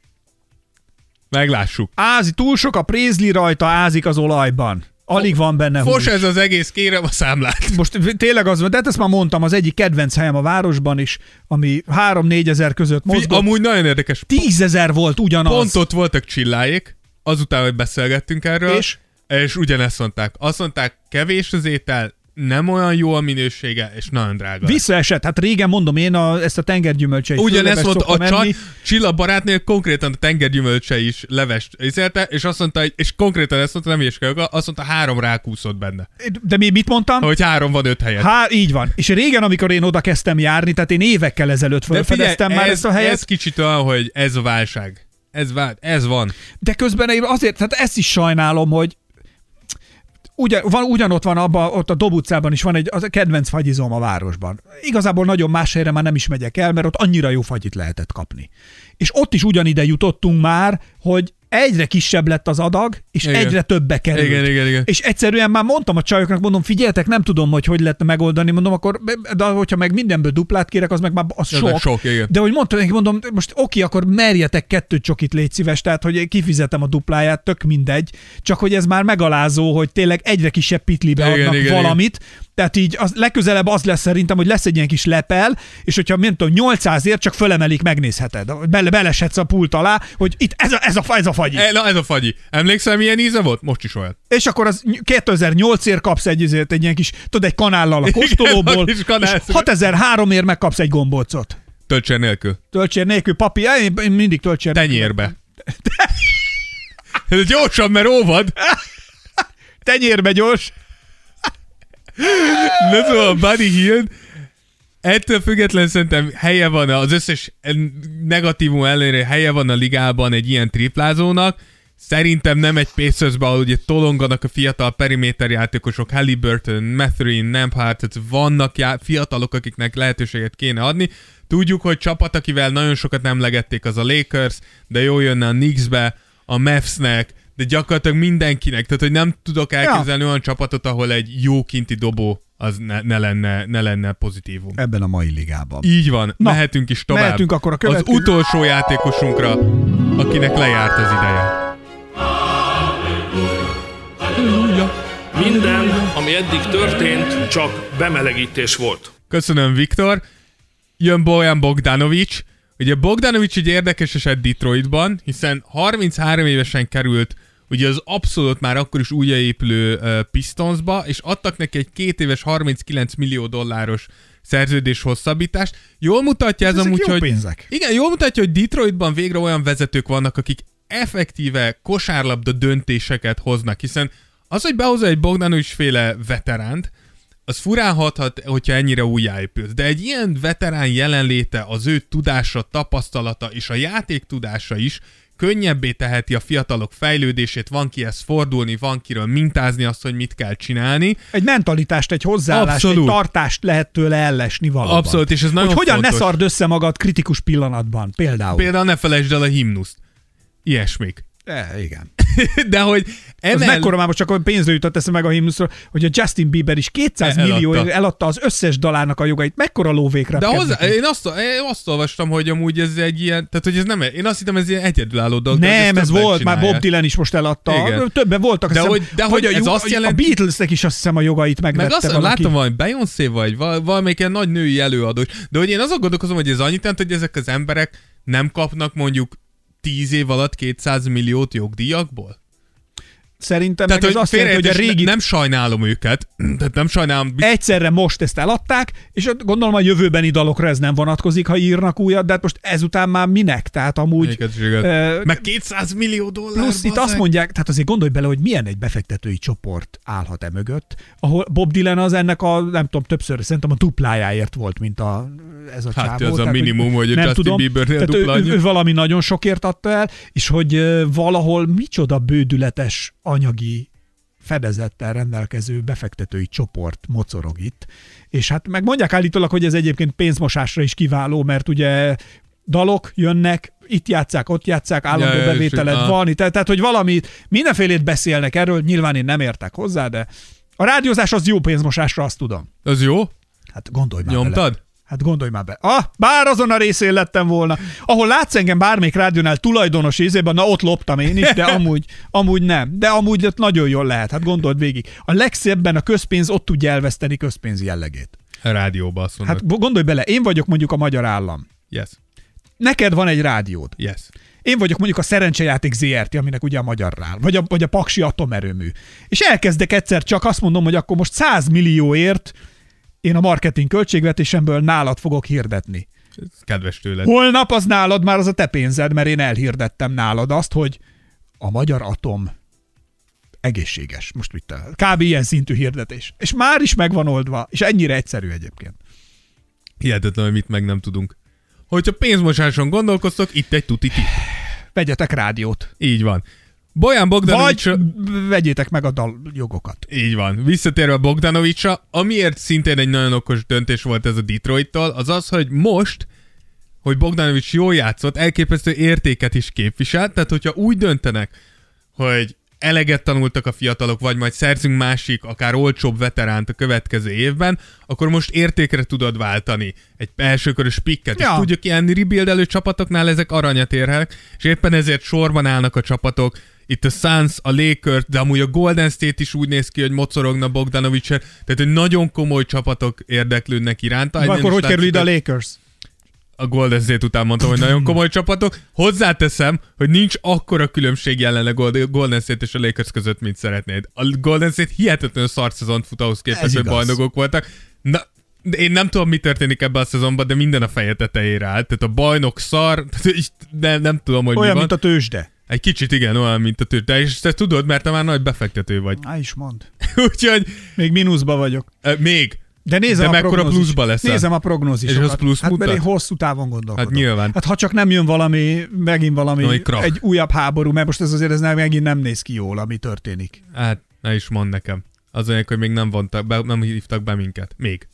Meglássuk. Ázi, túl sok a prézli rajta, ázik az olajban. Alig van benne hús. Fos ez az egész, kérem a számlát. Most tényleg az van, de hát ezt már mondtam, az egyik kedvenc helyem a városban is, ami három-négy ezer között mozgott. Amúgy nagyon érdekes. Tízezer volt ugyanaz. Pont ott voltak csilláék, azután, hogy beszélgettünk erről. És? És ugyanezt mondták. Azt mondták, kevés az étel, nem olyan jó a minősége, és nagyon drága. Visszaesett. Hát régen mondom, én a, ezt a tengergyümölcseit ugyanezt mondta, a Csal, Csilla barátnél konkrétan a tengergyümölcse is levest észrelte, és azt mondta, és konkrétan ezt mondta, nem is kell, azt mondta, három rákúszott benne. De mi mit mondtam? Hogy három van öt helyet. Há, így van. És régen, amikor én oda kezdtem járni, tehát én évekkel ezelőtt felfedeztem már ez, ezt a helyet. Ez kicsit olyan, hogy ez a válság. Ez, vál, ez van. De közben én azért, tehát ezt is sajnálom, hogy Ugyan, van, ugyanott van abban, ott a Dob utcában is van egy az a kedvenc fagyizom a városban. Igazából nagyon más helyre már nem is megyek el, mert ott annyira jó fagyit lehetett kapni. És ott is ugyanide jutottunk már, hogy egyre kisebb lett az adag, és igen. egyre többbe került. Igen, igen, igen. És egyszerűen már mondtam a csajoknak, mondom, figyeljetek, nem tudom, hogy hogy lehetne megoldani, mondom, akkor, de hogyha meg mindenből duplát kérek, az meg már az ja, sok. sok de hogy mondtam neki, mondom, most oké, akkor merjetek kettőt csokit, légy szíves, tehát hogy kifizetem a dupláját, tök mindegy, csak hogy ez már megalázó, hogy tényleg egyre kisebb pitlibe igen, adnak igen, valamit. Igen. Tehát így az, legközelebb az lesz szerintem, hogy lesz egy ilyen kis lepel, és hogyha nem tudom, nyolcszázért csak fölemelik, megnézheted. Bele, beleshetsz a pult alá, hogy itt ez a, ez a, ez a fagyi. E, na ez a fagyi. Emlékszel, milyen íze volt? Most is olyan. És akkor az kétezer-nyolcért kapsz egy, egy, egy ilyen kis, tudod, egy kanállal a kóstolóból, és hatezer-háromért megkapsz egy gombócot. Töltsér nélkül. Töltsér nélkül, papi, én, én mindig töltsér nélkül. Tenyérbe. Ez gyorsan, mert óvad. Tenyérbe gyors. Na szóval Buddy Hield, ettől független szerintem helye van az összes negatívum ellenére helye van a ligában egy ilyen triplázónak. Szerintem nem egy Pacersben, ahol ugye tolonganak a fiatal periméter játékosok, Halliburton, Mathurin, Nembhard, tehát vannak já- fiatalok, akiknek lehetőséget kéne adni. Tudjuk, hogy csapat, akivel nagyon sokat emlegették, az a Lakers, de jó jönne a Knicksbe, a Mavsnek, de gyakorlatilag mindenkinek. Tehát, hogy nem tudok elképzelni ja. olyan csapatot, ahol egy jó kinti dobó az ne, ne, lenne, ne lenne pozitívum. Ebben a mai ligában. Így van. Na, mehetünk is tovább. Mehetünk akkor a következő. Az utolsó játékosunkra, akinek lejárt az ideje. Minden, ami eddig történt, csak bemelegítés volt. Köszönöm, Viktor. Jön Bojan Bogdanović. Ugye Bogdanović egy érdekes eset Detroitban, hiszen harminchárom évesen került ugye az abszolút már akkor is újjáépülő uh, Pistonsba, és adtak neki egy két éves harminckilenc millió dolláros szerződés hosszabbítást. Jól mutatja ez, ez amúgy, hogy... pénzek. Igen, jól mutatja, hogy Detroitban végre olyan vezetők vannak, akik effektíve kosárlabda döntéseket hoznak, hiszen az, hogy behozza egy Bogdanovics féle veteránt, az furán hathat, hogyha ennyire újjáépül. De egy ilyen veterán jelenléte, az ő tudása, tapasztalata és a játék tudása is könnyebbé teheti a fiatalok fejlődését, van kihez fordulni, van kiről mintázni azt, hogy mit kell csinálni. Egy mentalitást, egy hozzáállást, Abszolút. egy tartást lehet tőle ellesni valóban. Abszolút, és ez nagyon hogy hogyan fontos. ne szard össze magad kritikus pillanatban, például. Például ne felejtsd el a himnuszt. Ilyesmik. E, igen. De hogy Emel... emel... Az mekkora már most csak a pénzről jutott eszem meg a himnuszról, hogy a Justin Bieber is kétszáz millió Eladta. eladta az összes dalának a jogait. Mekkora lóvékre. De hozzá, én, azt, én azt olvastam, hogy amúgy ez egy ilyen, tehát hogy ez nem, én azt hittem, ez ilyen egyedülálló dolog. Nem, ez volt, csinálják. már Bob Dylan is most eladta. Igen. Többen voltak. De hiszem, hogy- de hogy a, ez a, azt jelenti- a Beatlesnek is azt hiszem a jogait megvette Meg azt valaki. láttam valami Beyoncé vagy val- valamelyik ilyen nagy női előadó. De hogy én azon gondolkozom, hogy ez annyit jelent, hogy ezek az emberek nem kapnak mondjuk tíz év alatt kétszáz milliót jogdíjakból? Szerintem Tehát, meg ez hogy azt jelenti, hogy a félreértés, régi nem sajnálom őket, tehát nem sajnálom. egyszerre most ezt eladták, és ott gondolom a jövőbeni dalokra ez nem vonatkozik, ha írnak újat, de hát most ezután már minek? Tehát amúgy... Melyiket is igaz. ö, Meg kétszáz millió dollár. Plusz itt azt mondják, tehát azért gondolj bele, hogy milyen egy befektetői csoport állhat e mögött, ahol Bob Dylan az ennek a, nem tudom, többször, szerintem a duplájáért volt, mint a, ez a Hát csávó. ez a Tehát, minimum, hogy a nem Justin tudom, Biebernél tehát dupla ő, annyi. ő, ő valami nagyon sokért adta el, és hogy ö, valahol micsoda bődületes anyagi fedezettel rendelkező befektetői csoport mocorog itt, és hát meg mondják állítólag, hogy ez egyébként pénzmosásra is kiváló, mert ugye dalok jönnek, itt játsszák, ott játsszák, állandó Ja, ja, bevételed és- van, tehát, tehát hogy valami, mindenfélét beszélnek erről, nyilván én nem értek hozzá, de a rádiózás az jó pénzmosásra, azt tudom. Az jó? Hát gondolj már bele. Nyomtad? Hát gondolj már be. Ah, bár azon a részén lettem volna. Ahol látsz engem bármelyik rádiónál tulajdonos ízében, na ott loptam én is, de amúgy, amúgy nem. De amúgy ott nagyon jól lehet. Hát gondold végig. A legszebben a közpénz ott tudja elveszteni közpénz jellegét. A rádióba azt mondod. Hát gondolj bele, én vagyok mondjuk a magyar állam. Yes. Neked van egy rádiód. Yes. Én vagyok mondjuk a Szerencsejáték zé er té, aminek ugye a magyar rál, vagy a, vagy a Paksi Atomerőmű. És elkezdek egyszer csak azt mondom, hogy akkor most száz millióért én a marketing költségvetésemből nálad fogok hirdetni. Ez kedves tőled. Holnap az nálad már az a te pénzed, mert én elhirdettem nálad azt, hogy a magyar atom egészséges. Most mit te? Kb. Ilyen szintű hirdetés. És már is meg van oldva, és ennyire egyszerű egyébként. Hihetetlen, hogy mit meg nem tudunk. Hogyha pénzmosáson gondolkoztok, itt egy tuti tipp. Vegyetek rádiót. Így van. Bojan Bogdanovicsra... Vagy vegyétek meg a dal jogokat. Így van. Visszatérve Bogdanovicsra, amiért szintén egy nagyon okos döntés volt ez a Detroittól, az az, hogy most, hogy Bogdanovics jól játszott, elképesztő értéket is képvisel, tehát hogyha úgy döntenek, hogy eleget tanultak a fiatalok, vagy majd szerzünk másik, akár olcsóbb veteránt a következő évben, akkor most értékre tudod váltani egy elsőkörös pikket. Ja. És tudjuk, ilyen rebuildelő csapatoknál ezek aranyat érnek, és éppen ezért sorban állnak a csapatok. Itt a Suns, a Lakers, de amúgy a Golden State is úgy néz ki, hogy mocorogna Bogdanovicsért, tehát hogy nagyon komoly csapatok érdeklődnek iránta. Vagy Innen akkor is hogy kerül látszik, ide a hogy- Lakers? a Golden State után mondtam, hogy nagyon komoly csapatok. Hozzáteszem, hogy nincs akkora különbség jelen a Golden State és a Lakers között, mint szeretnéd. A Golden State hihetetlenül szar szezont fut ahhoz képest, Ez hogy igaz. bajnokok voltak. Na, de én nem tudom, mi történik ebben a szezonban, de minden a feje tetejére áll. Tehát a bajnok szar, tehát így nem, nem tudom, hogy Olyan, mi van. mint a tőzsde. Egy kicsit igen, olyan, mint a tőr. De és te tudod, mert te már nagy befektető vagy. Á, is mond. Úgyhogy Még mínuszba vagyok. eh, még. De nézem De a mekkora prognózis. pluszba leszel? Nézem a prognózisokat. És az plusz hát mert mutat? én hosszú távon gondolkodom. Hát nyilván. Hát ha csak nem jön valami, megint valami, Valami krach. egy újabb háború, mert most ez azért ez nem, megint nem néz ki jól, ami történik. Hát, ne is mondd nekem. Az olyan, hogy még nem vontak be, nem hívtak be minket. Még.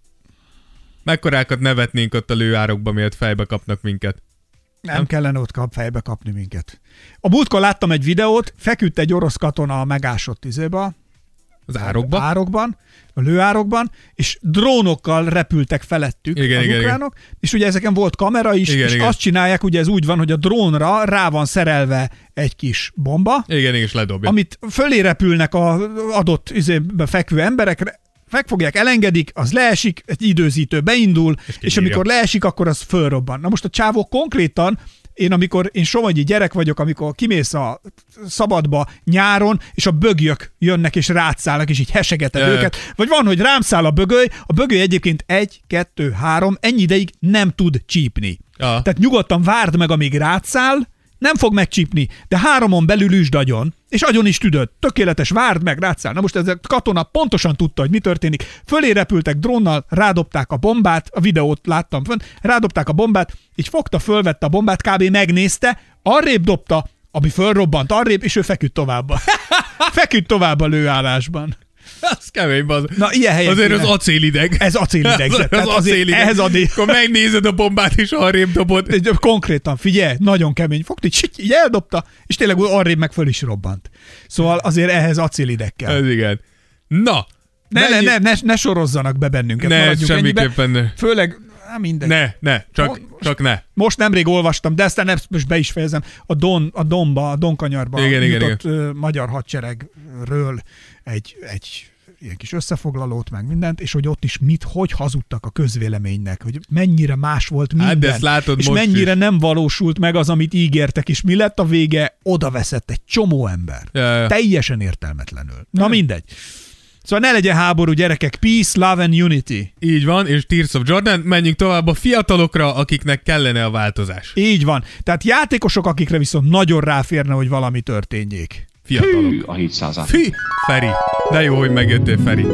Mekkorákat nevetnénk ott a lőárokba, miért fejbe kapnak minket. Nem, nem kellene ott kap, fejbe kapni minket. A múltkor láttam egy videót, feküdt egy orosz katona a megásott izéba, Az árokba? árokban, a lőárokban, és drónokkal repültek felettük Igen, az igen, ukránok, és ugye ezeken volt kamera is, Igen, és igen. azt csinálják, ugye ez úgy van, hogy a drónra rá van szerelve egy kis bomba, Igen, és ledobja. amit fölé repülnek az adott izébe fekvő emberek, megfogják, elengedik, az leesik, egy időzítő beindul, és, és kinyírja. amikor leesik, akkor az fölrobban. Na most a csávók konkrétan én amikor én somogyi gyerek vagyok, amikor kimész a szabadba nyáron, és a bögyök jönnek és rátszállnak, és így hesegeted Jaj. őket. Vagy van, hogy rám száll a bögöly, a bögöly egyébként egy, kettő, három, ennyi ideig nem tud csípni. Ja. Tehát nyugodtan várd meg, amíg rátszáll, nem fog megcsípni, de háromon belül üsd agyon, és agyon is tüdöd. Tökéletes, várd meg, rátszáll. Na most ez a katona pontosan tudta, hogy mi történik. Fölé repültek drónnal, rádobták a bombát, a videót láttam fönn, rádobták a bombát, így fogta, fölvette a bombát, kb. Megnézte, arrébb dobta, ami fölrobbant arrébb, és ő feküdt tovább. Feküdt tovább a lőállásban. Az kemény, az. Na, ilyen helyen Azért kéne. az acélideg. Ez acélidegzet. Az, az acélideg. Ehhez adni. Akkor megnézed a bombát, és arrébb dobod. Konkrétan, figyelj, nagyon kemény. Fogta, így, így eldobta, és tényleg arrébb meg föl is robbant. Szóval azért ehhez acélideg kell. Ez igen. Na. Ne, mennyi... ne, ne, ne, ne sorozznak be bennünket. Ne, maradjunk semmiképpen ennyibe. ne. Főleg, hát mindegy. Ne, ne, csak, Most- csak ne. Most nemrég olvastam, de aztán nem, most be is fejezem, a Don, a Donba, a Donkanyarba Igen, igen, jutott ö, magyar hadseregről egy, egy ilyen kis összefoglalót, meg mindent, és hogy ott is mit, hogy hazudtak a közvéleménynek, hogy mennyire más volt minden, Hát, de ezt látod és most mennyire is. nem valósult meg az, amit ígértek, és mi lett a vége? Oda veszett egy csomó ember. Ja, ja. Teljesen értelmetlenül. Na mindegy. Szóval ne legyen háború, gyerekek. Peace, love and unity. Így van, és Tears of Jordan, menjünk tovább a fiatalokra, akiknek kellene a változás. Így van. Tehát játékosok, akikre viszont nagyon ráférne, hogy valami történjék. Fiatalok. A hétszázat. Fi! Feri. De jó, hogy megjöttél, Feri.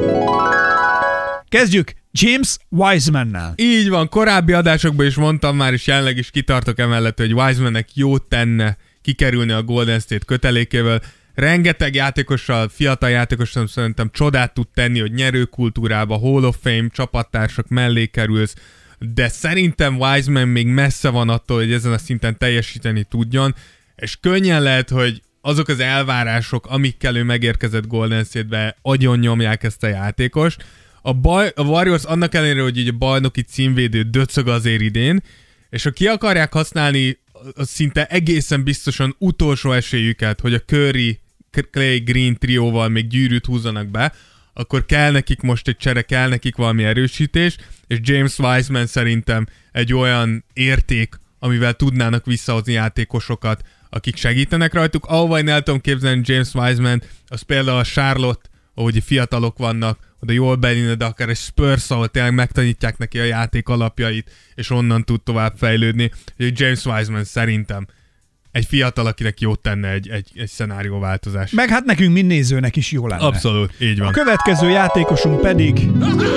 Kezdjük James Wiseman-nel. Így van, korábbi adásokban is mondtam már, és jelenleg is kitartok emellett, hogy Wisemannek jót tenne kikerülni a Golden State kötelékével. Rengeteg játékossal, fiatal játékossal szerintem csodát tud tenni, hogy nyerőkultúrába, Hall of Fame, csapattársak mellé kerülsz, de szerintem Wiseman még messze van attól, hogy ezen a szinten teljesíteni tudjon, és könnyen lehet, hogy azok az elvárások, amikkel ő megérkezett Golden State-be, agyon nyomják ezt a játékost. A, baj, a Warriors annak ellenére, hogy így a bajnoki címvédő döcög azért idén, és ha ki akarják használni az szinte egészen biztosan utolsó esélyüket, hogy a Curry, Clay, Green trióval még gyűrűt húzzanak be, akkor kell nekik most egy csere, kell nekik valami erősítés, és James Wiseman szerintem egy olyan érték, amivel tudnának visszahozni játékosokat, akik segítenek rajtuk. Ahova én el tudom képzelni James Wiseman, az például a Charlotte, ahogy fiatalok vannak, oda jól belinne, de akár egy Spurs, ahol tényleg megtanítják neki a játék alapjait, és onnan tud tovább fejlődni. Hogy James Wiseman szerintem egy fiatal, akinek jót tenne egy, egy, egy szenárióváltozás. Meg hát nekünk, mint nézőnek is jó lenne. Abszolút, így A van. következő játékosunk pedig,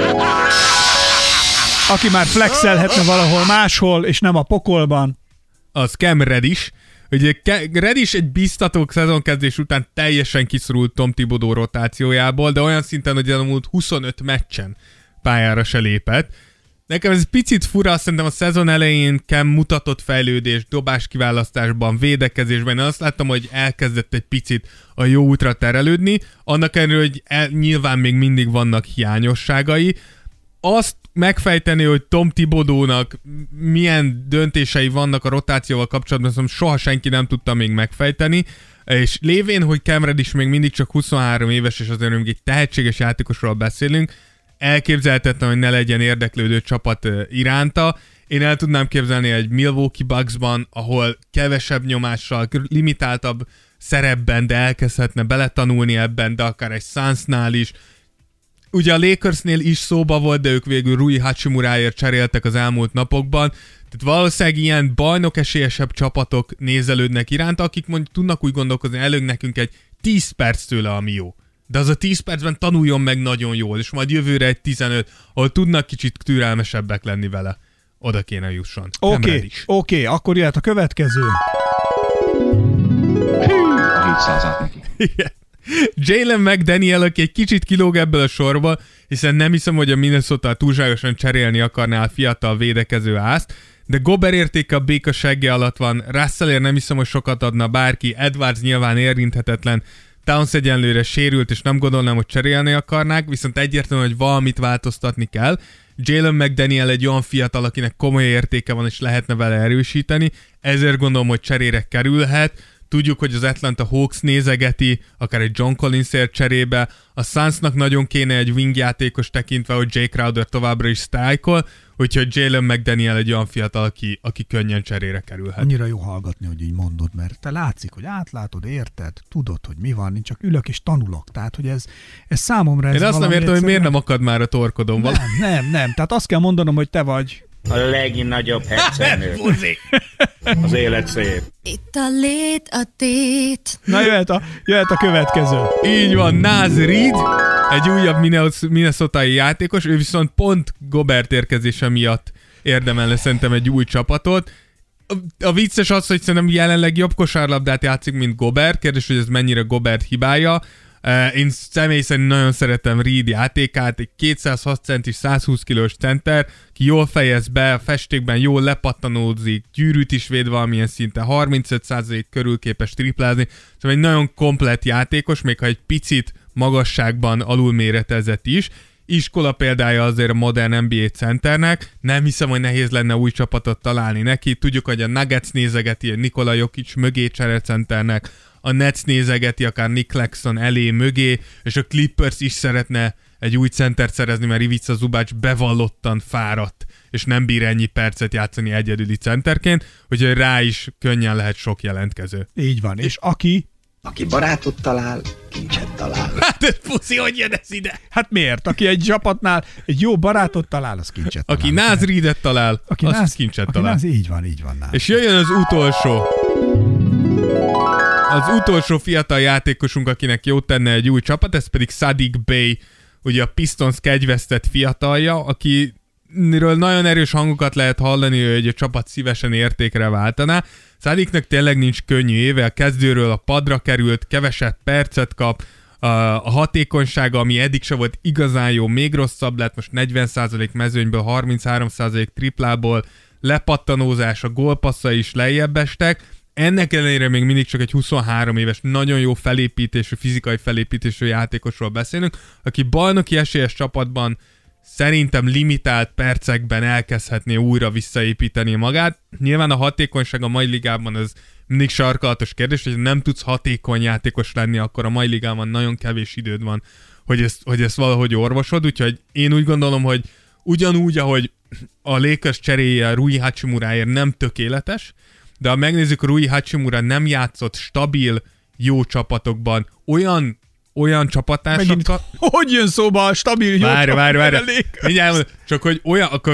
aki már flexelhetne valahol máshol, és nem a pokolban. Az Cam Reddish. Ugye Reddish egy biztató szezonkezdés után teljesen kiszorult Tom Thibodeau rotációjából, de olyan szinten, hogy elmúlt huszonöt meccsen pályára se lépett. Nekem ez picit fura, szerintem a szezon elején Cam mutatott fejlődést dobás kiválasztásban, védekezésben. Én azt láttam, hogy elkezdett egy picit a jó útra terelődni, annak ellenére, hogy el, nyilván még mindig vannak hiányosságai. Azt megfejteni, hogy Tom Thibodeaunak milyen döntései vannak a rotációval kapcsolatban, szóval soha senki nem tudta még megfejteni, és lévén, hogy Cam Reddish még mindig csak huszonhárom éves, és azért még egy tehetséges játékosról beszélünk, elképzelhetetlen, hogy ne legyen érdeklődő csapat iránta. Én el tudnám képzelni egy Milwaukee Bucksban, ahol kevesebb nyomással, limitáltabb szerepben, de elkezdhetne beletanulni ebben, de akár egy Sunsnál is. Ugye a Lakersnél is szóba volt, de ők végül Rui Hachimuráért cseréltek az elmúlt napokban. Tehát valószínűleg ilyen bajnok esélyesebb csapatok nézelődnek iránta, akik mondjuk tudnak úgy gondolkozni, előbb nekünk egy tíz perc tőle, ami jó. De az a tíz percben tanuljon meg nagyon jól, és majd jövőre egy tizenöt, ahol tudnak kicsit türelmesebbek lenni vele. Oda kéne jusson. Oké, okay, oké, okay, akkor jöhet a következő. A hétszázat neki. Igen. Jalen McDaniel, aki egy kicsit kilóg ebből a sorba, hiszen nem hiszem, hogy a Minnesota túlságosan cserélni akarná a fiatal védekező ászt, de Gobert értéke a béka segge alatt van, Russellért nem hiszem, hogy sokat adna bárki, Edwards nyilván érinthetetlen, Towns egyenlőre sérült, és nem gondolnám, hogy cserélni akarnák, viszont egyértelmű, hogy valamit változtatni kell. Jalen McDaniel egy olyan fiatal, akinek komoly értéke van, és lehetne vele erősíteni, ezért gondolom, hogy cserére kerülhet. tudjuk, hogy az Atlanta Hawks nézegeti, akár egy John Collinsért cserébe, a Sunsnak nagyon kéne egy wing játékos tekintve, hogy Jay Crowder továbbra is sztrájkol, úgyhogy Jalen McDaniel egy olyan fiatal, aki, aki könnyen cserére kerülhet. Annyira jó hallgatni, hogy így mondod, mert te látszik, hogy átlátod, érted, tudod, hogy mi van, én csak ülök és tanulok. Tehát, hogy ez, ez számomra ez Én azt nem értem, hogy miért nem akad már a torkodon. Nem, nem, nem. Tehát azt kell mondanom, hogy te vagy a legnagyobb hercegnő. Az élet szép. Itt a lét, a tét. Na jöhet a, jöhet a következő. Így van, Naz Reid, egy újabb minnesotai játékos, ő viszont pont Gobert érkezése miatt érdemelne szerintem egy új csapatot. A, a vicces az, hogy szerintem jelenleg jobb kosárlabdát játszik, mint Gobert. Kérdés, hogy ez mennyire Gobert hibája. Uh, én személy szerint nagyon szeretem Reid játékát, egy kétszázhat centis, százhúsz kilós center, ki jól fejez be, a festékben jól lepattanózik, gyűrűt is véd valamilyen szinten, harmincöt százalék körül képes triplázni, szóval egy nagyon komplett játékos, még ha egy picit magasságban alulméretezett is. Iskola példája azért a modern en bé á centernek, nem hiszem, hogy nehéz lenne új csapatot találni neki, tudjuk, hogy a Nuggets nézegeti a Nikola Jokic mögé cserecenternek, a Nets nézegeti akár Nick Claxton elé, mögé, és a Clippers is szeretne egy új centert szerezni, mert Ivica Zubac bevallottan fáradt, és nem bír ennyi percet játszani egyedüli centerként, úgyhogy rá is könnyen lehet sok jelentkező. Így van, és aki... Aki barátot talál, kincset talál. Hát ez puszi, hogy jön ez ide? Hát miért? Aki egy csapatnál egy jó barátot talál, az kincset talál. Aki Naz Reidet talál, aki az náz, kincset aki talál. Náz, így van, így van. Náz. És jöjjön az utolsó. Az utolsó fiatal játékosunk, akinek jót tenne egy új csapat, ez pedig Saddiq Bey, ugye a Pistons kegyvesztett fiatalja, akiről nagyon erős hangokat lehet hallani, hogy a csapat szívesen értékre váltaná. Saddiqnak tényleg nincs könnyű éve, a kezdőről a padra került, kevesebb percet kap, a hatékonysága, ami eddig se volt igazán jó, még rosszabb lett, most negyven százalék mezőnyből, harminchárom százalék triplából, lepattanózás, a gólpassza is lejjebb estek. Ennek ellenére még mindig csak egy huszonhárom éves, nagyon jó felépítésű, fizikai felépítésű játékosról beszélünk, aki bajnoki esélyes csapatban szerintem limitált percekben elkezdhetné újra visszaépíteni magát. Nyilván a hatékonyság a mai ligában az mindig sarkalatos kérdés, hogy nem tudsz hatékony játékos lenni, akkor a mai ligában nagyon kevés időd van, hogy ezt, hogy ezt valahogy orvosod, úgyhogy én úgy gondolom, hogy ugyanúgy, ahogy a Lakers cseréje Rui Hachimuráért nem tökéletes, de ha megnézzük, Rui Hachimura nem játszott stabil, jó csapatokban, olyan olyan csapattársakkal... Hogy jön szóba a stabil jó várj, várj, várj. Mindjárt, csak hogy olyan, akkor,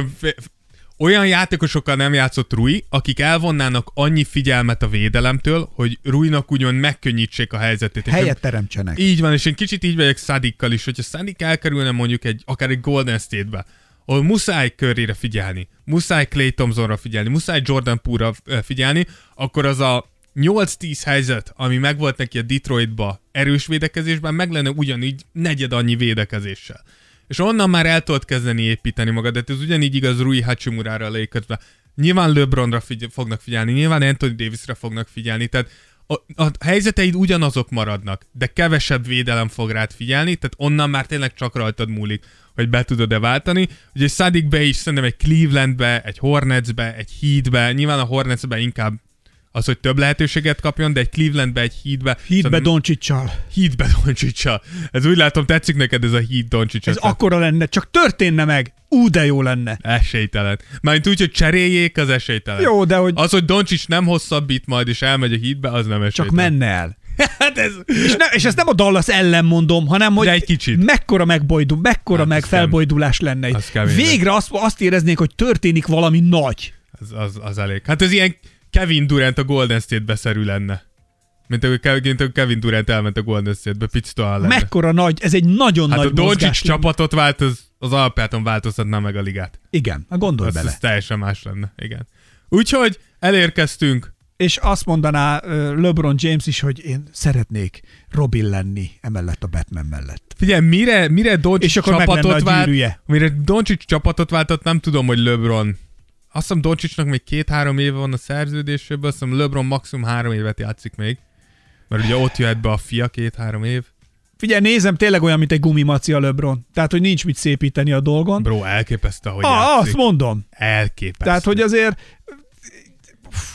olyan játékosokkal nem játszott Rui, akik elvonnának annyi figyelmet a védelemtől, hogy Ruinak úgymond megkönnyítsék a helyzetét. Helyet teremtsenek. Így van, és én kicsit így vagyok Saddiqkal is, hogyha Saddiq elkerülne mondjuk egy, akár egy Golden State-be, ahol muszáj Curryre figyelni, muszáj Klay Thompsonra figyelni, muszáj Jordan Poole-ra figyelni, akkor az a nyolc-tíz helyzet, ami megvolt neki a Detroitba erős védekezésben, meg lenne ugyanígy negyed annyi védekezéssel. És onnan már el tudod kezdeni építeni magad, de ez ugyanígy igaz Rui Hachimurára a Lakersbe. Nyilván LeBronra figy- fognak figyelni, nyilván Anthony Davisre fognak figyelni, tehát a, a helyzeteid ugyanazok maradnak, de kevesebb védelem fog rád figyelni, tehát onnan már tényleg csak rajtad múlik, hogy be tudod-e váltani. Ugye Saddiq Bey is szerintem egy Clevelandbe, egy Hornetsbe, egy Heatbe, nyilván a Hornetsbe inkább az, hogy több lehetőséget kapjon, de egy Clevelandbe, egy Heatbe... Heatbe Doncsicsal. Heatbe Doncsicsal. Ez úgy látom, tetszik neked ez a Heat Doncsics. Ez akkora lenne, csak történne meg. Ú, de jó lenne. Esélytelen. Mármint úgy, hogy cseréljék, az esélytelen. Jó, de hogy... Az, hogy Doncsics nem hosszabbít majd, és elmegy a Heatbe, az nem esélytelen. Csak menne el. Hát ez... és, ne, és ezt nem a Dallas ellen mondom, hanem hogy de egy kicsit. mekkora megbojdul, mekkora hát meg felbojdulás lenne. Az Végre azt, azt éreznék, hogy történik valami nagy. Az, az, az elég. Hát ez ilyen Kevin Durant a Golden State-be szerű lenne. Mint a Kevin Durant elment a Golden State-be, picit olyan lenne. Mekkora nagy, ez egy nagyon hát nagy mozgás. Hát a Doncic lenne. csapatot vált, az, az alapjáton változtatná meg a ligát. Igen, gondolj az, bele. Az teljesen más lenne, igen. Úgyhogy elérkeztünk. És azt mondaná uh, LeBron James is, hogy én szeretnék Robin lenni emellett a Batman mellett. Figyelj, mire, mire Doncic csapatot vált, mire Doncic csapatot váltott, nem tudom, hogy LeBron. Azt hiszem Doncicnak még két-három éve van a szerződéséből, azt hiszem LeBron maximum három évet játszik még. Mert ugye ott jöhet be a fia két-három év. Figyelj, nézem, tényleg olyan, mint egy gumimaci a LeBron. Tehát, hogy nincs mit szépíteni a dolgon. Bro, elképesztő, hogy ah, játszik. Azt mondom. Elképesztő. Tehát, hogy azért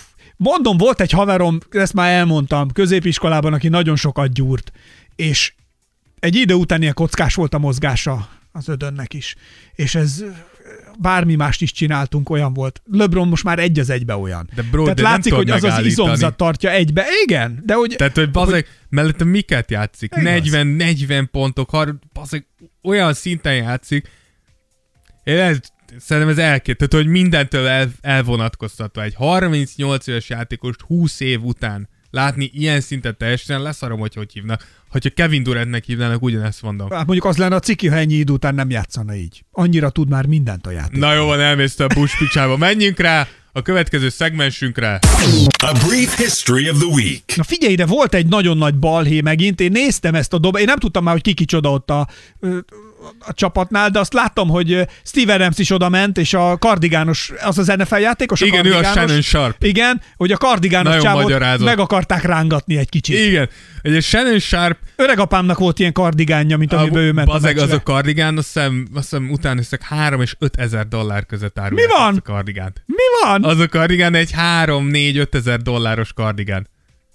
Mondom, volt egy haverom, ezt már elmondtam, középiskolában, aki nagyon sokat gyúrt, és egy idő után ilyen kockás volt a mozgása az ödönnek is. És ez bármi mást is csináltunk, olyan volt. LeBron most már egy az egybe olyan. De bro, Tehát de látszik, hogy az az izomzat tartja egybe. Igen, de hogy... Tehát, hogy bazeg, mellette miket játszik? negyven negyven pontok, har, bazeg, olyan szinten játszik. Én ez, szerintem ez elkét. Tehát, hogy mindentől el, elvonatkoztatva. Egy harmincnyolc éves játékost húsz év után látni ilyen szintet teljesen, leszarom, hogy hogy hívnak. Hogyha Kevin Durantnek hívnának, ugyanezt mondom. Hát mondjuk az lenne a ciki, ha ennyi idő után nem játszana így. Annyira tud már mindent a játék. Na jó van, elmész a Bush picsába. Menjünk rá a következő szegmensünkre. A brief history of the week. Na figyelj ide, volt egy nagyon nagy balhé megint. Én néztem ezt a dob... Én nem tudtam már, hogy ki kicsoda ott a, a csapatnál, de azt láttam, hogy Steve Adams is oda ment, és a kardigános, az az en ef el játékos? A igen, ő a Shannon Sharp. Igen, hogy a kardigános csávot meg akarták rángatni egy kicsit. Igen, egy Shannon Sharp. Öregapámnak volt ilyen kardigánja, mint amiben ő ment a meccsre. Az a kardigán, azt hiszem, azt hiszem utána hiszek három és öt ezer dollár között árulják. Mi van? A kardigánt. Mi van? Az a kardigán egy három négy öt ezer dolláros kardigán.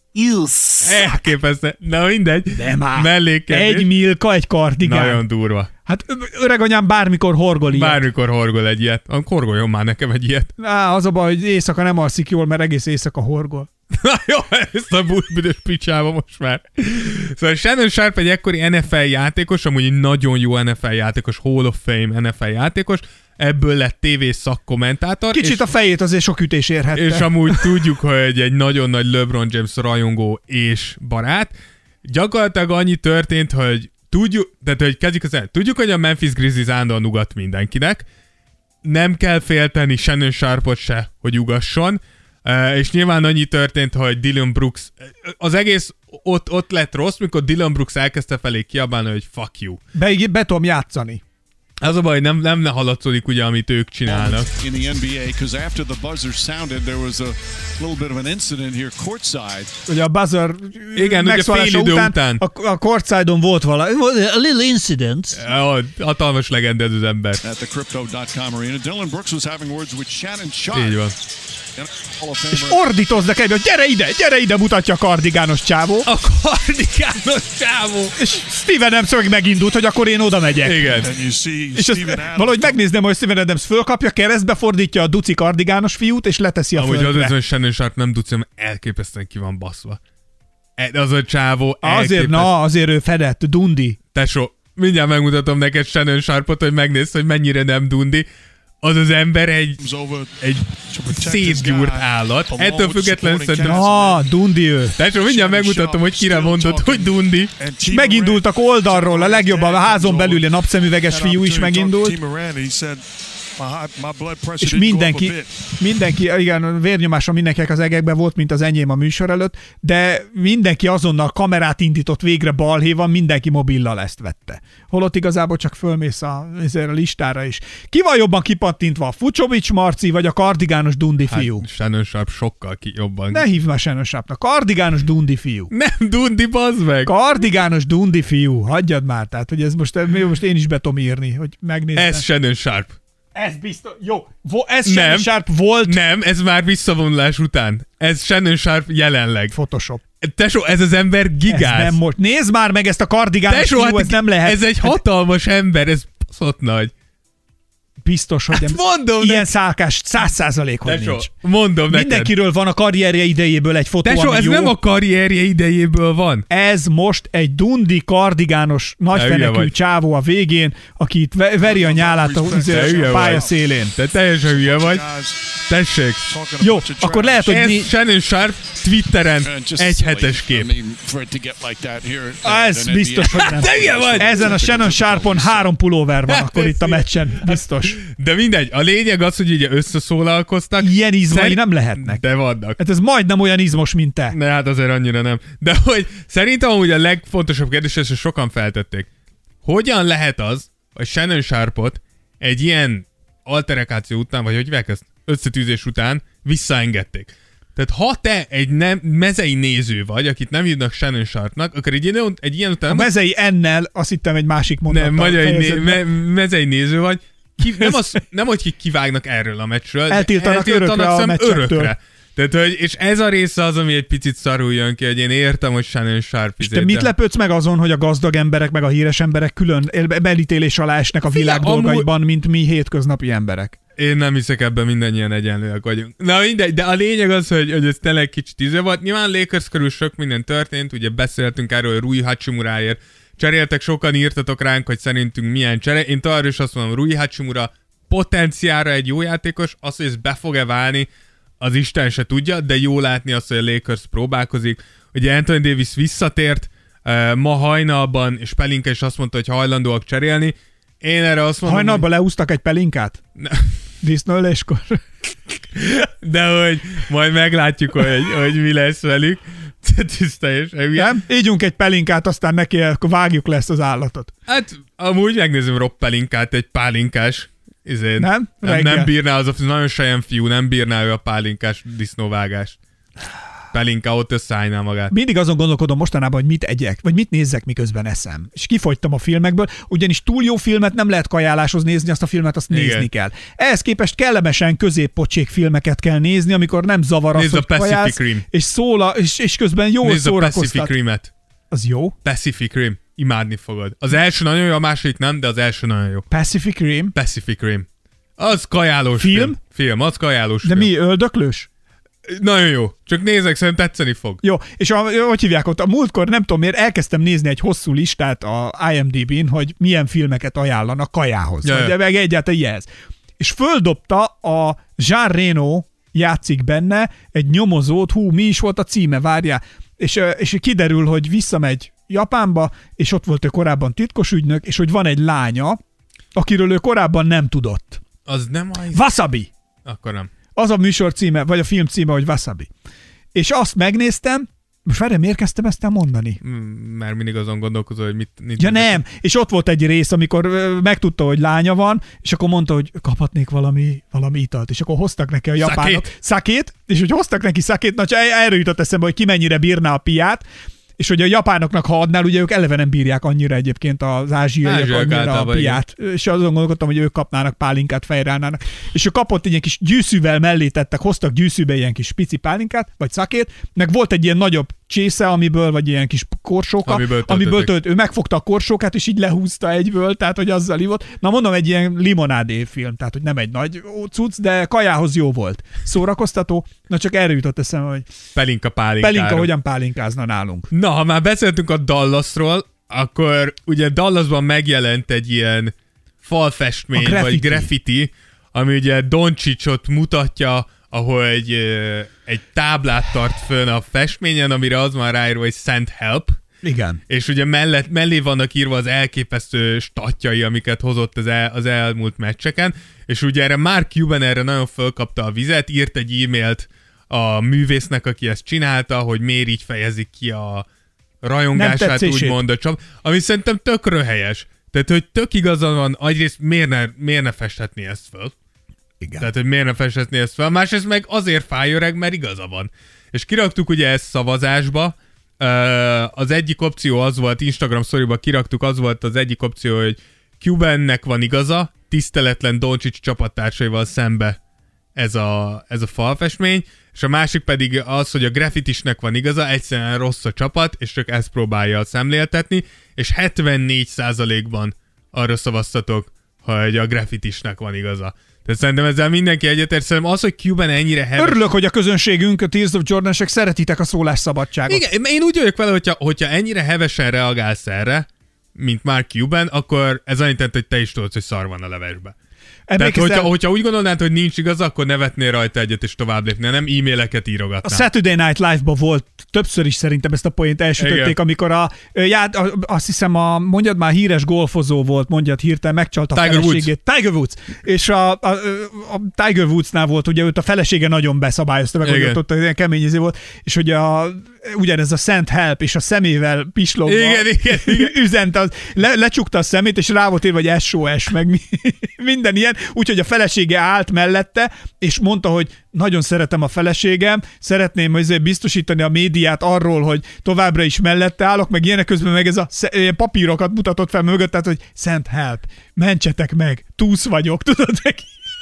Elképesztő. Na mindegy. De már. Mellékkedés. Egy milka, egy kardigán. Nagyon durva. Hát öreganyám bármikor horgol ilyet. Bármikor horgol egy ilyet. Horgoljon már nekem egy ilyet. Á, az a baj, hogy éjszaka nem alszik jól, mert egész éjszaka horgol. Na jó, ezt a büdös picsába most már. Szóval Shannon Sharp egy ekkori en ef el játékos, amúgy egy nagyon jó en ef el játékos, Hall of Fame en ef el játékos, ebből lett tévés szakkommentátor. Kicsit és, a fejét azért sok ütés érhette. És amúgy tudjuk, hogy egy nagyon nagy LeBron James rajongó és barát. Gyakorlatilag annyi történt, hogy tudjuk, tehát hogy kezdjük az el, tudjuk, hogy a Memphis Grizzlies állandóan ugat mindenkinek. Nem kell félteni Shannon Sharpot se, hogy ugasson. Uh, és nyilván annyi történt, hogy Dillon Brooks, az egész ott, ott lett rossz, mikor Dillon Brooks elkezdte felé kiabálni, hogy fuck you. Be, be tudom játszani. Az a baj, nem, nem hallatszik ugye, amit ők csinálnak. In the N B A, because after the buzzer sounded, there was a little bit of an incident here courtside. Ugye a buzzer igen, ugye fél idő után, után. A, a courtside-on volt valami, a little incident. Ja, hatalmas legenda ez az ember. At the crypto dot com arena, Dillon Brooks was having words with Shannon Sharp. Így van. És ordítoznak egybe, gyere ide, gyere ide, mutatja a kardigános csávó. A kardigános csávó. És Steven Adams meg megindult, hogy akkor én oda megyek. Igen. És ezt valahogy megnézném, hogy Steven Adams fölkapja, keresztbe fordítja a duci kardigános fiút, és leteszi a amúgy földre. Amúgy az, hogy Shannon Sharp nem duci, mert elképesztően ki van baszva. Az a csávó Azért, na, azért ő fedett, dundi. Tesó, mindjárt megmutatom neked Shannon Sharpot, hogy megnézd, hogy mennyire nem dundi. Az az ember egy, egy szétgyúrt állat. Ettől függetlenül szerintem... Ah, dundi ő. Tesó, mindjárt megmutatom, hogy kire mondod, hogy dundi. Megindultak oldalról, a legjobb a házon belüli napszemüveges fiú is megindult. És mindenki, mindenki, igen, vérnyomása mindenkinek az egekben volt, mint az enyém a műsor előtt, de mindenki azonnal kamerát indított végre balhévan, mindenki mobillal ezt vette. Holott igazából csak fölmész a, a listára is. Ki van jobban kipattintva, a Fucsovics Marci, vagy a kardigános dundi fiú? Hát, Shannon Sharp sokkal ki jobban. Ne hívd már Shannon Sharpnak, kardigános dundi fiú. Nem dundi, bazd meg! Kardigános dundi fiú, hagyjad már, tehát, hogy ez most, most én is be tudom írni, hogy megnézzem. Ez Shannon Sharp. Ez biztos, jó, ez Shannon Sharp volt. Nem, ez már visszavonulás után. Ez Shannon Sharp jelenleg. Photoshop. Tesó, ez az ember gigász. Ez nem most. Nézd már meg ezt a kardigános Tesó, fiú, hát ez nem lehet. Ez egy hatalmas ember, ez baszott nagy. Biztos, hogy hát mondom, ilyen szálkás száz százalék, hogy Tesó, nincs. mondom Mindenkiről neked. Van a karrierje idejéből egy fotó, Tesó, ez jó. nem a karrierje idejéből van. Ez most egy dundi, kardigános, nagyfenekű csávó a végén, aki itt veri a nyálát a, a pálya szélén. Te teljesen hülye vagy. Tessék. Jó, akkor lehet, hogy... Ez mi... Shannon Sharp Twitteren egy hetes kép. Ez biztos, hogy nem. Ezen a Shannon Sharpon három pulóver van akkor itt a meccsen. Biztos. De mindegy, a lényeg az, hogy ugye összeszólalkoztak. Ilyen izmai Szerint... nem lehetnek. De vannak. Hát ez majdnem olyan izmos, mint te. Ne, hát azért annyira nem. De hogy szerintem amúgy a legfontosabb kérdés, és sokan feltették. Hogyan lehet az, hogy Shannon Sharpot egy ilyen alterekáció után, vagy hogy ezt összetűzés után visszaengedték? Tehát ha te egy nem, mezei néző vagy, akit nem hívnak Shannon Sharpnak, akkor egy ilyen, egy ilyen után... A mezei ennel, azt hittem egy másik mondattal. Nem, magyar né, me, mezei néző vagy, ki, nem, az, nem hogy kivágnak erről a meccsről, eltiltanak, eltiltanak örökre, a örökre. Tehát, hogy, és ez a része az, ami egy picit szarul jön ki, hogy én értem, hogy Shannon Sharp izé. És te mit lepődsz meg azon, hogy a gazdag emberek meg a híres emberek külön belítélés alá esnek a világ Fia, dolgaiban, amúgy... mint mi hétköznapi emberek? Én nem hiszek ebben, mindannyian egyenlőek vagyunk. Na mindegy, de a lényeg az, hogy, hogy ez tényleg kicsit íze volt. Nyilván Lakers körül sok minden történt, ugye beszéltünk erről, hogy Rui Hachimuráért cseréltek, sokan írtatok ránk, hogy szerintünk milyen csere. Én arra is azt mondom, Rui Hachimura potenciálra egy jó játékos, az, hogy ez be fog-e válni, az Isten se tudja, de jó látni azt, hogy a Lakers próbálkozik. Ugye Anthony Davis visszatért uh, ma hajnalban, és Pelinka is azt mondta, hogy hajlandóak cserélni. Én erre azt mondom, hajnalban hogy... leúztak egy Pelinkát? Disznóöléskor? De hogy majd meglátjuk, hogy, hogy mi lesz velük. Nem? Ígyunk egy Pelinkát, aztán neki akkor vágjuk le ezt az állatot. Hát amúgy megnézem Rob Pelinkát, egy pálinkás. Izén, nem? Nem, nem bírná az a nagyon sejem fiú, nem bírná ő a pálinkás disznóvágást. Pelinka ott összeállná magát. Mindig azon gondolkodom mostanában, hogy mit egyek, vagy mit nézzek, miközben eszem. És kifogytam a filmekből, ugyanis túl jó filmet nem lehet kajáláshoz nézni, azt a filmet azt Igen. nézni kell. Ehhez képest kellemesen középpocsék filmeket kell nézni, amikor nem zavar az, Nézd hogy kajálsz, és szól, a, és, és közben jól Nézd szórakoztat. Nézd a Pacific Rim-et. Az jó? Pacific Rim. Imádni fogod. Az első nagyon jó, a második nem, de az első nagyon jó. Pacific Rim? Pacific Rim. Az kajálós film. Film, film az kajálós De film. mi, öldöklős? Nagyon jó. Csak nézek, szerintem tetszeni fog. Jó, és a, hogy hívják ott, a múltkor nem tudom miért elkezdtem nézni egy hosszú listát a I M D B-n, hogy milyen filmeket ajánlanak kajához. Ja, vagy ja. meg egyáltalán ilyenhez. És földobta a Jean Reno játszik benne egy nyomozót, hú, mi is volt a címe, várjál. És, és kiderül, hogy visszamegy Japánba, és ott volt ő korábban titkos ügynök, és hogy van egy lánya, akiről ő korábban nem tudott. Az nem az... Wasabi! Akkor nem. Az a műsor címe, vagy a film címe, hogy Wasabi. És azt megnéztem, most várjál, miért kezdtem ezt elmondani? Mert mindig azon gondolkozol, hogy mit... mit ja nem, és ott volt egy rész, amikor megtudta, hogy lánya van, és akkor mondta, hogy kaphatnék valami, valami italt, és akkor hoztak neki a japánok. Szakét? Szakét, és hogy hoztak neki szakét, na csak erről jutott eszembe, hogy ki mennyire bírná a piát, és hogy a japánoknak, ha adnál, ugye ők eleve nem bírják annyira egyébként az ázsiaiak annyira a piát. Igen. És azon gondolkodtam, hogy ők kapnának pálinkát, fejrálnának. És ő kapott egy ilyen kis gyűszűvel mellé tettek, hoztak gyűszűbe ilyen kis pici pálinkát, vagy szakét, meg volt egy ilyen nagyobb csésze, amiből, vagy ilyen kis korsóka, amiből, amiből tölt. Ő megfogta a korsókát, és így lehúzta egyből, tehát hogy azzal ivott. Na mondom, egy ilyen limonádé film, tehát hogy nem egy nagy cucc, de kajához jó volt. Szórakoztató. Na csak erre jutott eszembe, hogy Pelinka pálinkára. Pelinka hogyan pálinkázna nálunk. Na, ha már beszéltünk a Dallasról, akkor ugye Dallasban megjelent egy ilyen falfestmény, graffiti. vagy graffiti, ami ugye Doncsicsot mutatja, ahogy egy táblát tart fönn a festményen, amire az van ráírva, hogy Send Help. Igen. És ugye mellett, mellé vannak írva az elképesztő statjai, amiket hozott az, el, az elmúlt meccseken, és ugye erre Mark Cuban erre nagyon fölkapta a vizet, írt egy e-mailt a művésznek, aki ezt csinálta, hogy miért így fejezik ki a rajongását, úgymond a csap, ami szerintem tök röhelyes. Tehát, hogy tök igazán van, egyrészt miért ne, miért ne festhetné ezt föl? Igen. Tehát, hogy miért ne festhetné ezt fel? Másrészt meg azért fáj öreg, mert igaza van. És kiraktuk ugye ezt szavazásba. Az egyik opció az volt, Instagram storyba kiraktuk, az volt az egyik opció, hogy Cubannek van igaza, tiszteletlen Doncic csapattársaival szembe ez a, ez a falfestmény, és a másik pedig az, hogy a graffitisnek van igaza, egyszerűen rossz a csapat, és csak ezt próbálja szemléltetni, és hetvennégy százalékban arra szavaztatok, hogy a graffitisnek van igaza. Tehát szerintem ezzel mindenki egyetért. Szerintem az, hogy Cuban ennyire heves... Örülök, hogy a közönségünk, a Tears of Jordansek szeretitek a szólásszabadságot. Igen, én úgy vagyok vele, hogyha, hogyha ennyire hevesen reagálsz erre, mint Mark Cuban, akkor ez annyit jelent, hogy te is tudod, hogy szar van a levesbe. Tehát, hogyha, hogyha úgy gondolnád, hogy nincs igaz, akkor nevetnél rajta egyet és tovább lépnél, nem e-maileket írogatnál. A Saturday Night Live-ban volt többször is szerintem ezt a poént elsütötték, igen. amikor a, já, a, azt hiszem a, mondjad már, híres golfozó volt, mondjad hirtelen, megcsalta a Tiger feleségét. Woods. Tiger Woods. És a, a, a Tiger Woodsnál volt, ugye őt a felesége nagyon beszabályozta, meg hogy ott ilyen keményező volt, és hogy a, ugyanez a Send Help, és a szemével pislogva igen, igen, igen. üzent, az, le, lecsukta a szemét, és rá volt írva, hogy es o es, meg mi, minden ilyen, úgyhogy a felesége állt mellette, és mondta, hogy nagyon szeretem a feleségem, szeretném hogy biztosítani a médiát arról, hogy továbbra is mellette állok, meg ilyenek közben meg ez a papírokat mutatott fel mögött, tehát, hogy Send Help, mentsetek meg, túsz vagyok, tudod neki.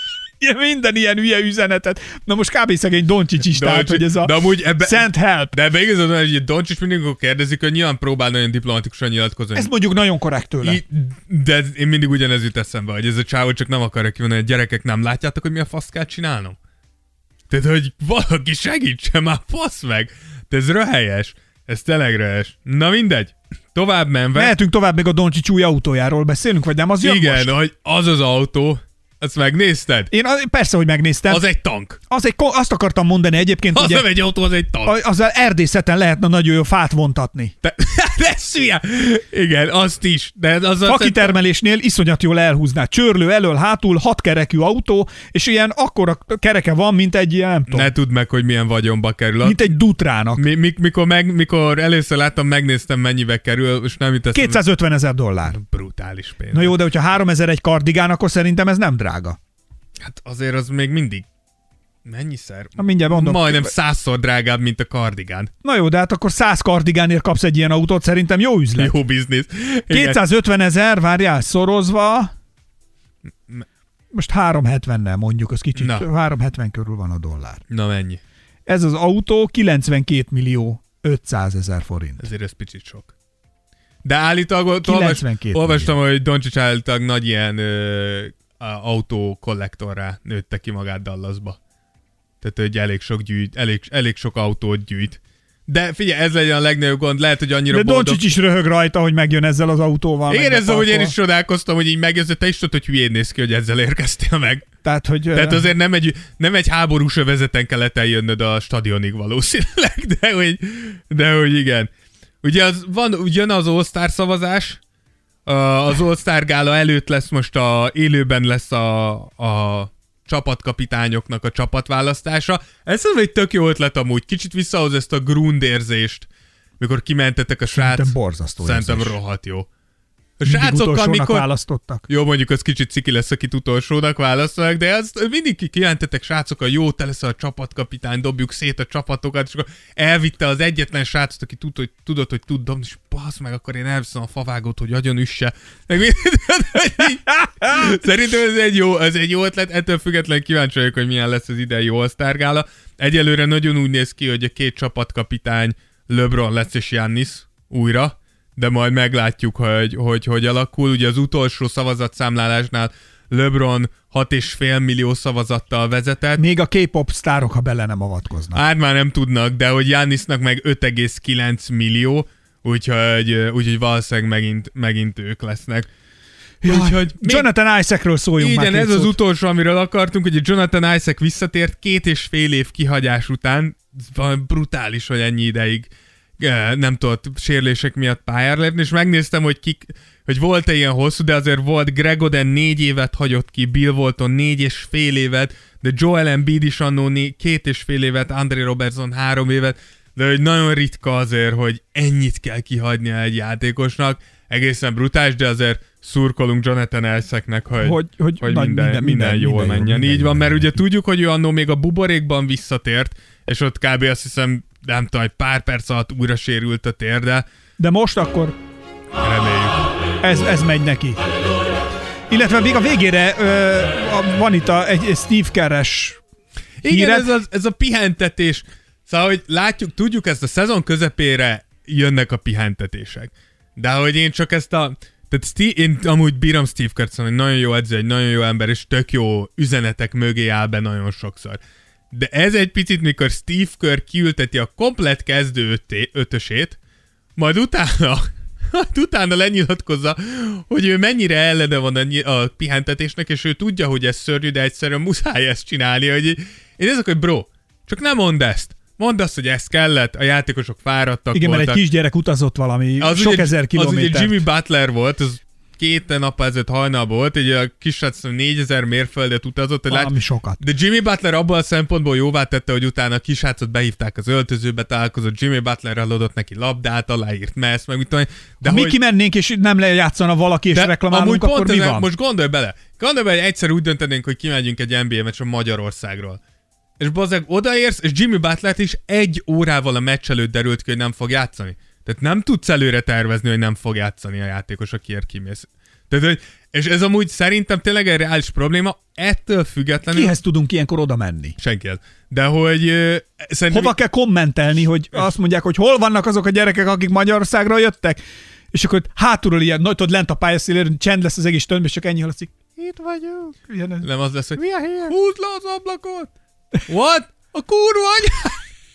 Minden ilyen hülye üzenetet. Na most kb. Szegény Doncsics is, tehát, hogy ez a ebbe, send help. De ebbe igazad van, hogy Doncsics mindig, amikor kérdezik, hogy nyilván próbál nagyon diplomatikusan nyilatkozni. Ez mondjuk nagyon korrekt tőle. I, de én mindig ugyanez jut eszembe, hogy ez a csávó csak nem akarja kívánni, hogy gyerekek, nem látjátok, hogy mi a fasz kell csinálnom? Tehát, hogy valaki segítsen már, fasz meg! De ez röhelyes. Ez tényleg röhelyes. Na mindegy. Tovább menve. Mehetünk tovább, még a Doncsics új autójáról beszélünk, vagy nem? Az jön igen, most? hogy az az autó, azt megnézted? Én persze, hogy megnéztem. Az egy tank. Az egy, azt akartam mondani egyébként, az ugye, nem egy autó, az egy tank. Azzal erdészeten lehetne nagyon jó fát vontatni. De, de szülye! Igen, azt is. De az fakitermelésnél iszonyat jól elhúzná. Csörlő elől, hátul, hat kerekű autó, és ilyen akkora kereke van, mint egy ilyen, nem tudom. Ne tudd meg, hogy milyen vagyonba kerül. Mint egy Dutrának. Mi, mi, mikor, meg, mikor először láttam, megnéztem, mennyibe kerül, és nem jut eszembe. kétszázötven ezer dollár. Brutális pénz. Na jó, de hogyha háromezer egy kardigán, akkor szerintem ez nem drága. Hát azért az még mindig mennyiszer? Na mindjárt mondom. Majdnem százszor drágább, mint a kardigán. Na jó, de hát akkor száz kardigánért kapsz egy ilyen autót, szerintem jó üzlet. Jó biznisz. kétszázötven ezer, várjál, szorozva. Most háromszázhetvennel mondjuk, az kicsit. Na. háromszázhetven körül van a dollár. Na mennyi? Ez az autó kilencvenkét millió ötszázezer forint. Ezért ez picit sok. De állítólag olvastam, hogy Doncsics állítólag nagy ilyen ö, autókollektorrá nőtte ki magát Dallasba. Tehát, hogy elég sok, gyűjt, elég, elég sok autót gyűjt. De figyelj, ez legyen a legnagyobb gond, lehet, hogy annyira de boldog... De Doncsics is röhög rajta, hogy megjön ezzel az autóval. Igen, ezzel, hogy én is csodálkoztam, hogy így megjössz, te is tudod, hogy hülyén néz ki, hogy ezzel érkeztél meg. Tehát, hogy... Tehát azért nem egy, nem egy háborús övezeten kellett eljönnöd a stadionig valószínűleg, de hogy, de hogy igen. Ugye az, van, jön az All-Star szavazás, az All-Star gála előtt lesz most a, élőben lesz a, a csapatkapitányoknak a csapatválasztása. Ez az egy tök jó ötlet amúgy. Kicsit visszahoz ezt a grund érzést, mikor kimentetek a srác. Szerintem borzasztó Szerintem érzés. rohadt jó. A mindig srácokkal mikor... választottak. Jó, mondjuk az kicsit ciki lesz, akit utolsónak választanak, de az mindig kijelentettek srácokkal, jó, te leszel a csapatkapitány, dobjuk szét a csapatokat, és akkor elvitte az egyetlen srácot, aki tud, hogy, tudott, hogy tud dobni, és basz meg, akkor én elviszem a favágót, hogy agyon üsse. Szerintem ez egy jó, ez egy jó ötlet, ettől függetlenül kíváncsi vagyok, hogy milyen lesz az idei All-Star gála. Egyelőre nagyon úgy néz ki, hogy a két csapatkapitány LeBron lesz és Giannis újra, de majd meglátjuk, hogy, hogy hogy alakul. Ugye az utolsó szavazatszámlálásnál LeBron hat és fél millió szavazattal vezetett. Még a K-pop sztárok, ha bele nem avatkoznak. Hát már nem tudnak, de hogy Giannisnak meg öt egész kilenc millió, úgyhogy, úgyhogy valószínűleg megint, megint ők lesznek. Jaj, úgyhogy Jonathan Isaacről szóljunk igen, már ez szót. Az utolsó, amiről akartunk, hogy Jonathan Isaac visszatért két és fél év kihagyás után. Brutális, hogy ennyi ideig nem tudott sérülések miatt pályára lépni, és megnéztem, hogy kik, hogy volt-e ilyen hosszú, de azért volt Greg Oden négy évet hagyott ki, Bill Walton négy és fél évet, de Joel Embiid is annó né- két és fél évet, Andre Robertson három évet, de hogy nagyon ritka azért, hogy ennyit kell kihagynia egy játékosnak, egészen brutális, de azért szurkolunk Jonathan Isaacnek, hogy, hogy, hogy, hogy minden, minden, minden jól minden, menjen. Minden, Így van, mert ugye tudjuk, hogy ő annó még a buborékban visszatért, és ott kb. Azt hiszem, nem tudom, pár perc alatt újra sérült a térde. De most akkor reméljük. Ez, ez megy neki. Illetve még a végére ö, van itt a, egy Steve Kerres igen, híre. ez a, ez a pihentetés. Szóval, hogy látjuk, tudjuk, ezt a szezon közepére jönnek a pihentetések. De hogy én csak ezt a... Tehát Steve, én amúgy bírom Steve Kerrt, hogy nagyon jó edző, egy nagyon jó ember, és tök jó üzenetek mögé áll be nagyon sokszor. De ez egy picit, mikor Steve Kerr kiülteti a komplett kezdő öté, ötösét, majd utána, utána lenyilatkozza, hogy ő mennyire ellene van a, a pihentetésnek, és ő tudja, hogy ez szörnyű, de egyszerűen muszáj ezt csinálni. Hogy én ezek, hogy bro, csak nem mondd ezt. Mondd azt, hogy ez kellett, a játékosok fáradtak igen, voltak. mert egy kisgyerek utazott valami az sok ugye, ezer kilométert. Az ugye Jimmy Butler volt, az két nap ezelőtt hajnal volt, egy a kisrác négyezer mérföldet utazott. Valami lát... sokat. De Jimmy Butler abban a szempontból jóvá tette, hogy utána a kisrácot behívták az öltözőbe, találkozott Jimmy Butlerrel, adott neki labdát, aláírt messz, meg mit tudom. De ha hogy... mi kimennénk, és nem lejátszana valaki, és reklamálunk, akkor mi van? Most gondolj bele. Gondolj bele, hogy egyszer úgy döntenénk, hogy kimegyünk egy en bé á meccsre Magyarországról. És bazzeg odaérsz, és Jimmy Butlert is egy órával a meccs előtt derült ki, hogy nem fog játszani. Tehát nem tudsz előre tervezni, hogy nem fog játszani a játékos, akiért kimész. Tehát, hogy, és ez amúgy szerintem tényleg egy reális probléma, ettől függetlenül... Kihez tudunk ilyenkor oda menni? Senkihez. De hogy... Uh, szerintem... Hova kell kommentelni, hogy azt mondják, hogy hol vannak azok a gyerekek, akik Magyarországra jöttek? És akkor hátulról ilyen, nagy tudod, lent a pályaszélén, csend lesz az egész tömbben, és csak ennyi hallatszik. Itt vagyok. Ilyen, nem az lesz, hogy húzd le az ablakot. What? A kurva anyja?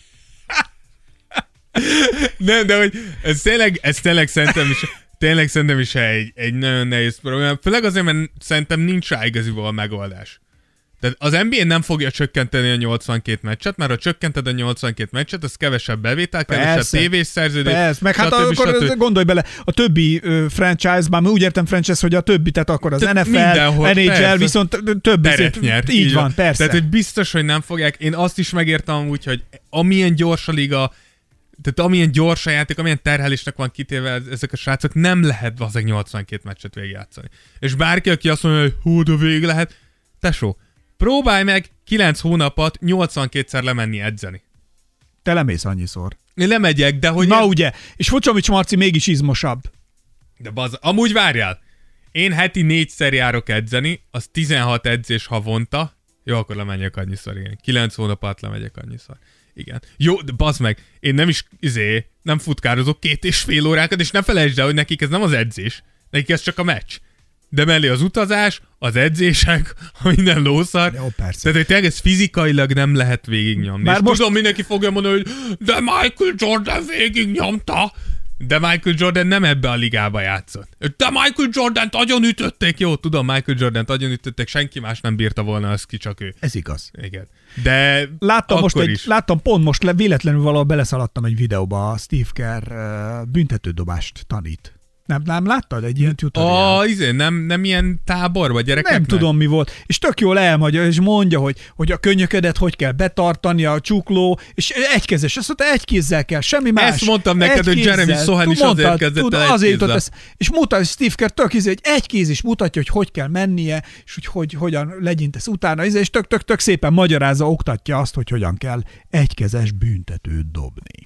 Nem, de hogy ez tényleg, ez tényleg szerintem is, tényleg szerintem is egy, egy nagyon nehéz probléma. Főleg azért, mert szerintem nincs rá igaziból megoldás. Tehát az en bé á nem fogja csökkenteni a nyolcvankét meccset, mert ha csökkented a nyolcvankét meccset, az kevesebb bevétel, kevesebb tévés szerződés. Persze, meg hát stb. akkor stb. Gondolj bele, a többi uh, franchise, már úgy értem franchise, hogy a többi, tehát akkor az tehát en ef el, mindenhol, en há el, persze. viszont többi Teret nyer. Így, így van, van, persze. Tehát, hogy biztos, hogy nem fogják. Én azt is megértem úgy, hogy amilyen gyors a liga, tehát amilyen gyors a játék, amilyen terhelésnek van kitéve ezek a srácok, nem lehet azok nyolcvankét meccset végigjátszani. És bárki, aki azt mondja, hogy hú, de végig lehet, tesó, próbálj meg kilenc hónapot nyolcvankétszer lemenni edzeni. Te lemész annyiszor. Én lemegyek, de hogy... Na én... ugye, és Focsovics Marci mégis izmosabb. De baz... Amúgy várjál. Én heti négyszer járok edzeni, az tizenhat edzés havonta. Jó, akkor lemegyek annyiszor, igen. kilenc hónap alatt lemegyek annyiszor. Igen. Jó, de bazd meg, én nem is, izé, nem futkározok két és fél órákat, és ne felejtsd el, hogy nekik ez nem az edzés. Nekik ez csak a meccs. De mellé az utazás, az edzések, a minden lószar. Jó, persze. Tehát, hogy tényleg ez fizikailag nem lehet végignyomni. Bár és most... tudom, mindenki fogja mondani, hogy de Michael Jordan végignyomta. De Michael Jordan nem ebbe a ligába játszott. De Michael Jordant agyon ütötték. Jó, tudom, Michael Jordant agyon ütötték, senki más nem bírta volna, az ki, csak ő. Ez igaz. Igen. De láttam most egy, is. láttam pont most, le, véletlenül valahol beleszaladtam egy videóba, Steve Kerr uh, büntetődobást tanít. Nem, nem láttad egy ilyen tutorial? A, izé, nem, nem ilyen táborba gyerekeknek? Nem tudom, mi volt. És tök jól elmondja, és mondja, hogy, hogy a könnyöködet hogy kell betartani, a csukló, és egykezes. Azt mondta, egy kézzel kell, semmi más. Ezt mondtam neked, hogy Jeremy Sohan is azért kezdett el egy kézzel. És mutat, Steve Kerr tök izé, hogy egy kéz is mutatja, hogy hogy kell mennie, és hogy, hogy hogyan legyintesz utána, és tök, tök, tök szépen magyarázza, oktatja azt, hogy hogyan kell egykezes büntetőt dobni.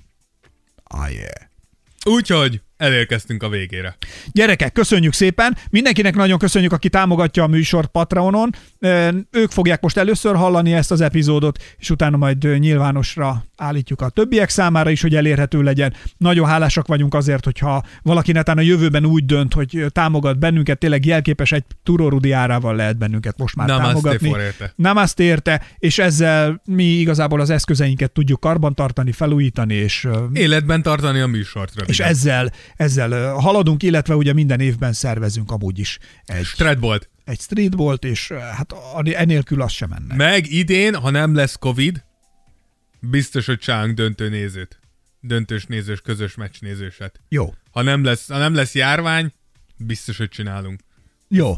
Ah, yeah. Úgyhogy elérkeztünk a végére. Gyerekek, köszönjük szépen. Mindenkinek nagyon köszönjük, aki támogatja a műsort Patreonon. Ők fogják most először hallani ezt az epizódot, és utána majd nyilvánosra állítjuk a többiek számára is, hogy elérhető legyen. Nagyon hálásak vagyunk azért, hogyha valaki netán a jövőben úgy dönt, hogy támogat bennünket, tényleg jelképes egy Turórudi árával lehet bennünket most már Namaste támogatni. Érte. Namaste érte, és ezzel mi igazából az eszközeinket tudjuk karbantartani, felújítani, és életben tartani a műsort. Röviden. És ezzel, ezzel haladunk, illetve ugye minden évben szervezünk amúgy is egy streetbolt. Egy streetbolt, és hát enélkül az sem menne. Meg idén, ha nem lesz Covid, biztos, hogy csinálunk döntő nézőt. Döntős nézős, közös meccs nézőset. Jó. Ha nem lesz, ha nem lesz járvány, biztos, hogy csinálunk. Jó.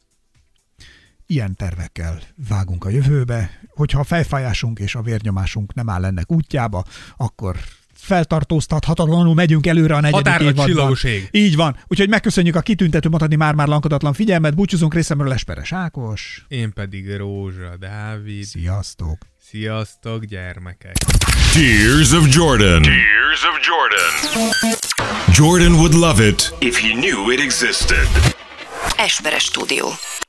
Ilyen tervekkel vágunk a jövőbe. Hogyha a fejfájásunk és a vérnyomásunk nem áll ennek útjába, akkor feltartóztathatatlanul megyünk előre a negyedik Határra évadban. csillagos ég. Így van. Úgyhogy megköszönjük a kitüntető matadni már-már lankadatlan figyelmet. Búcsúzunk részemről Esperes Ákos. Én pedig Rózsa Dávid. Sziasztok. Sziasztok, gyermekek. Tears of Jordan. Tears of Jordan. Jordan would love it if he knew it existed. Esperes Stúdió.